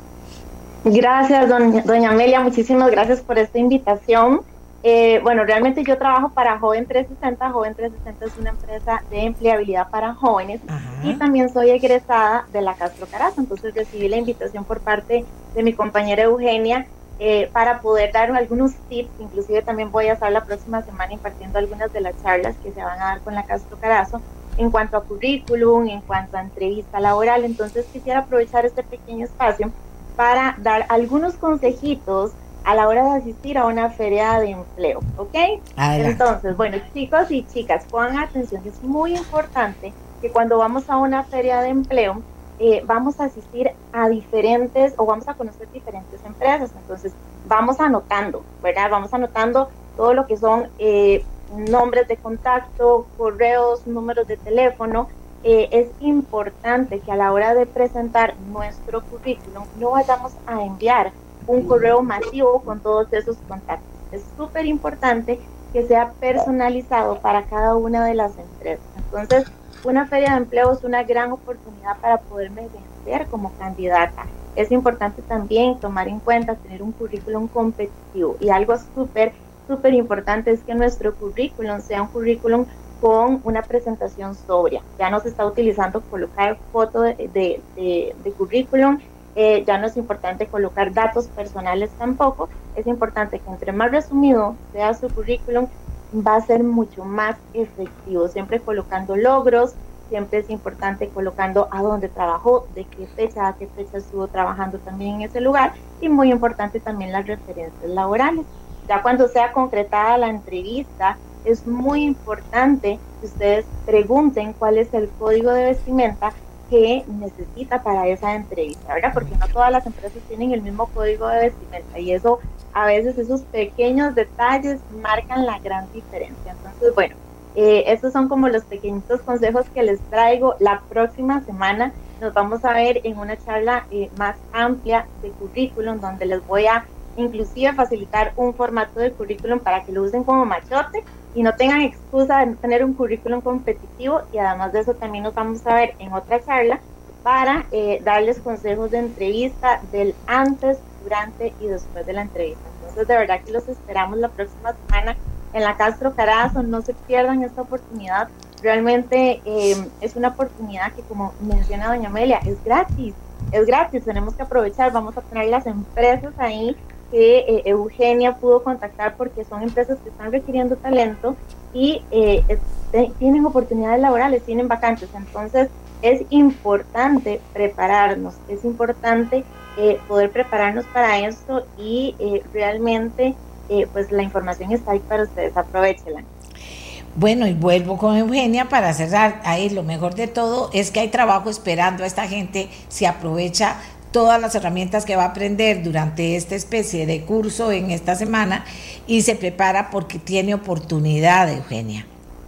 [SPEAKER 10] Gracias, doña, doña Amelia, muchísimas gracias por esta invitación. Eh, bueno, realmente yo trabajo para Joven trescientos sesenta. Joven trescientos sesenta es una empresa de empleabilidad para jóvenes. Ajá. Y también soy egresada de la Castro Carazo, entonces recibí la invitación por parte de mi compañera Eugenia eh, para poder dar algunos tips. Inclusive también voy a estar la próxima semana impartiendo algunas de las charlas que se van a dar con la Castro Carazo en cuanto a currículum, en cuanto a entrevista laboral. Entonces quisiera aprovechar este pequeño espacio para dar algunos consejitos a la hora de asistir a una feria de empleo, ¿ok? Adelante. Entonces, bueno, chicos y chicas, pongan atención, es muy importante que cuando vamos a una feria de empleo, eh, vamos a asistir a diferentes, o vamos a conocer diferentes empresas, entonces vamos anotando, ¿verdad? Vamos anotando todo lo que son eh, nombres de contacto, correos, números de teléfono. Eh, es importante que a la hora de presentar nuestro currículum no vayamos a enviar un correo masivo con todos esos contactos. Es súper importante que sea personalizado para cada una de las empresas. Entonces, una feria de empleo es una gran oportunidad para poderme vencer como candidata. Es importante también tomar en cuenta tener un currículum competitivo, y algo súper, súper importante es que nuestro currículum sea un currículum con una presentación sobria. Ya no se está utilizando colocar foto de, de, de, de currículum. Eh, ya no es importante colocar datos personales tampoco. Es importante que entre más resumido sea su currículum, va a ser mucho más efectivo, siempre colocando logros. Siempre es importante colocando a dónde trabajó, de qué fecha a qué fecha estuvo trabajando también en ese lugar, y muy importante también las referencias laborales. Ya cuando sea concretada la entrevista, es muy importante que ustedes pregunten cuál es el código de vestimenta que necesita para esa entrevista, ¿verdad? Porque no todas las empresas tienen el mismo código de vestimenta, y eso, a veces esos pequeños detalles marcan la gran diferencia. Entonces, bueno, eh, estos son como los pequeñitos consejos que les traigo. La próxima semana nos vamos a ver en una charla eh, más amplia de currículum, donde les voy a inclusive facilitar un formato de currículum para que lo usen como machote y no tengan excusa de tener un currículum competitivo. Y además de eso también nos vamos a ver en otra charla para eh, darles consejos de entrevista del antes, durante y después de la entrevista. Entonces, de verdad que los esperamos la próxima semana en la Castro Carazo. No se pierdan esta oportunidad. Realmente eh, es una oportunidad que, como menciona doña Amelia, es gratis, es gratis, tenemos que aprovechar. Vamos a tener las empresas ahí que eh, Eugenia pudo contactar, porque son empresas que están requiriendo talento y eh, este, tienen oportunidades laborales, tienen vacantes. Entonces es importante prepararnos, es importante eh, poder prepararnos para esto, y eh, realmente eh, pues la información está ahí para ustedes, aprovechenla.
[SPEAKER 2] Bueno, y vuelvo con Eugenia para cerrar. Ahí lo mejor de todo es que hay trabajo esperando a esta gente si aprovecha todas las herramientas que va a aprender durante esta especie de curso en esta semana y se prepara, porque tiene oportunidad, Eugenia.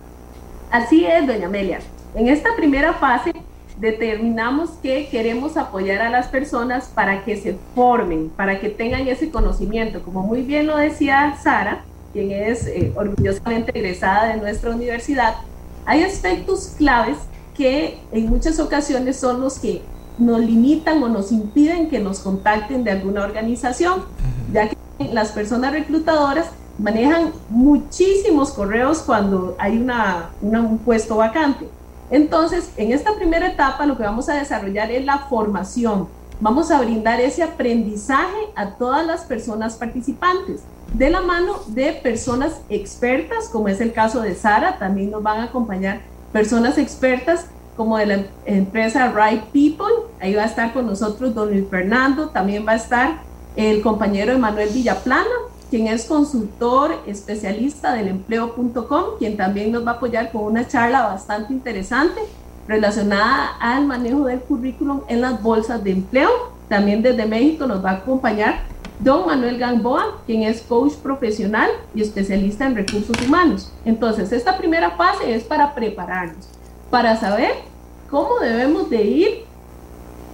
[SPEAKER 9] Así es, doña Amelia. En esta primera fase determinamos que queremos apoyar a las personas para que se formen, para que tengan ese conocimiento. Como muy bien lo decía Sara, quien es eh, orgullosamente egresada de nuestra universidad, hay aspectos claves que en muchas ocasiones son los que nos limitan o nos impiden que nos contacten de alguna organización, ya que las personas reclutadoras manejan muchísimos correos cuando hay una, una, un puesto vacante. Entonces, en esta primera etapa lo que vamos a desarrollar es la formación. Vamos a brindar ese aprendizaje a todas las personas participantes, de la mano de personas expertas, como es el caso de Sara. También nos van a acompañar personas expertas como de la empresa Right People. Ahí va a estar con nosotros don Luis Fernando. También va a estar el compañero Emanuel Villaplana, quien es consultor especialista del empleo punto com, quien también nos va a apoyar con una charla bastante interesante relacionada al manejo del currículum en las bolsas de empleo. También desde México nos va a acompañar don Manuel Gamboa, quien es coach profesional y especialista en recursos humanos. Entonces, esta primera fase es para prepararnos, para saber cómo debemos de ir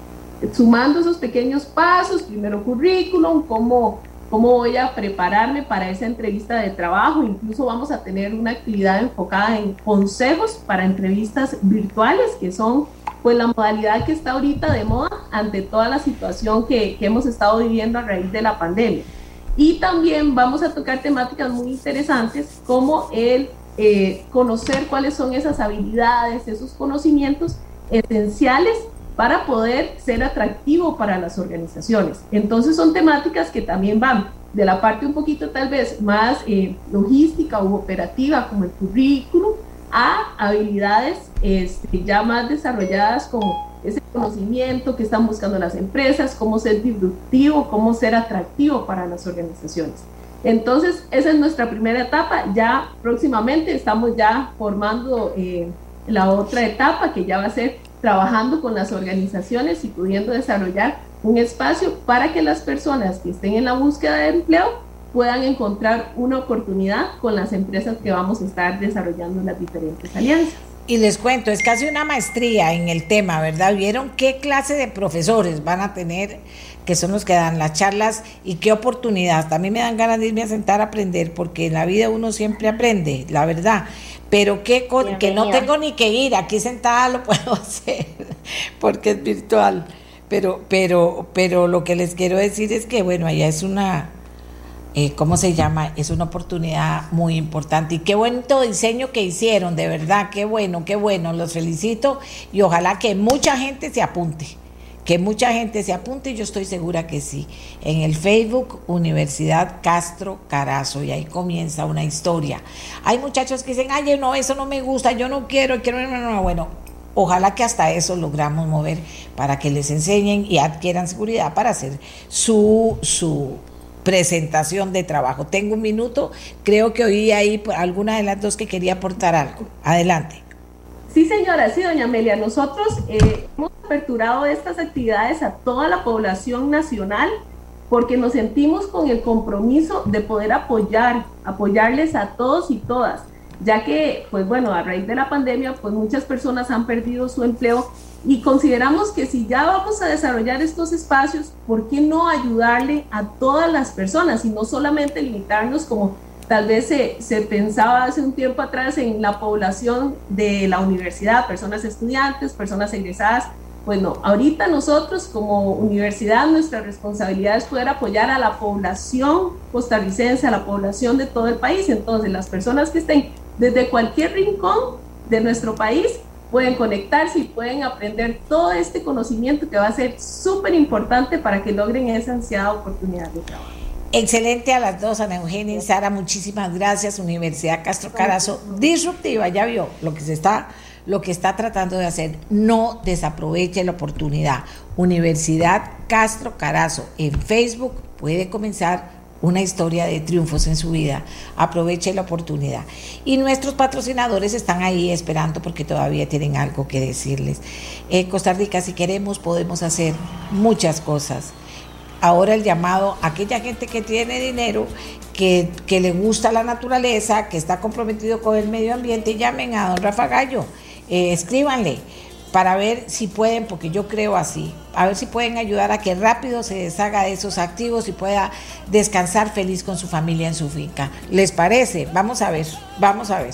[SPEAKER 9] sumando esos pequeños pasos, primero currículum, cómo, cómo voy a prepararme para esa entrevista de trabajo. Incluso vamos a tener una actividad enfocada en consejos para entrevistas virtuales, que son pues la modalidad que está ahorita de moda ante toda la situación que, que hemos estado viviendo a raíz de la pandemia. Y también vamos a tocar temáticas muy interesantes como el eh, conocer cuáles son esas habilidades, esos conocimientos esenciales para poder ser atractivo para las organizaciones. Entonces son temáticas que también van de la parte un poquito tal vez más eh, logística u operativa, como el currículum, a habilidades este, ya más desarrolladas como ese conocimiento que están buscando las empresas, cómo ser disruptivo, cómo ser atractivo para las organizaciones. Entonces esa es nuestra primera etapa. Ya próximamente estamos ya formando eh, la otra etapa, que ya va a ser trabajando con las organizaciones y pudiendo desarrollar un espacio para que las personas que estén en la búsqueda de empleo puedan encontrar una oportunidad con las empresas que vamos a estar desarrollando las diferentes alianzas.
[SPEAKER 2] Y les cuento, es casi una maestría en el tema, ¿verdad? ¿Vieron qué clase de profesores van a tener, que son los que dan las charlas, y qué oportunidad? También me dan ganas de irme a sentar a aprender, porque en la vida uno siempre aprende, la verdad. Pero qué co- que no tengo ni que ir, aquí sentada lo puedo hacer, porque es virtual. Pero, pero, pero lo que les quiero decir es que, bueno, allá es una... Eh, ¿cómo se llama? Es una oportunidad muy importante, y qué bonito diseño que hicieron, de verdad, qué bueno, qué bueno, los felicito, y ojalá que mucha gente se apunte, que mucha gente se apunte, y yo estoy segura que sí. En el Facebook, Universidad Castro Carazo, y ahí comienza una historia. Hay muchachos que dicen, ay, no, eso no me gusta, yo no quiero, quiero, no, no, no. Bueno, ojalá que hasta eso logramos mover, para que les enseñen y adquieran seguridad para hacer su, su presentación de trabajo. Tengo un minuto, creo que oí ahí alguna de las dos que quería aportar algo. Adelante.
[SPEAKER 9] Sí, señora, sí, doña Amelia, nosotros eh, hemos aperturado estas actividades a toda la población nacional porque nos sentimos con el compromiso de poder apoyar, apoyarles a todos y todas, ya que, pues bueno, a raíz de la pandemia, pues muchas personas han perdido su empleo, y consideramos que si ya vamos a desarrollar estos espacios, ¿por qué no ayudarle a todas las personas y no solamente limitarnos como tal vez se, se pensaba hace un tiempo atrás en la población de la universidad, personas estudiantes, personas egresadas? Pues no, ahorita nosotros como universidad, nuestra responsabilidad es poder apoyar a la población costarricense, a la población de todo el país. Entonces las personas que estén desde cualquier rincón de nuestro país pueden conectarse y pueden aprender todo este conocimiento que va a ser súper importante para que logren esa ansiada oportunidad de trabajo.
[SPEAKER 2] Excelente a las dos, Ana Eugenia y Sara, muchísimas gracias. Universidad Castro Carazo, disruptiva, ya vio lo que se está, lo que está tratando de hacer. No desaproveche la oportunidad. Universidad Castro Carazo en Facebook puede comenzar una historia de triunfos en su vida. Aproveche la oportunidad. Y nuestros patrocinadores están ahí esperando porque todavía tienen algo que decirles. Eh, Costa Rica, si queremos, podemos hacer muchas cosas. Ahora el llamado a aquella gente que tiene dinero, que, que le gusta la naturaleza, que está comprometido con el medio ambiente, llamen a don Rafa Gallo, eh, escríbanle para ver si pueden, porque yo creo así, a ver si pueden ayudar a que rápido se deshaga de esos activos y pueda descansar feliz con su familia en su finca. ¿Les parece? Vamos a ver, vamos a ver.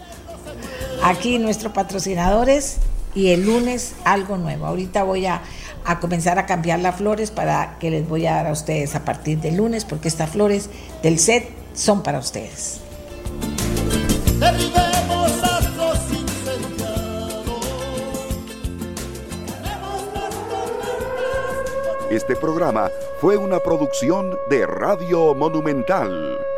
[SPEAKER 2] Aquí nuestros patrocinadores, y el lunes algo nuevo. Ahorita voy a, a comenzar a cambiar las flores para que les voy a dar a ustedes a partir del lunes, porque estas flores del set son para ustedes.
[SPEAKER 1] Este programa fue una producción de Radio Monumental.